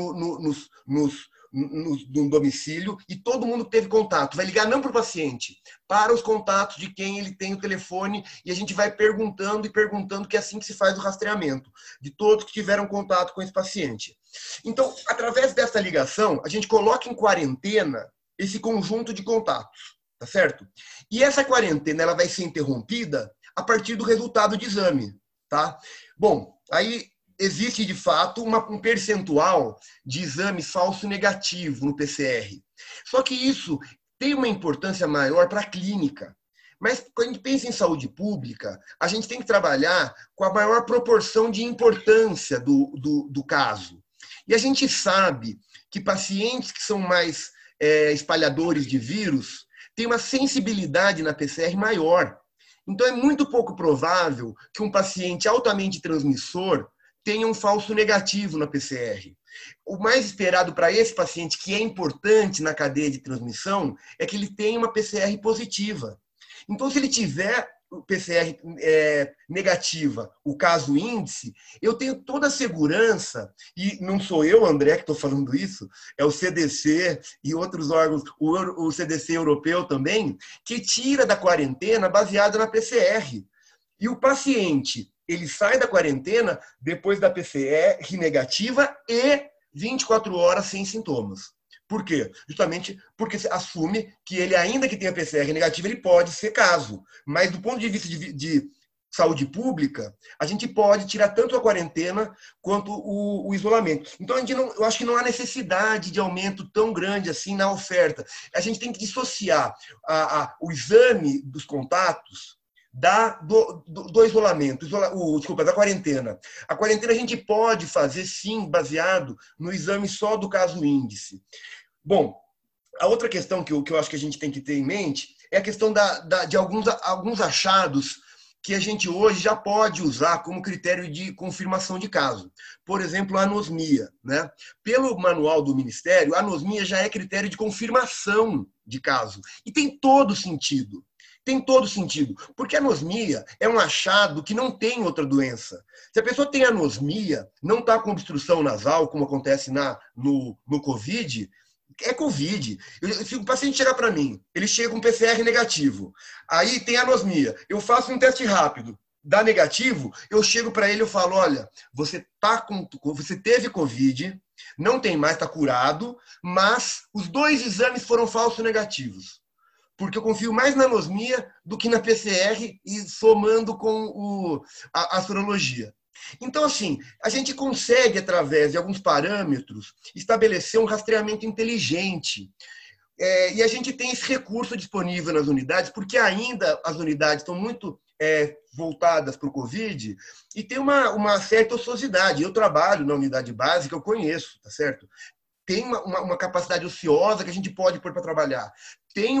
no domicílio e todo mundo que teve contato. Vai ligar não para o paciente, para os contatos de quem ele tem o telefone e a gente vai perguntando, que é assim que se faz o rastreamento, de todos que tiveram contato com esse paciente. Então, através dessa ligação, a gente coloca em quarentena esse conjunto de contatos, tá certo? E essa quarentena ela vai ser interrompida a partir do resultado de exame, tá? Bom, aí existe, de fato, um percentual de exame falso negativo no PCR. Só que isso tem uma importância maior para a clínica. Mas, quando a gente pensa em saúde pública, a gente tem que trabalhar com a maior proporção de importância do caso. E a gente sabe que pacientes que são mais espalhadores de vírus têm uma sensibilidade na PCR maior. Então, é muito pouco provável que um paciente altamente transmissor tenha um falso negativo na PCR. O mais esperado para esse paciente, que é importante na cadeia de transmissão, é que ele tenha uma PCR positiva. Então, se ele tiver PCR negativa, o caso índice, eu tenho toda a segurança, e não sou eu, André, que estou falando isso, é o CDC e outros órgãos, o CDC europeu também, que tira da quarentena baseada na PCR. E o paciente, ele sai da quarentena depois da PCR negativa e 24 horas sem sintomas. Por quê? Justamente porque se assume que ele, ainda que tenha PCR negativa, ele pode ser caso. Mas do ponto de vista de saúde pública, a gente pode tirar tanto a quarentena quanto o isolamento. Então, eu acho que não há necessidade de aumento tão grande assim na oferta. A gente tem que dissociar o exame dos contatos do isolamento, da quarentena. A quarentena a gente pode fazer, sim, baseado no exame só do caso índice. Bom, a outra questão que eu acho que a gente tem que ter em mente é a questão de alguns achados que a gente hoje já pode usar como critério de confirmação de caso. Por exemplo, a anosmia, né? Pelo manual do Ministério, a anosmia já é critério de confirmação de caso. E tem todo sentido. tem todo sentido. Porque a anosmia é um achado que não tem outra doença. Se a pessoa tem anosmia, não está com obstrução nasal, como acontece no COVID, é COVID. Se o paciente chegar para mim, ele chega com PCR negativo, aí tem anosmia, eu faço um teste rápido, dá negativo, eu chego para ele e falo, olha, você teve COVID, não tem mais, está curado, mas os 2 exames foram falsos negativos. Porque eu confio mais na anosmia do que na PCR e somando com a sorologia. Então, assim, a gente consegue, através de alguns parâmetros, estabelecer um rastreamento inteligente. E a gente tem esse recurso disponível nas unidades, porque ainda as unidades estão muito voltadas para o Covid e tem uma certa ociosidade. Eu trabalho na unidade básica, eu conheço, tá certo? Tem uma capacidade ociosa que a gente pode pôr para trabalhar. Tem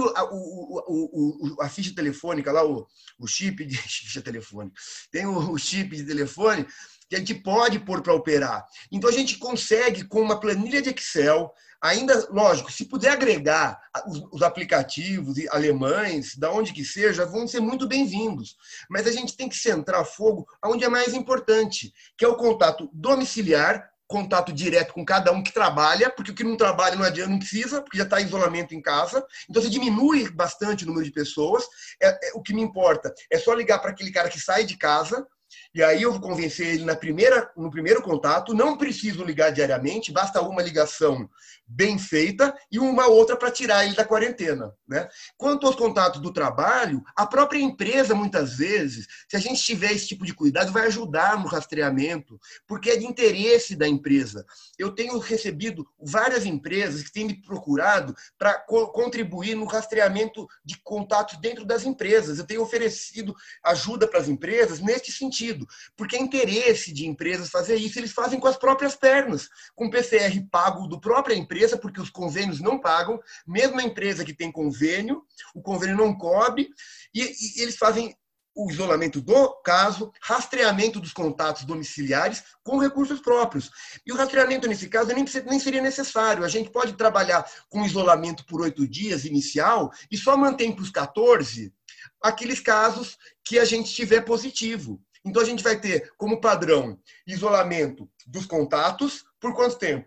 a ficha telefônica lá, o chip de ficha telefônica. Tem o chip de telefone que a gente pode pôr para operar. Então, a gente consegue, com uma planilha de Excel, ainda, lógico, se puder agregar os aplicativos alemães, da onde que seja, vão ser muito bem-vindos. Mas a gente tem que centrar fogo onde é mais importante, que é o contato domiciliar, contato direto com cada um que trabalha, porque o que não trabalha não adianta, não precisa, porque já está em isolamento em casa. Então, você diminui bastante o número de pessoas. O que me importa é só ligar para aquele cara que sai de casa, e aí eu vou convencer ele no primeiro contato. Não preciso ligar diariamente, basta uma ligação bem feita e uma outra para tirar ele da quarentena, né? Quanto aos contatos do trabalho, a própria empresa, muitas vezes, se a gente tiver esse tipo de cuidado, vai ajudar no rastreamento, porque é de interesse da empresa. Eu tenho recebido várias empresas que têm me procurado para contribuir no rastreamento de contatos dentro das empresas. Eu tenho oferecido ajuda para as empresas nesse sentido, porque é interesse de empresas fazer isso. Eles fazem com as próprias pernas, com PCR pago do própria empresa, porque os convênios não pagam, mesmo a empresa que tem convênio, o convênio não cobre, e eles fazem o isolamento do caso, rastreamento dos contatos domiciliares com recursos próprios. E o rastreamento, nesse caso, nem seria necessário. A gente pode trabalhar com isolamento por 8 dias inicial e só mantém para os 14 aqueles casos que a gente tiver positivo. Então, a gente vai ter como padrão isolamento dos contatos por quanto tempo?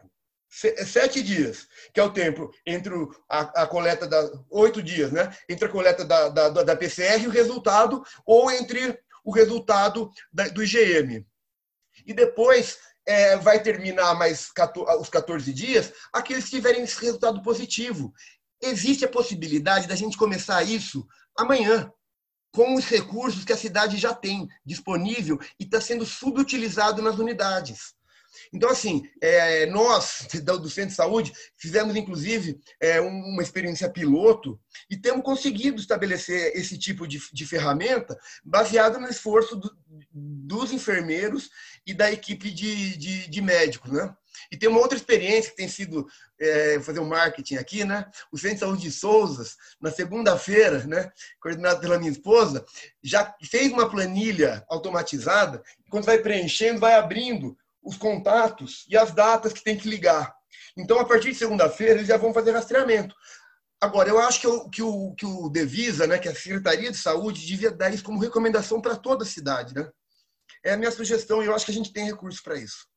7 dias, que é o tempo entre a coleta 8 dias, né? Entre a coleta da PCR e o resultado, ou entre o resultado do IgM. E depois vai terminar mais os 14 dias aqueles que tiverem esse resultado positivo. Existe a possibilidade da gente começar isso amanhã, com os recursos que a cidade já tem disponível e está sendo subutilizado nas unidades. Então, assim, nós, do Centro de Saúde, fizemos, inclusive, uma experiência piloto e temos conseguido estabelecer esse tipo de ferramenta baseado no esforço dos enfermeiros e da equipe de médicos, né? E tem uma outra experiência que tem sido fazer um marketing aqui, né? O Centro de Saúde de Souzas, na segunda-feira, né, coordenado pela minha esposa, já fez uma planilha automatizada, e quando vai preenchendo, vai abrindo os contatos e as datas que tem que ligar. Então, a partir de segunda-feira, eles já vão fazer rastreamento. Agora, eu acho que o Devisa, né, que é a Secretaria de Saúde, devia dar isso como recomendação para toda a cidade, né? É a minha sugestão e eu acho que a gente tem recursos para isso.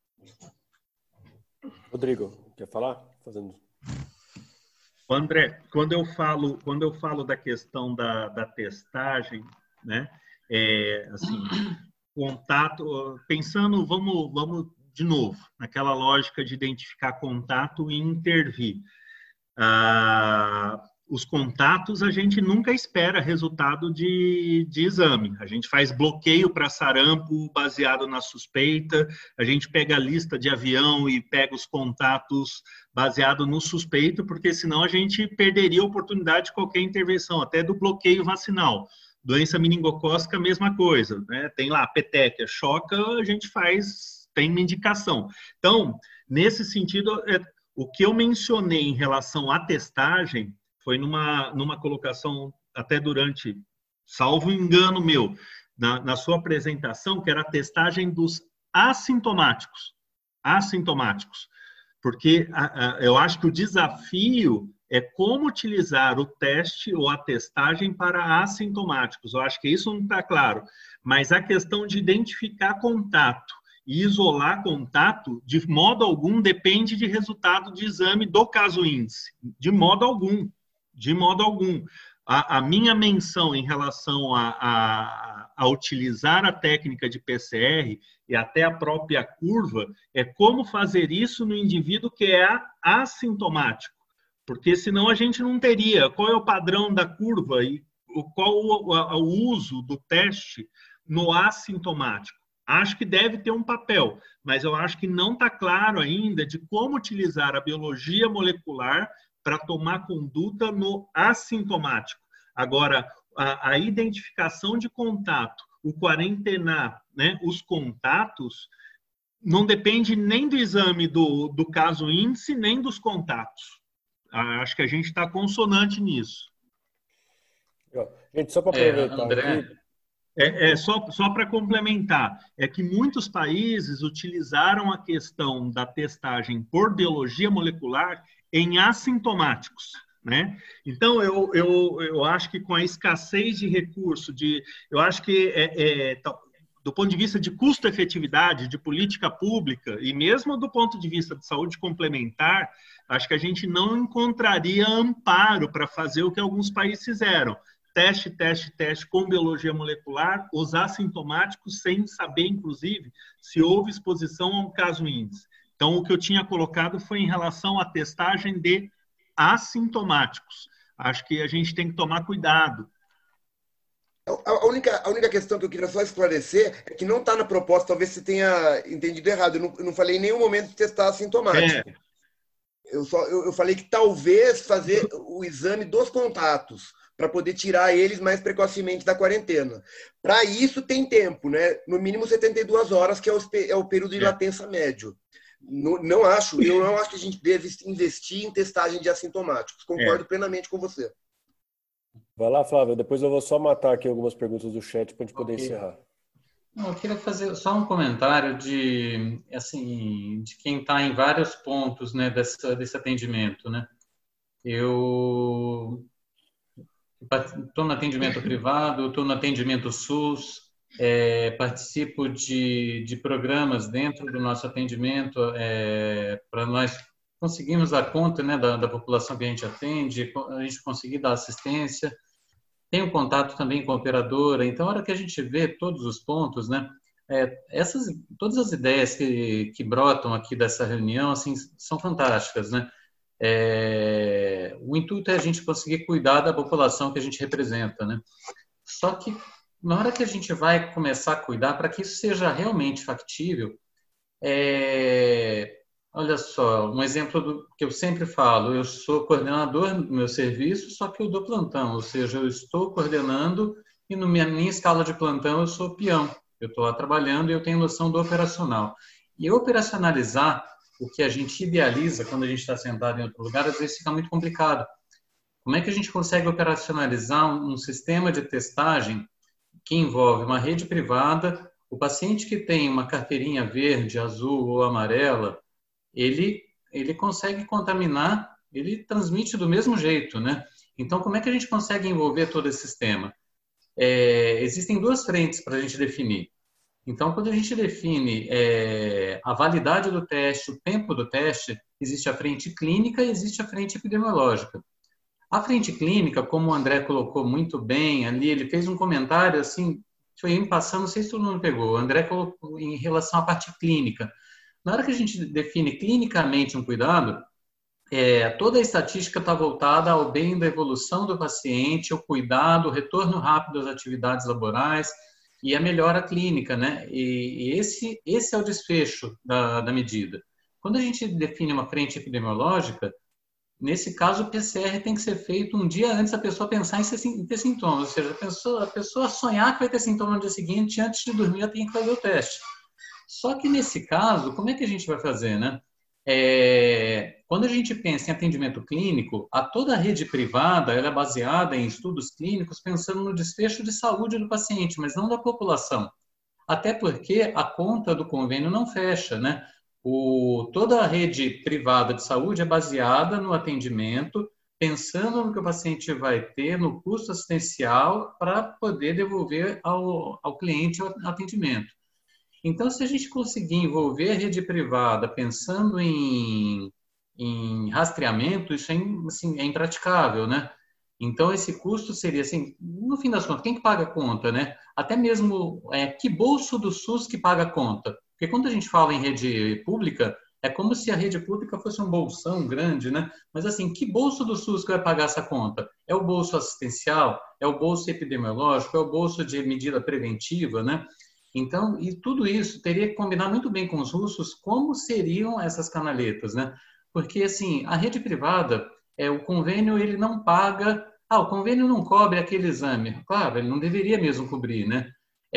Rodrigo, quer falar? André, quando eu falo da questão da testagem, né, assim, contato, pensando, vamos de novo, naquela lógica de identificar contato e intervir. Os contatos, a gente nunca espera resultado de exame. A gente faz bloqueio para sarampo baseado na suspeita, a gente pega a lista de avião e pega os contatos baseado no suspeito, porque senão a gente perderia a oportunidade de qualquer intervenção, até do bloqueio vacinal. Doença meningocócica, a mesma coisa, né? Tem lá, petequia, choca, a gente tem uma indicação. Então, nesse sentido, o que eu mencionei em relação à testagem foi numa colocação, até durante, salvo engano meu, na sua apresentação, que era a testagem dos assintomáticos. Porque eu acho que o desafio é como utilizar o teste ou a testagem para assintomáticos. Eu acho que isso não está claro. Mas a questão de identificar contato e isolar contato, de modo algum, depende de resultado de exame do caso índice. De modo algum. De modo algum. A minha menção em relação a utilizar a técnica de PCR e até a própria curva é como fazer isso no indivíduo que é assintomático. Porque senão a gente não teria qual é o padrão da curva e qual o uso do teste no assintomático. Acho que deve ter um papel, mas eu acho que não está claro ainda de como utilizar a biologia molecular para tomar conduta no assintomático. Agora, a identificação de contato, o quarentenar, né, os contatos, não depende nem do exame do caso índice, nem dos contatos. Acho que a gente está consonante nisso. Gente, só para aproveitar André... aqui... Só para complementar, é que muitos países utilizaram a questão da testagem por biologia molecular em assintomáticos, né? Então, eu acho que com a escassez de recurso, eu acho que do ponto de vista de custo-efetividade, de política pública, e mesmo do ponto de vista de saúde complementar, acho que a gente não encontraria amparo para fazer o que alguns países fizeram. Teste com biologia molecular, os assintomáticos, sem saber, inclusive, se houve exposição a um caso índice. Então, o que eu tinha colocado foi em relação à testagem de assintomáticos. Acho que a gente tem que tomar cuidado. A única questão que eu queria só esclarecer é que não está na proposta, talvez você tenha entendido errado. Eu não falei em nenhum momento de testar assintomático. Eu falei que talvez fazer o exame dos contatos, para poder tirar eles mais precocemente da quarentena. Para isso tem tempo, né? No mínimo 72 horas, que é o período de latência médio. Eu não acho que a gente deve investir em testagem de assintomáticos. Concordo plenamente com você. Vai lá, Flávio. Depois eu vou só matar aqui algumas perguntas do chat para a gente poder encerrar. Eu queria fazer só um comentário de quem está em vários pontos, né, desse atendimento, né? Eu estou no atendimento privado, estou no atendimento SUS, participo de programas dentro do nosso atendimento para nós conseguirmos dar conta, né, da população que a gente atende, a gente conseguir dar assistência. Tenho contato também com a operadora, então a hora que a gente vê todos os pontos, né, todas as ideias que brotam aqui dessa reunião assim, são fantásticas, né? O intuito é a gente conseguir cuidar da população que a gente representa, né? Só que na hora que a gente vai começar a cuidar, para que isso seja realmente factível, olha só, um exemplo que eu sempre falo, eu sou coordenador do meu serviço, só que eu dou plantão, ou seja, eu estou coordenando e na minha escala de plantão eu sou peão, eu estou lá trabalhando e eu tenho noção do operacional. E operacionalizar o que a gente idealiza quando a gente está sentado em outro lugar, às vezes fica muito complicado. Como é que a gente consegue operacionalizar um sistema de testagem que envolve uma rede privada, o paciente que tem uma carteirinha verde, azul ou amarela, ele consegue contaminar, ele transmite do mesmo jeito, né? Então, como é que a gente consegue envolver todo esse sistema? Existem duas frentes para a gente definir. Então, quando a gente define a validade do teste, o tempo do teste, existe a frente clínica e existe a frente epidemiológica. A frente clínica, como o André colocou muito bem ali, ele fez um comentário assim, foi em passando, não sei se todo mundo pegou, o André colocou em relação à parte clínica. Na hora que a gente define clinicamente um cuidado, toda a estatística está voltada ao bem da evolução do paciente, o cuidado, o retorno rápido às atividades laborais, e a melhora clínica, né? E esse é o desfecho da medida. Quando a gente define uma frente epidemiológica, nesse caso o PCR tem que ser feito um dia antes da pessoa pensar em ter sintomas, ou seja, a pessoa sonhar que vai ter sintoma no dia seguinte, antes de dormir ela tem que fazer o teste. Só que nesse caso, como é que a gente vai fazer, né? Quando a gente pensa em atendimento clínico, toda a rede privada ela é baseada em estudos clínicos pensando no desfecho de saúde do paciente, mas não da população. Até porque a conta do convênio não fecha, né? Toda a rede privada de saúde é baseada no atendimento pensando no que o paciente vai ter, no custo assistencial, para poder devolver ao cliente o atendimento. Então, se a gente conseguir envolver a rede privada pensando em rastreamento, isso assim, é impraticável, né? Então, esse custo seria, assim, no fim das contas, quem que paga a conta, né? Até mesmo, que bolso do SUS que paga a conta? Porque quando a gente fala em rede pública, é como se a rede pública fosse um bolsão grande, né? Mas, assim, que bolso do SUS que vai pagar essa conta? É o bolso assistencial? É o bolso epidemiológico? É o bolso de medida preventiva, né? Então, e tudo isso teria que combinar muito bem com os russos como seriam essas canaletas, né? Porque, assim, a rede privada, o convênio, ele não paga... o convênio não cobre aquele exame. Claro, ele não deveria mesmo cobrir, né?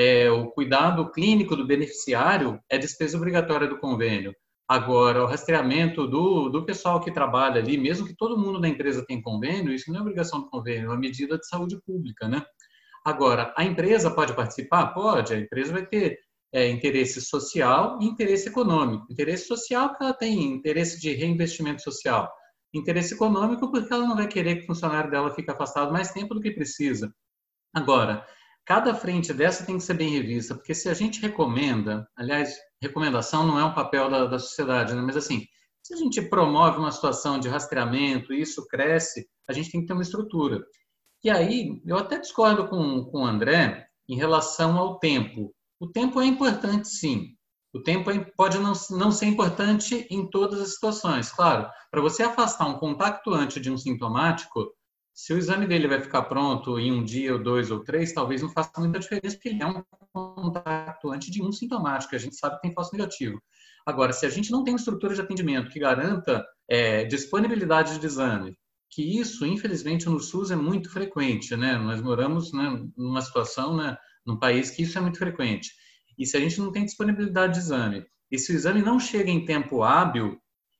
O cuidado clínico do beneficiário é despesa obrigatória do convênio. Agora, o rastreamento do pessoal que trabalha ali, mesmo que todo mundo da empresa tenha convênio, isso não é obrigação do convênio, é uma medida de saúde pública, né? Agora, a empresa pode participar? Pode. A empresa vai ter interesse social e interesse econômico. Interesse social porque ela tem interesse de reinvestimento social. Interesse econômico porque ela não vai querer que o funcionário dela fique afastado mais tempo do que precisa. Agora, cada frente dessa tem que ser bem revista, porque se a gente recomenda, aliás, recomendação não é um papel da sociedade, né? Mas assim, se a gente promove uma situação de rastreamento e isso cresce, a gente tem que ter uma estrutura. E aí, eu até discordo com o André em relação ao tempo. O tempo é importante, sim. O tempo pode não ser importante em todas as situações. Claro, para você afastar um contactuante de um sintomático, se o exame dele vai ficar pronto em 1 dia, ou 2 ou 3, talvez não faça muita diferença, porque ele é um contactuante de um sintomático, a gente sabe que tem falso negativo. Agora, se a gente não tem uma estrutura de atendimento que garanta disponibilidade de exame, que isso, infelizmente, no SUS é muito frequente, né? Nós moramos, né, numa situação, né, num país que isso é muito frequente. E se a gente não tem disponibilidade de exame, e se o exame não chega em tempo hábil,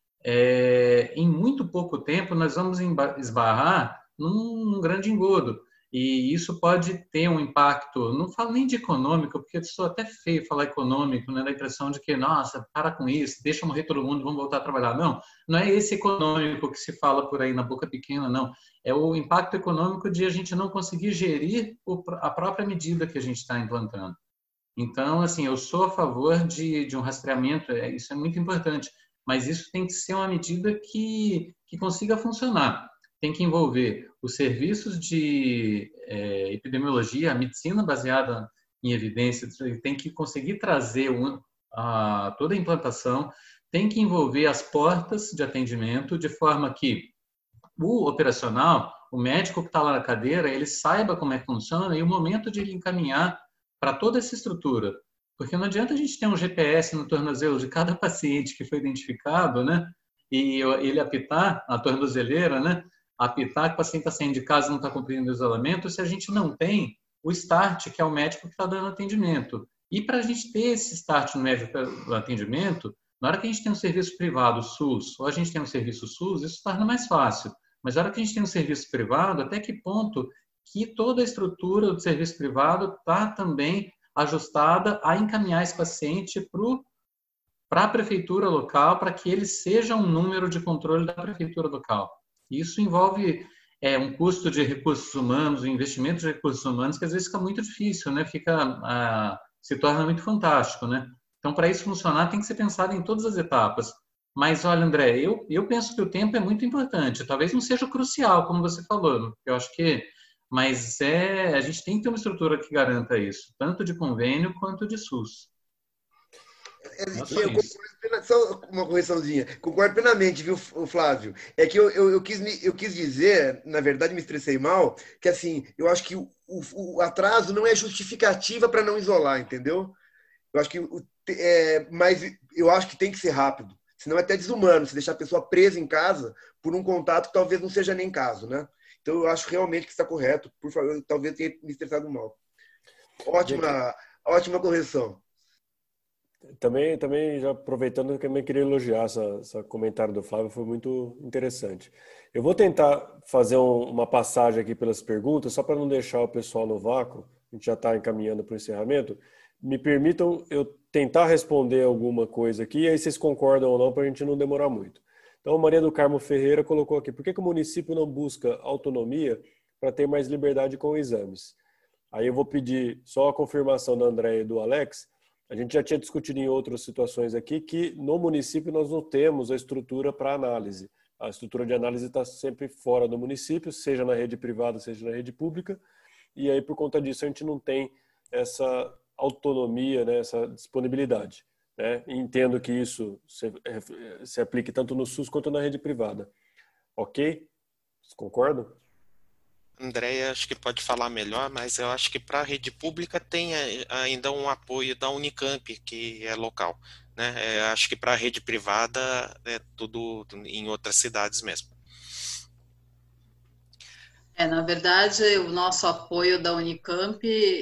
em muito pouco tempo nós vamos esbarrar num grande engodo. E isso pode ter um impacto, não falo nem de econômico, porque sou até feio falar econômico, né? Da impressão de que, nossa, para com isso, deixa morrer todo mundo, vamos voltar a trabalhar. Não, não é esse econômico que se fala por aí na boca pequena, não. É o impacto econômico de a gente não conseguir gerir a própria medida que a gente está implantando. Então, assim, eu sou a favor de um rastreamento, isso é muito importante, mas isso tem que ser uma medida que consiga funcionar. Tem que envolver os serviços de epidemiologia, a medicina baseada em evidências, tem que conseguir trazer toda a implantação, tem que envolver as portas de atendimento, de forma que o operacional, o médico que está lá na cadeira, ele saiba como é que funciona e o momento de ele encaminhar para toda essa estrutura. Porque não adianta a gente ter um GPS no tornozelo de cada paciente que foi identificado, né? E ele apitar, a tornozeleira, né? Apitar que o paciente está saindo de casa e não está cumprindo o isolamento, se a gente não tem o START, que é o médico que está dando atendimento. E para a gente ter esse START no médico do atendimento, na hora que a gente tem um serviço privado, SUS, ou a gente tem um serviço SUS, isso torna mais fácil. Mas na hora que a gente tem um serviço privado, até que ponto que toda a estrutura do serviço privado está também ajustada a encaminhar esse paciente para a prefeitura local, para que ele seja um número de controle da prefeitura local. Isso envolve um custo de recursos humanos, um investimento de recursos humanos, que às vezes fica muito difícil, né? Se torna muito fantástico, né? Então, para isso funcionar, tem que ser pensado em todas as etapas. Mas, olha, André, eu penso que o tempo é muito importante. Talvez não seja crucial, como você falou. Eu acho que... Mas a gente tem que ter uma estrutura que garanta isso, tanto de convênio quanto de SUS. Só uma correçãozinha. Concordo plenamente, viu, Flávio? É que eu quis dizer, na verdade me estressei mal, que assim, eu acho que o atraso não é justificativa para não isolar, entendeu? Eu acho que mas eu acho que tem que ser rápido. Senão é até desumano se deixar a pessoa presa em casa por um contato que talvez não seja nem caso, né? Então, eu acho realmente que está correto. Por favor, talvez tenha me estressado mal. Ótima correção. Também já aproveitando, eu também queria elogiar esse comentário do Flávio, foi muito interessante. Eu vou tentar fazer uma passagem aqui pelas perguntas, só para não deixar o pessoal no vácuo, a gente já está encaminhando para o encerramento. Me permitam eu tentar responder alguma coisa aqui, e aí vocês concordam ou não, para a gente não demorar muito. Então, Maria do Carmo Ferreira colocou aqui, por que o município não busca autonomia para ter mais liberdade com exames? Aí eu vou pedir só a confirmação da Andréia e do Alex. A gente já tinha discutido em outras situações aqui que no município nós não temos a estrutura para análise. A estrutura de análise está sempre fora do município, seja na rede privada, seja na rede pública, e aí por conta disso a gente não tem essa autonomia, né, essa disponibilidade. Né? E entendo que isso se aplique tanto no SUS quanto na rede privada. Ok? Vocês concordam? Andréia, acho que pode falar melhor, mas eu acho que para a rede pública tem ainda um apoio da Unicamp, que é local. Né? Acho que para a rede privada é tudo em outras cidades mesmo. Na verdade, o nosso apoio da Unicamp,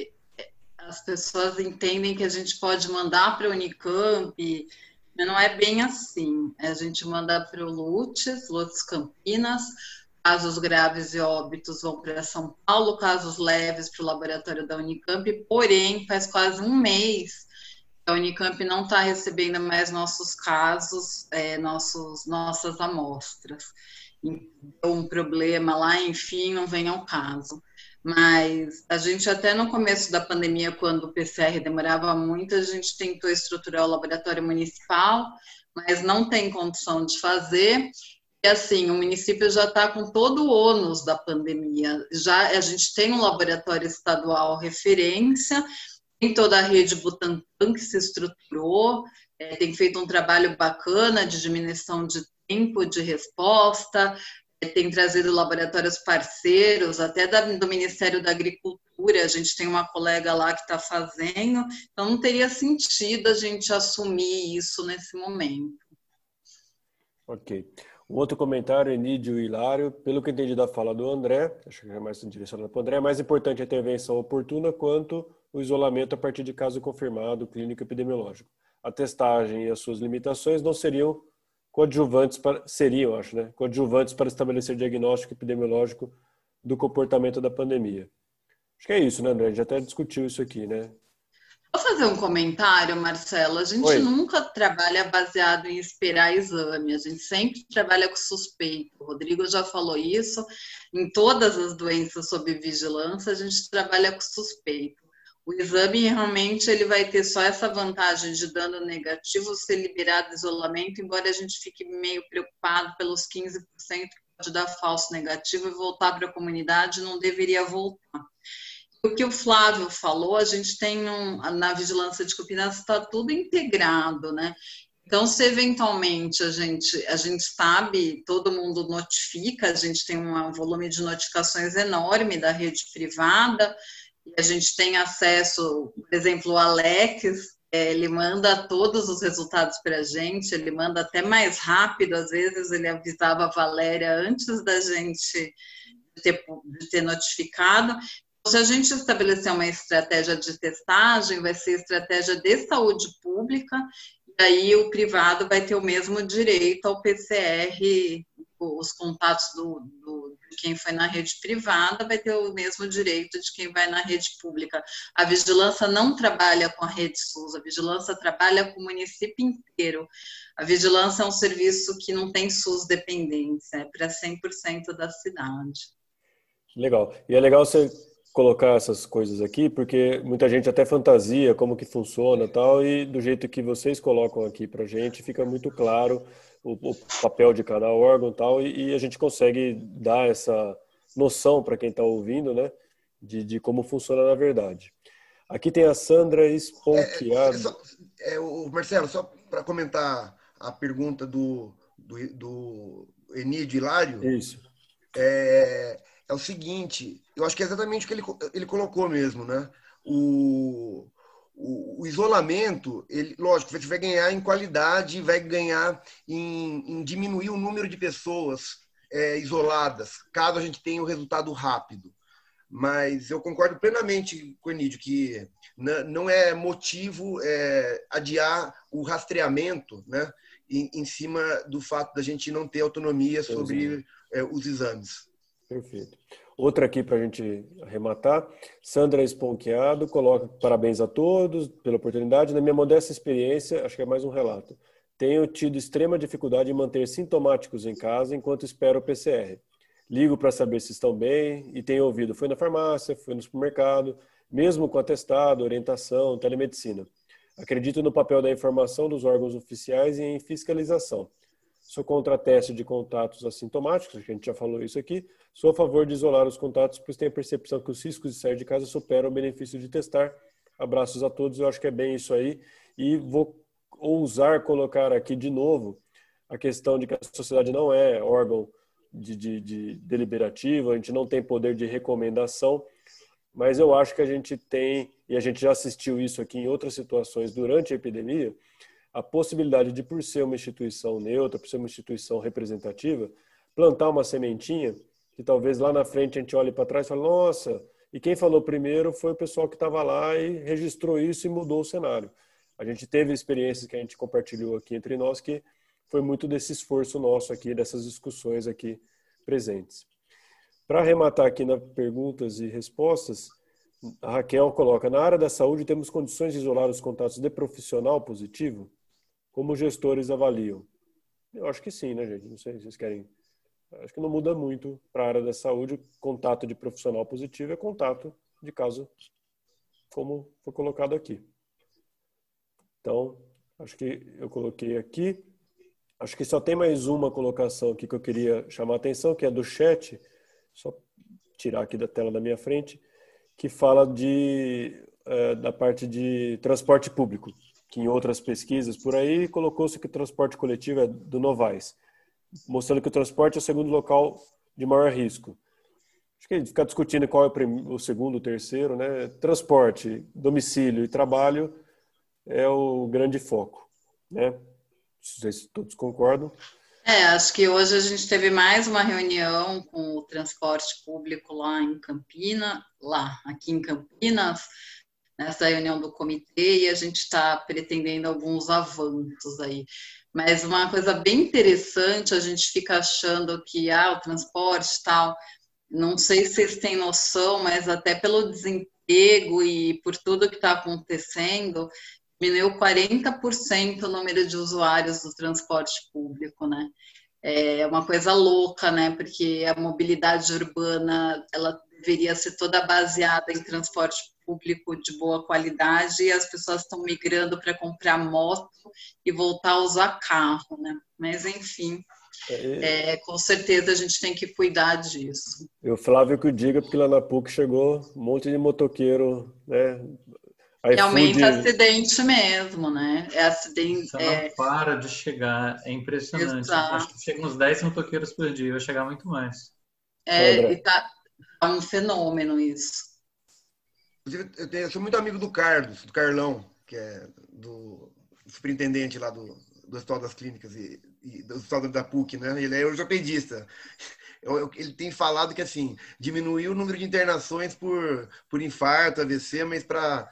as pessoas entendem que a gente pode mandar para a Unicamp, mas não é bem assim. A gente manda para o Lutz Campinas. Casos graves e óbitos vão para São Paulo, casos leves para o laboratório da Unicamp, porém, faz quase um mês que a Unicamp não está recebendo mais nossos casos, nossas amostras. Deu um problema lá, enfim, não vem ao caso. Mas a gente até no começo da pandemia, quando o PCR demorava muito, a gente tentou estruturar o laboratório municipal, mas não tem condição de fazer. E assim, o município já está com todo o ônus da pandemia. Já a gente tem um laboratório estadual referência, tem toda a rede Butantan que se estruturou, tem feito um trabalho bacana de diminuição de tempo de resposta, tem trazido laboratórios parceiros, até do Ministério da Agricultura, a gente tem uma colega lá que está fazendo, então não teria sentido a gente assumir isso nesse momento. Ok. Um outro comentário, Enídio e Hilário, pelo que eu entendi da fala do André, acho que é mais direcionado para o André, é mais importante a intervenção oportuna quanto o isolamento a partir de caso confirmado, clínico epidemiológico. A testagem e as suas limitações não seriam coadjuvantes coadjuvantes para estabelecer diagnóstico epidemiológico do comportamento da pandemia. Acho que é isso, né, André? A gente até discutiu isso aqui, né? Vou fazer um comentário, Marcelo. A gente nunca trabalha baseado em esperar exame, a gente sempre trabalha com suspeito. O Rodrigo já falou isso. Em todas as doenças sob vigilância, a gente trabalha com suspeito. O exame realmente ele vai ter só essa vantagem de dando negativo ser liberado de isolamento, embora a gente fique meio preocupado pelos 15% que pode dar falso negativo e voltar para a comunidade, não deveria voltar. O que o Flávio falou, a gente tem na vigilância de Campinas está tudo integrado, né? Então, se eventualmente a gente sabe, todo mundo notifica, a gente tem um volume de notificações enorme da rede privada, e a gente tem acesso, por exemplo, o Alex, ele manda todos os resultados para a gente, ele manda até mais rápido, às vezes ele avisava a Valéria antes da gente de ter notificado. Se a gente estabelecer uma estratégia de testagem, vai ser estratégia de saúde pública, e aí o privado vai ter o mesmo direito ao PCR, os contatos de quem foi na rede privada vai ter o mesmo direito de quem vai na rede pública. A vigilância não trabalha com a rede SUS, a vigilância trabalha com o município inteiro. A vigilância é um serviço que não tem SUS dependência, é para 100% da cidade. Legal. E é legal você colocar essas coisas aqui, porque muita gente até fantasia como que funciona e tal, e do jeito que vocês colocam aqui pra gente, fica muito claro o papel de cada órgão e tal, e a gente consegue dar essa noção para quem está ouvindo, né, de como funciona na verdade. Aqui tem a Sandra Esponquiado. Marcelo, só para comentar a pergunta do Enídio Hilário. Isso. É o seguinte, eu acho que é exatamente o que ele colocou mesmo, né? O isolamento, lógico, você vai ganhar em qualidade, vai ganhar em diminuir o número de pessoas isoladas, caso a gente tenha o resultado rápido. Mas eu concordo plenamente com o Enídio que não é motivo adiar o rastreamento, né, em cima do fato da gente não ter autonomia sobre os exames. Perfeito. Outra aqui para a gente arrematar. Sandra Esponquiado coloca parabéns a todos pela oportunidade. Na minha modesta experiência, acho que é mais um relato. Tenho tido extrema dificuldade em manter sintomáticos em casa enquanto espero o PCR. Ligo para saber se estão bem e tenho ouvido, fui na farmácia, fui no supermercado, mesmo com atestado, orientação, telemedicina. Acredito no papel da informação dos órgãos oficiais e em fiscalização. Sou contra teste de contatos assintomáticos, a gente já falou isso aqui. Sou a favor de isolar os contatos, pois tenho a percepção que os riscos de sair de casa superam o benefício de testar. Abraços a todos, eu acho que é bem isso aí. E vou ousar colocar aqui de novo a questão de que a sociedade não é órgão de deliberativo, a gente não tem poder de recomendação, mas eu acho que a gente tem, e a gente já assistiu isso aqui em outras situações durante a epidemia, a possibilidade de, por ser uma instituição neutra, por ser uma instituição representativa, plantar uma sementinha que talvez lá na frente a gente olhe para trás e fale, nossa, e quem falou primeiro foi o pessoal que estava lá e registrou isso e mudou o cenário. A gente teve experiências que a gente compartilhou aqui entre nós que foi muito desse esforço nosso aqui, dessas discussões aqui presentes. Para arrematar aqui nas perguntas e respostas, a Raquel coloca, na área da saúde temos condições de isolar os contatos de profissional positivo? Como gestores avaliam? Eu acho que sim, né, gente? Não sei se vocês querem. Acho que não muda muito para a área da saúde. Contato de profissional positivo é contato de caso, como foi colocado aqui. Então, acho que eu coloquei aqui. Acho que só tem mais uma colocação aqui que eu queria chamar a atenção, que é do chat, só tirar aqui da tela da minha frente, que fala da parte de transporte público, que em outras pesquisas por aí colocou-se que o transporte coletivo é do Novais, mostrando que o transporte é o segundo local de maior risco. Acho que ficar discutindo qual é o segundo, o terceiro, né? Transporte, domicílio e trabalho é o grande foco, né? Não sei se todos concordam. Acho que hoje a gente teve mais uma reunião com o transporte público aqui em Campinas, nessa reunião do comitê, e a gente está pretendendo alguns avanços aí. Mas uma coisa bem interessante, a gente fica achando que o transporte e tal, não sei se vocês têm noção, mas até pelo desemprego e por tudo que está acontecendo, diminuiu 40% o número de usuários do transporte público, né? É uma coisa louca, né? Porque a mobilidade urbana, ela deveria ser toda baseada em transporte público de boa qualidade e as pessoas estão migrando para comprar moto e voltar a usar carro, né? Mas, enfim, com certeza a gente tem que cuidar disso. Eu, Flávio, que o diga, porque lá na PUC chegou um monte de motoqueiro, né? E aumenta acidente mesmo, né? Acidente. Você não para de chegar, é impressionante. Exato. Acho que chega uns 10 motoqueiros por dia, vai chegar muito mais. E tá um fenômeno isso. Eu sou muito amigo do Carlão, que é do superintendente lá do Hospital das Clínicas e do Hospital da PUC, né? Ele é ortopedista. Ele tem falado que, assim, diminuiu o número de internações por infarto, AVC, mas para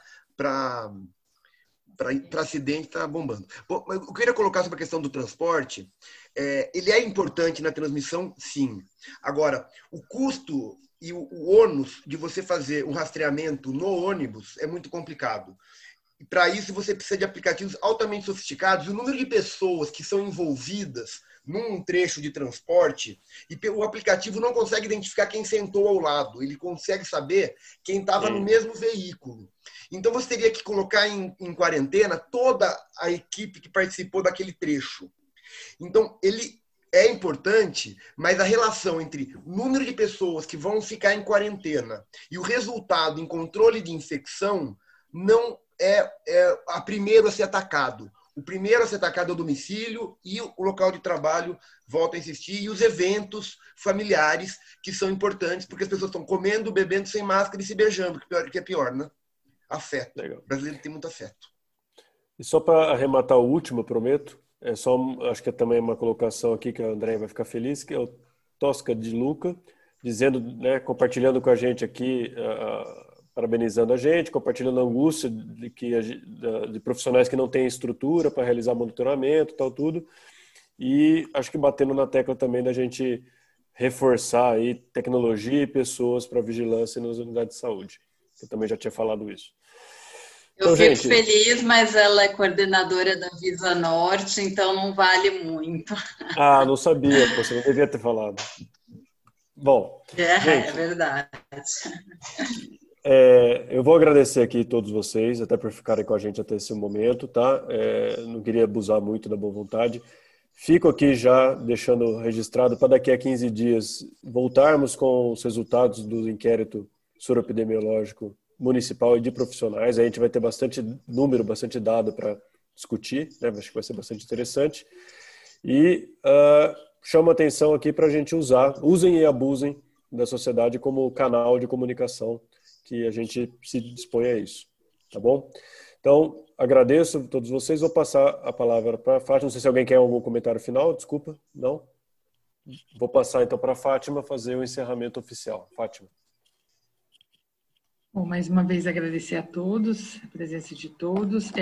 acidente está bombando. Bom, eu queria colocar sobre a questão do transporte. Ele é importante na transmissão, sim. Agora, o custo e o ônus de você fazer o rastreamento no ônibus é muito complicado. E para isso você precisa de aplicativos altamente sofisticados. O número de pessoas que são envolvidas num trecho de transporte, e o aplicativo não consegue identificar quem sentou ao lado, ele consegue saber quem estava no mesmo veículo. Então você teria que colocar em quarentena toda a equipe que participou daquele trecho. Então ele é importante, mas a relação entre o número de pessoas que vão ficar em quarentena e o resultado em controle de infecção não é a primeiro a ser atacado. O primeiro a ser atacado é o domicílio e o local de trabalho, volta a insistir, e os eventos familiares, que são importantes, porque as pessoas estão comendo, bebendo sem máscara e se beijando, que é pior, né? Afeto. Legal. O brasileiro tem muito afeto. E só para arrematar o último, prometo, acho que é também uma colocação aqui que a André vai ficar feliz, que é o Tosca de Luca, dizendo, né, compartilhando com a gente aqui, parabenizando a gente, compartilhando a angústia de profissionais que não têm estrutura para realizar monitoramento, tal, tudo. E acho que batendo na tecla também da gente reforçar aí tecnologia e pessoas para vigilância nas unidades de saúde. Eu também já tinha falado isso. Eu fico feliz, mas ela é coordenadora da Visa Norte, então não vale muito. Ah, não sabia, você não devia ter falado. Bom, é verdade. Eu vou agradecer aqui a todos vocês, até por ficarem com a gente até esse momento, tá? Não queria abusar muito da boa vontade. Fico aqui já deixando registrado para daqui a 15 dias voltarmos com os resultados do inquérito soroepidemiológico municipal e de profissionais. Aí a gente vai ter bastante número, bastante dado para discutir, né? Acho que vai ser bastante interessante. E chamo a atenção aqui para a gente usem e abusem da sociedade como canal de comunicação que a gente se dispõe a isso, tá bom? Então, agradeço a todos vocês. Vou passar a palavra para a Fátima. Não sei se alguém quer algum comentário final, desculpa. Não? Vou passar então para a Fátima fazer o encerramento oficial. Fátima. Bom, mais uma vez agradecer a todos, a presença de todos.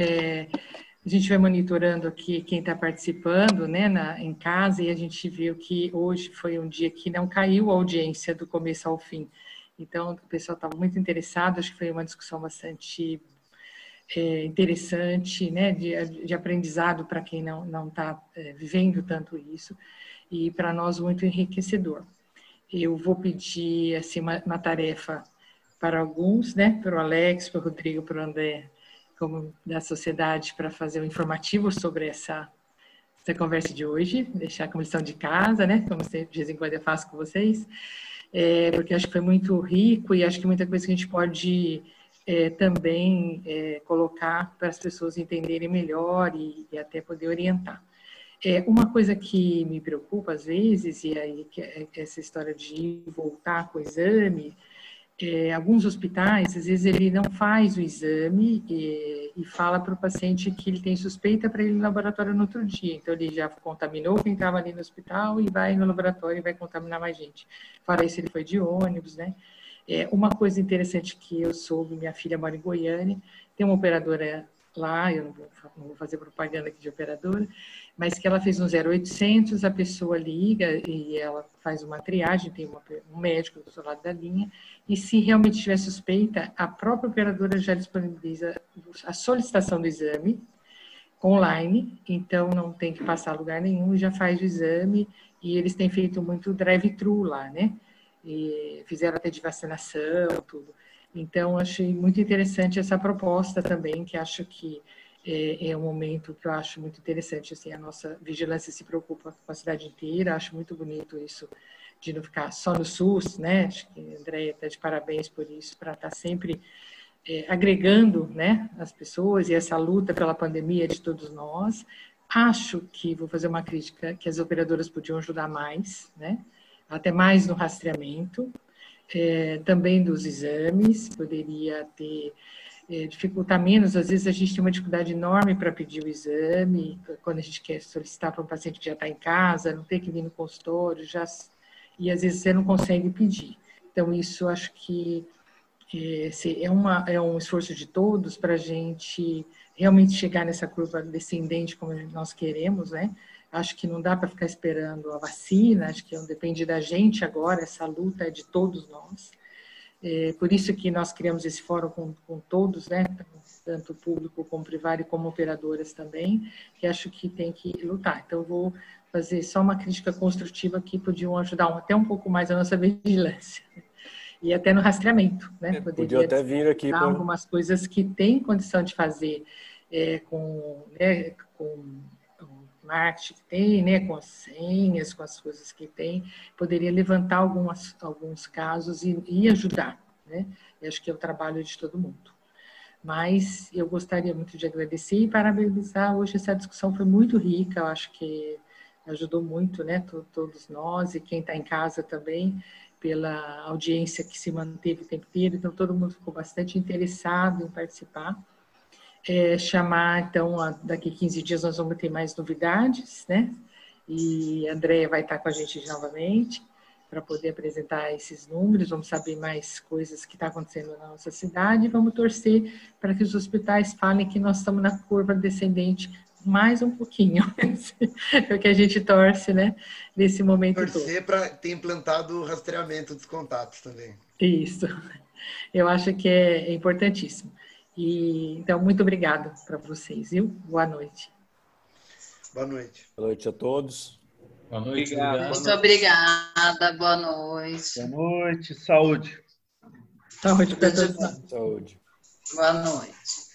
A gente vai monitorando aqui quem está participando, né, em casa, e a gente viu que hoje foi um dia que não caiu a audiência do começo ao fim. Então, o pessoal estava muito interessado, acho que foi uma discussão bastante interessante, né, de aprendizado para quem não está vivendo tanto isso, e para nós muito enriquecedor. Eu vou pedir assim, uma tarefa para alguns, né, para o Alex, para o Rodrigo, para o André, como da sociedade, para fazer um informativo sobre essa conversa de hoje, deixar como lição de casa, né, como de vez em quando eu faço com vocês, porque acho que foi muito rico e acho que muita coisa que a gente pode também colocar para as pessoas entenderem melhor e até poder orientar. Uma coisa que me preocupa às vezes, e aí que essa história de voltar com o exame, alguns hospitais, às vezes ele não faz o exame e fala para o paciente que ele tem suspeita para ir no laboratório no outro dia. Então, ele já contaminou quem estava ali no hospital e vai no laboratório e vai contaminar mais gente. Fora isso, ele foi de ônibus, né? Uma coisa interessante que eu soube, minha filha mora em Goiânia, tem uma operadora lá, eu não vou fazer propaganda aqui de operadora, mas que ela fez um 0800, a pessoa liga e ela faz uma triagem, tem um médico do seu lado da linha, e se realmente tiver suspeita, a própria operadora já disponibiliza a solicitação do exame online, então não tem que passar a lugar nenhum, já faz o exame, e eles têm feito muito drive-thru lá, né? E fizeram até de vacinação, tudo. Então, achei muito interessante essa proposta também, que acho que é um momento que eu acho muito interessante. Assim, a nossa vigilância se preocupa com a cidade inteira, acho muito bonito isso, de não ficar só no SUS, né? Acho que a Andréia está de parabéns por isso, para estar sempre agregando, né, as pessoas e essa luta pela pandemia de todos nós. Acho que, vou fazer uma crítica, que as operadoras podiam ajudar mais, né? Até mais no rastreamento. Também dos exames, poderia ter, dificultar menos, às vezes a gente tem uma dificuldade enorme para pedir o exame, quando a gente quer solicitar para um paciente que já está em casa, não ter que vir no consultório, e às vezes você não consegue pedir. Então, isso acho que é um esforço de todos para a gente realmente chegar nessa curva descendente como nós queremos, né? Acho que não dá para ficar esperando a vacina, acho que depende da gente agora, essa luta é de todos nós. Por isso que nós criamos esse fórum com todos, né, tanto público como privado e como operadoras também, que acho que tem que lutar. Então, eu vou fazer só uma crítica construtiva que podiam ajudar até um pouco mais a nossa vigilância. E até no rastreamento, né? Podia até vir aqui para algumas coisas que tem condição de fazer com marketing que tem, né, com as senhas, com as coisas que tem, poderia levantar alguns casos e ajudar, né? Eu acho que é o trabalho de todo mundo. Mas eu gostaria muito de agradecer e parabenizar. Hoje essa discussão foi muito rica, eu acho que ajudou muito, né, todos nós e quem está em casa também, pela audiência que se manteve o tempo inteiro, então todo mundo ficou bastante interessado em participar. Chamar, então, daqui 15 dias nós vamos ter mais novidades, né? E a Andréia vai estar com a gente novamente para poder apresentar esses números, vamos saber mais coisas que estão acontecendo na nossa cidade e vamos torcer para que os hospitais falem que nós estamos na curva descendente mais um pouquinho. É o que a gente torce, né? Nesse momento todo. Torcer para ter implantado o rastreamento dos contatos também. Isso. Eu acho que é importantíssimo. Então, muito obrigada para vocês, viu? Boa noite. Boa noite. Boa noite a todos. Boa noite. Obrigado. Muito obrigada. Boa noite. Boa noite. Saúde. Saúde para todos. Saúde. Boa noite.